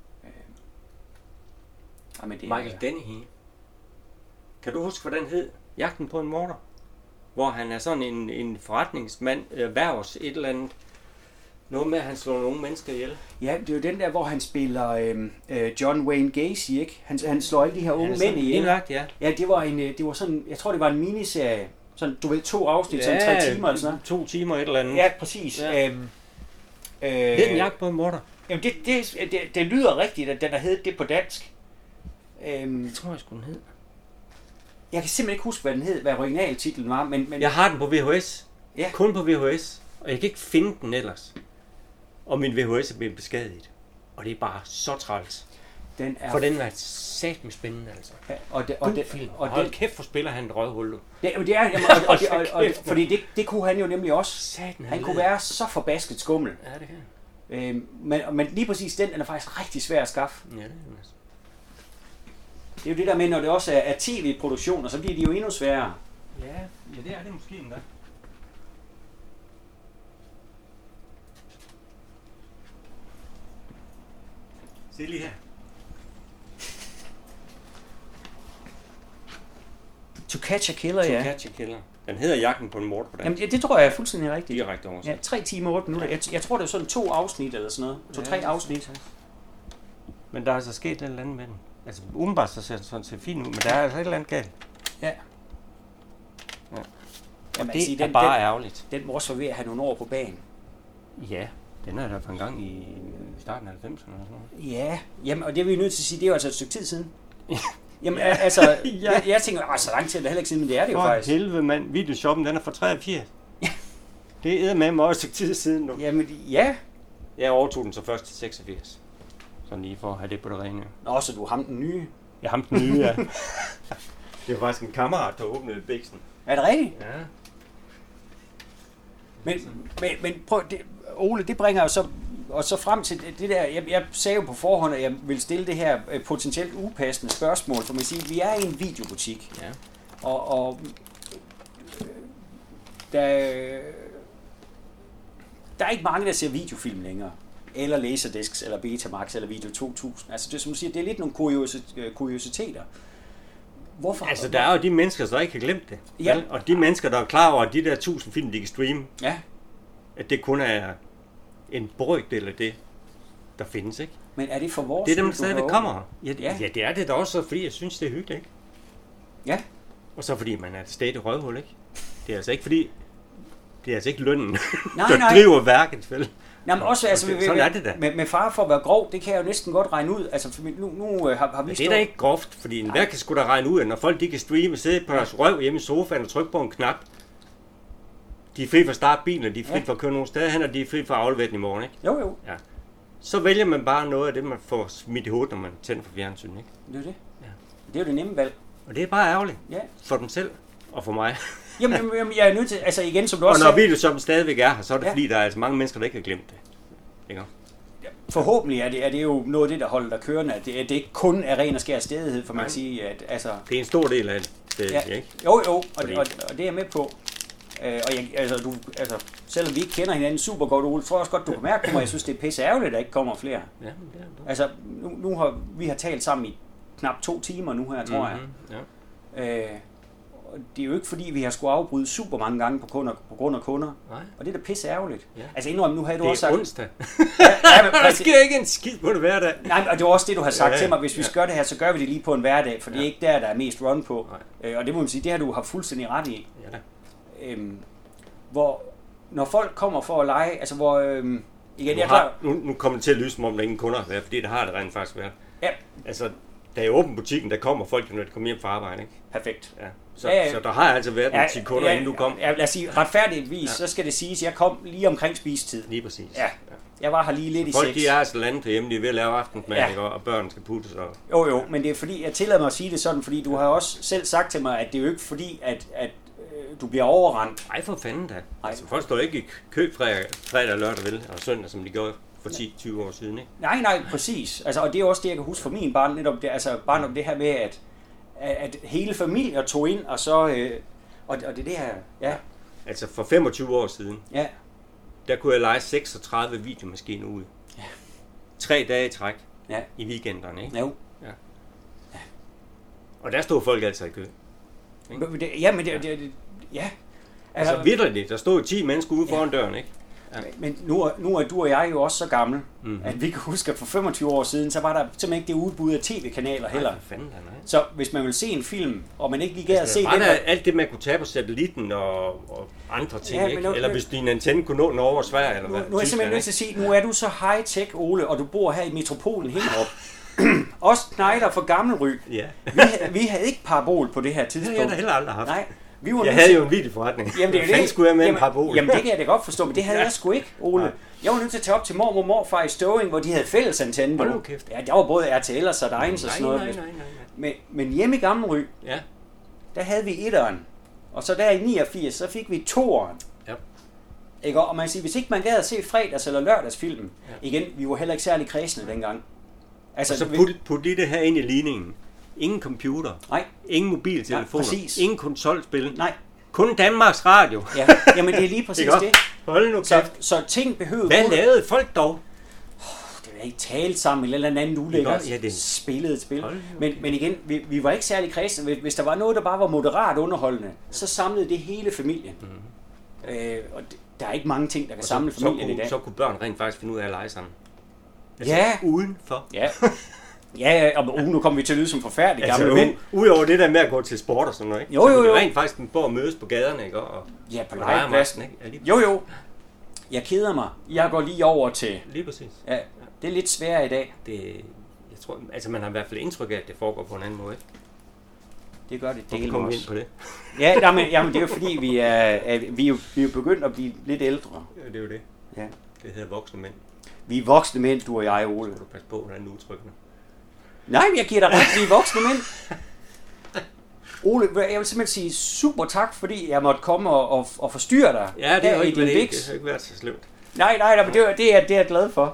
Michael Dennehy. Kan du huske, hvad den hed? Jagten på en morder? Hvor han er sådan en forretningsmand, erhvervs et eller andet. Noget med, at han slår nogle mennesker ihjel. Ja, det er jo den der, hvor han spiller John Wayne Gacy, ikke? Han slår alle de her unge mænd ihjel. Indlagt, ja. Ja, det var sådan, jeg tror det var en miniserie. Sådan, du ved, 2 afsnit, sådan 3 timer eller sådan noget. 2 timer et eller andet. Ja, præcis. Ja. Hed den Jagt på en morder? Jamen, det lyder rigtigt, at den har heddet det på dansk. Det tror jeg sgu den hed. Jeg kan simpelthen ikke huske, hvad den hed, hvad originaltitlen var, men... Jeg har den på VHS. Ja. Kun på VHS. Og jeg kan ikke finde den ellers. Og min VHS er blevet beskadiget. Og det er bare så træls. Den er... For den var satme spændende, altså. Ja, Hold kæft, for spiller han et røvhul. Det er, fordi det kunne han jo nemlig også. Han kunne være så forbasket skummel. Ja, det kan. Men lige præcis den er faktisk rigtig svær at skaffe. Ja, det er altså. Det er jo det der med, når det også er tv-produktioner, så bliver de jo endnu sværere. Ja, det er det måske endda. Se lige her. To Catch a Killer, ja. To Catch a Killer. Den hedder Jagten på en morder på dansk. Jamen, det tror jeg er fuldstændig rigtigt. Direkte oversat. Ja, 3 timer og 8 minutter. Jeg tror, det er sådan 2 afsnit eller sådan noget. 2-3 afsnit. Men der er altså sket et eller andet med den. Altså, umiddelbart så ser den sådan set fint ud, men der er altså et eller andet galt. Ja. Jamen, det er bare ærgerligt. Den må også være ved at have nogle år på banen. Ja, den er der for en gang i starten af 90'erne eller sådan noget. Ja, jamen, og det er vi nødt til at sige, det er jo altså et stykke tid siden. Jamen, altså, jeg tænker, så lang tid er det heller ikke siden, men det er det jo faktisk. For helvede, mand. Videoshoppen, den er fra 83. Det er med mig også et stykke tid siden nu. Jamen, ja. Jeg overtog den så først til 86. Sådan lige for at have det på det rene. Nå, så du ham den nye. Jeg ham den nye, ja. Det var faktisk en kammerat, der åbnede bæksen. Er det rigtigt? Ja. Men prøv, Ole, det bringer jo så, og så frem til det der, jeg sagde jo på forhånd, at jeg ville stille det her potentielt upassende spørgsmål, for man siger, vi er i en videobutik, ja. og der er ikke mange, der ser videofilm længere, eller Laserdiscs, eller Betamax, eller Video 2000, altså det er som du siger, det er lidt nogle kuriositeter. Hvorfor? Altså, der er jo de mennesker, der ikke har glemt det. Ja. Og de mennesker, der er klar over, at de der 1000 film, de kan streame, ja. At det kun er en brøkdel af det, der findes, ikke? Men er det for vores... Det er dem, der stadigvæk kommer. Ja, ja, det er det da også, fordi jeg synes, det er hyggeligt, ikke? Ja. Og så fordi man er et stadig røvhul, ikke? Det er altså ikke fordi... Det er altså ikke lønnen, der driver værket, vel? Nej, men også, altså, sådan er det da. Med far for at være grov, det kan jeg jo næsten godt regne ud. Altså, nu har vi det er da ikke groft, fordi enhver kan sgu da regne ud, at når folk de kan streame, sidde på deres røv hjemme i sofaen og trykke på en knap, de er fri for at starte bilen, de er fri for at køre nogle steder hen, og de er fri for at aflevere den i morgen, ikke? Jo. Ja. Så vælger man bare noget af det, man får smidt i hovedet, når man tænder for fjernsyn, ikke? Det er det. Ja. Det er jo det nemme valg. Og det er bare ærgerligt. Ja. For dem selv og for mig. Jamen, jeg er nødt til, altså igen, som du også og når videoshoppen stadigvæk er her, så er det fordi, der er altså mange mennesker, der ikke har glemt det. Ikke? Ja, forhåbentlig er det jo noget af det, der holder dig kørende, at det ikke kun er ren og skær stedighed, for man kan sige, at altså... Det er en stor del af det, ja. Ikke? Jo, og det er jeg med på. Selvom vi ikke kender hinanden super godt, Ole, tror jeg også godt, du kan mærke på mig, jeg synes, det er pisse ærgerligt, at der ikke kommer flere. Ja, det er det. Altså, nu har vi talt sammen i knap 2 timer nu her, tror jeg. Ja. Det er jo ikke fordi, vi har skulle afbryde super mange gange på grund af kunder. Nej. Og det er da pisse ærgerligt. Ja. Altså indrøm, nu havde du også sagt... Det er onsdag. Men der sker ikke en skid på det hverdag. Nej, og det var også det, du har sagt til mig. Hvis vi gør det her, så gør vi det lige på en hverdag, for det er ikke der er mest run på. Og det må man sige, det har du haft fuldstændig ret i. Ja. Hvor, når folk kommer for at lege, altså hvor... igen, nu kommer det til at lyse, som om der ingen kunder har været, fordi det har det rent faktisk været. Ja. Altså, da jeg åbner butikken, der kommer folk, når de kommer hjem fra arbejde, ikke? Perfekt. Ja. Så der har altså været nogle 10 kunder, inden du kom. Ja, lad os sige, retfærdigvis, så skal det siges, at jeg kom lige omkring spisetid. Lige præcis. Ja. Jeg var her lige lidt i 6. Folk, de er altså landet hjemme, de er ved at lave aftensmad, og børn skal puttes. Og... Jo, men det er fordi, jeg tillader mig at sige det sådan, fordi du har også selv sagt til mig, at det er jo ikke fordi, at du bliver overrendt. Nej, for fanden da. Altså, folk står ikke i kø fredag, lørdag, vel, og søndag, som de gjorde for 10-20 år siden, ikke? Nej, præcis. Altså, og det er også det, jeg kan huske fra min barn, netop det, altså bare om det her med, at hele familier tog ind, og så, og det er det her, ja. Altså, for 25 år siden, ja. Der kunne jeg lege 36 videomaskiner ud. Ja. 3 dage i træk. Ja. I weekenderne, ikke? Jo. Ja. Og der stod folk altså i kø. Ja. Altså vitterligt, der stod 10 mennesker ude foran døren, ikke? Ja. Men nu er du og jeg jo også så gamle, at vi kan huske, at for 25 år siden, så var der simpelthen ikke det udbud af tv-kanaler heller. Nej. Så hvis man vil se en film, og man ikke lige gad at se det... Alt det, man kunne tage på satellitten og andre ting, ikke? Eller hvis din antenne kunne nå den over Sverige, eller hvad? Nu er jeg simpelthen nødt til at sige, nu er du så high-tech, Ole, og du bor her i metropolen Hinderup. Også knejder for Gammelry. Ja. Vi havde ikke parabol på det her tidspunkt. Det har jeg da heller aldrig haft. Nej. Jeg havde jo en videoforretning. Jamen, det er det. Skulle jeg med en parabol? Jamen, det kan jeg da godt forstå, men det havde jeg sgu ikke, Ole. Nej. Jeg var nødt til at tage op til mormor og morfar i Støvring, hvor de havde fælles antenne. Hold nu kæft. Ja, der var både RTL og Sardines og sådan noget. Nej. Men hjemme i Gammelry, der havde vi 1'eren. Og så der i 89, så fik vi 2'eren. Ja. Ikke? Og man siger, hvis ikke man gad at se fredags- eller lørdagsfilmen, igen, vi var heller ikke særlig kredsende dengang. Altså, og så put det her ind i ligningen. Ingen computer. Nej. Ingen mobiltelefoner. Præcis. Ingen konsolspil. Nej. Kun Danmarks Radio. Ja, jamen det er lige præcis det. Hold nu kæft. Så ting behøvede... Hvad lavede folk dog? Det var ikke talt sammen eller anden ulækker spillet et spil. Men igen, vi var ikke særlig kredsende. Hvis der var noget, der bare var moderat underholdende, så samlede det hele familien. Og der er ikke mange ting, der kan samle familien i dag. Så kunne børn rent faktisk finde ud af at lege sammen. Altså, ja. Udenfor. Ja. Ja, og nu kommer vi til at lyde som forfærdeligt gamle mænd. Udover det der med at gå til sport og sådan noget, ikke? Jo. Så det rent faktisk på at mødes på gaderne, ikke? Og på legepladsen, ikke? Jo. Jeg keder mig. Jeg går lige over til... Lige præcis. Ja, det er lidt sværere i dag. Jeg tror, altså man har i hvert fald indtryk af, at det foregår på en anden måde, ikke? Det gør det del med os. Ind på det. Ja, jamen det er jo fordi, vi er jo begyndt at blive lidt ældre. Ja, det er jo det. Ja. Det hedder voksne mænd. Vi er voksne mænd, du og jeg, Ole. Så du passe på, hvordan du udtrykker det. Nej, men jeg giver dig ret, vi er voksne mænd. Ole, jeg vil simpelthen sige super tak, fordi jeg måtte komme og forstyrre dig. Ja, det har ikke været så slemt. Nej, men det er jeg glad for.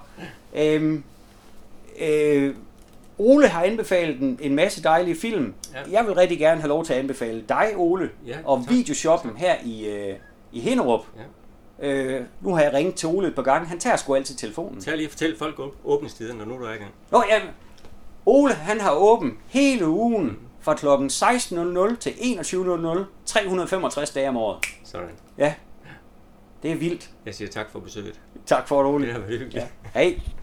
Ole har anbefalet en masse dejlige film. Ja. Jeg vil rigtig gerne have lov til at anbefale dig, Ole, og videoshoppen her i Hinderup. Ja. Nu har jeg ringet til Ole et par gange. Han tager sgu altid telefonen. Tag lige og fortæl folk om åbningstiden, når nu du er i gang. Ole, han har åben hele ugen fra kl. 16.00 til 21.00, 365 dage om året. Sådan. Ja, det er vildt. Jeg siger tak for besøget. Tak for det, Ole. Det har været hyggeligt. Ja. Hej.